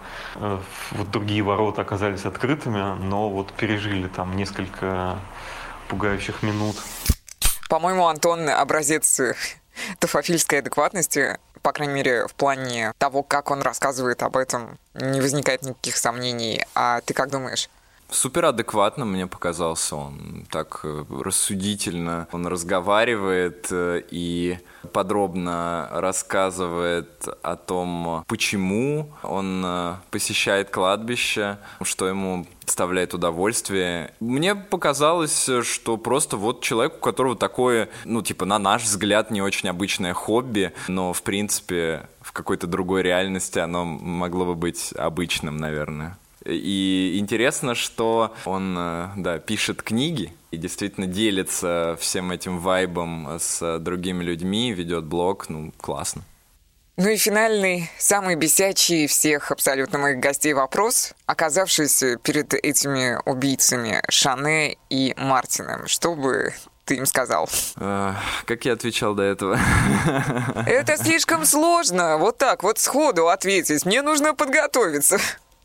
Speaker 7: вот другие ворота оказались открытыми, но вот пережили там несколько пугающих минут.
Speaker 1: По-моему, Антон образец тофофильской адекватности, по крайней мере, в плане того, как он рассказывает об этом, не возникает никаких сомнений. А ты как думаешь?
Speaker 2: Суперадекватно мне показался он, так рассудительно. Он разговаривает и подробно рассказывает о том, почему он посещает кладбище, что ему доставляет удовольствие. Мне показалось, что просто вот человек, у которого такое, ну, типа, на наш взгляд, не очень обычное хобби, но, в принципе, в какой-то другой реальности оно могло бы быть обычным, наверное. И интересно, что он, да, пишет книги и действительно делится всем этим вайбом с другими людьми, ведет блог, ну, классно.
Speaker 1: Ну и финальный, самый бесячий всех абсолютно моих гостей вопрос, оказавшийся перед этими убийцами Шане и Мартином. Что бы ты им сказал?
Speaker 2: А, как я отвечал до этого?
Speaker 1: Это слишком сложно, вот так вот сходу ответить. Мне нужно подготовиться.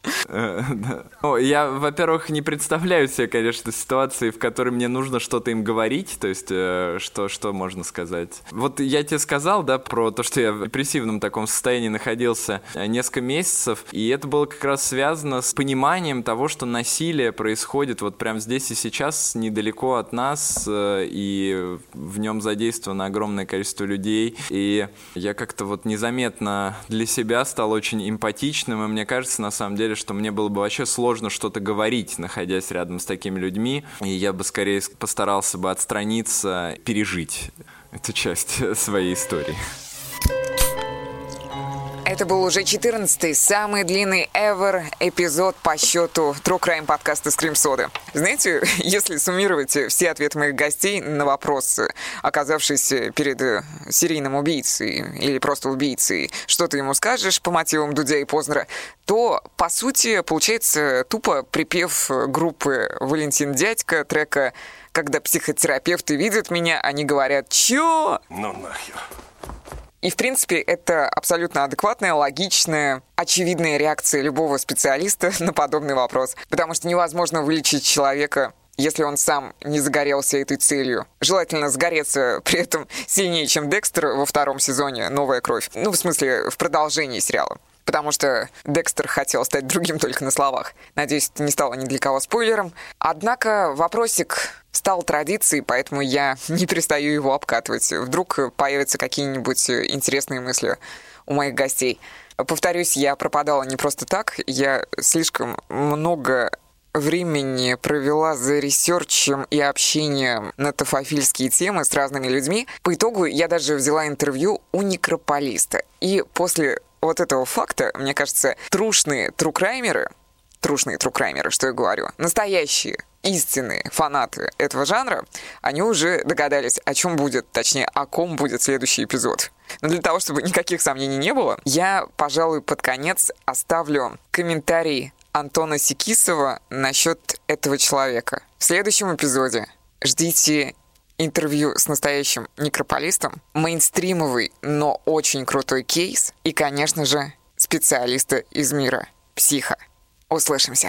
Speaker 2: Ну, я, во-первых, не представляю себе, конечно, ситуации, в которой мне нужно что-то им говорить, то есть, э, что, что можно сказать. Вот я тебе сказал, да, про то, что я в депрессивном таком состоянии находился несколько месяцев, и это было как раз связано с пониманием того, что насилие происходит вот прямо здесь и сейчас, недалеко от нас, э, и в нем задействовано огромное количество людей, и я как-то вот незаметно для себя стал очень эмпатичным, и мне кажется, на самом деле, что мне было бы вообще сложно что-то говорить, находясь рядом с такими людьми, и я бы скорее постарался бы отстраниться, пережить эту часть своей истории.
Speaker 1: Это был уже четырнадцатый, самый длинный ever эпизод по счету True Crime подкаста Scream Soda. Знаете, если суммировать все ответы моих гостей на вопросы, оказавшиеся перед серийным убийцей или просто убийцей, что ты ему скажешь по мотивам Дудя и Познера, то, по сути, получается тупо припев группы «Валентин Дядька» трека «Когда психотерапевты видят меня, они говорят: чё?»
Speaker 8: Ну нахер.
Speaker 1: И, в принципе, это абсолютно адекватная, логичная, очевидная реакция любого специалиста на подобный вопрос. Потому что невозможно вылечить человека, если он сам не загорелся этой целью. Желательно загореться при этом сильнее, чем Декстер во втором сезоне «Новая кровь». Ну, в смысле, в продолжении сериала. Потому что Декстер хотел стать другим только на словах. Надеюсь, это не стало ни для кого спойлером. Однако вопросик стал традицией, поэтому я не перестаю его обкатывать. Вдруг появятся какие-нибудь интересные мысли у моих гостей. Повторюсь, я пропадала не просто так. Я слишком много времени провела за ресерчем и общением на тофофильские темы с разными людьми. По итогу я даже взяла интервью у некрополиста. И после вот этого факта, мне кажется, трушные трукраймеры, трушные трукраймеры, что я говорю, настоящие, истинные фанаты этого жанра, они уже догадались, о чем будет, точнее, о ком будет следующий эпизод. Но для того, чтобы никаких сомнений не было, я, пожалуй, под конец оставлю комментарий Антона Секисова насчет этого человека. В следующем эпизоде ждите интервью с настоящим некрополистом, мейнстримовый, но очень крутой кейс и, конечно же, специалиста из мира психа. Услышимся!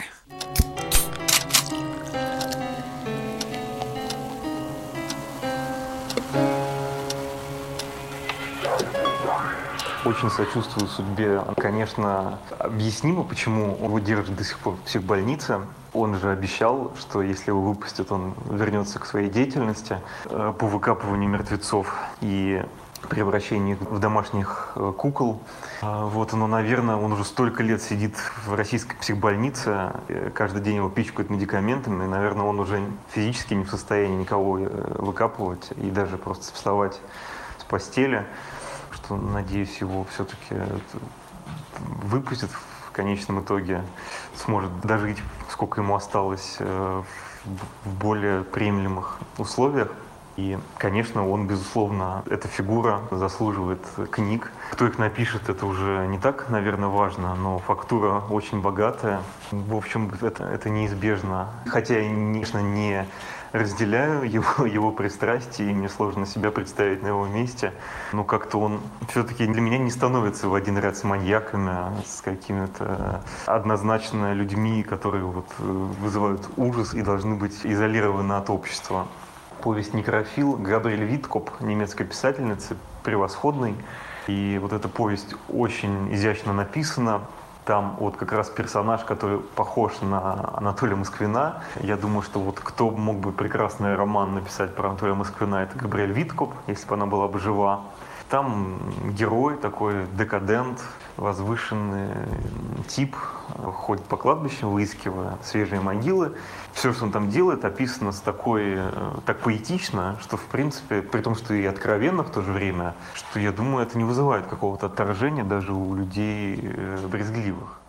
Speaker 7: Очень сочувствую судьбе. Конечно, объяснимо, почему его держат до сих пор в психбольнице. Он же обещал, что если его выпустят, он вернется к своей деятельности по выкапыванию мертвецов и превращению их в домашних кукол. Вот, но, наверное, он уже столько лет сидит в российской психбольнице, каждый день его пичкают медикаментами, и, наверное, он уже физически не в состоянии никого выкапывать и даже просто вставать с постели. Что, надеюсь, его все-таки выпустят в конечном итоге, сможет дожить, сколько ему осталось, в более приемлемых условиях. И, конечно, он, безусловно, эта фигура заслуживает книг. Кто их напишет, это уже не так, наверное, важно, но фактура очень богатая. В общем, это, это неизбежно. Хотя я, конечно, не разделяю его, его пристрастие, и мне сложно себя представить на его месте. Но как-то он все-таки для меня не становится в один ряд с маньяками, а с какими-то однозначно людьми, которые вот вызывают ужас и должны быть изолированы от общества. Повесть «Некрофил» Габриэль Виткоп, немецкой писательницы, превосходной. И вот эта повесть очень изящно написана. Там вот как раз персонаж, который похож на Анатолия Москвина. Я думаю, что вот кто мог бы прекрасный роман написать про Анатолия Москвина, это Габриэль Виткоп, если бы она была бы жива. Там герой такой декадент, возвышенный тип, ходит по кладбищам, выискивая свежие могилы. Все, что он там делает, описано с такой, так поэтично, что, в принципе, при том, что и откровенно в то же время, что, я думаю, это не вызывает какого-то отторжения даже у людей брезгливых.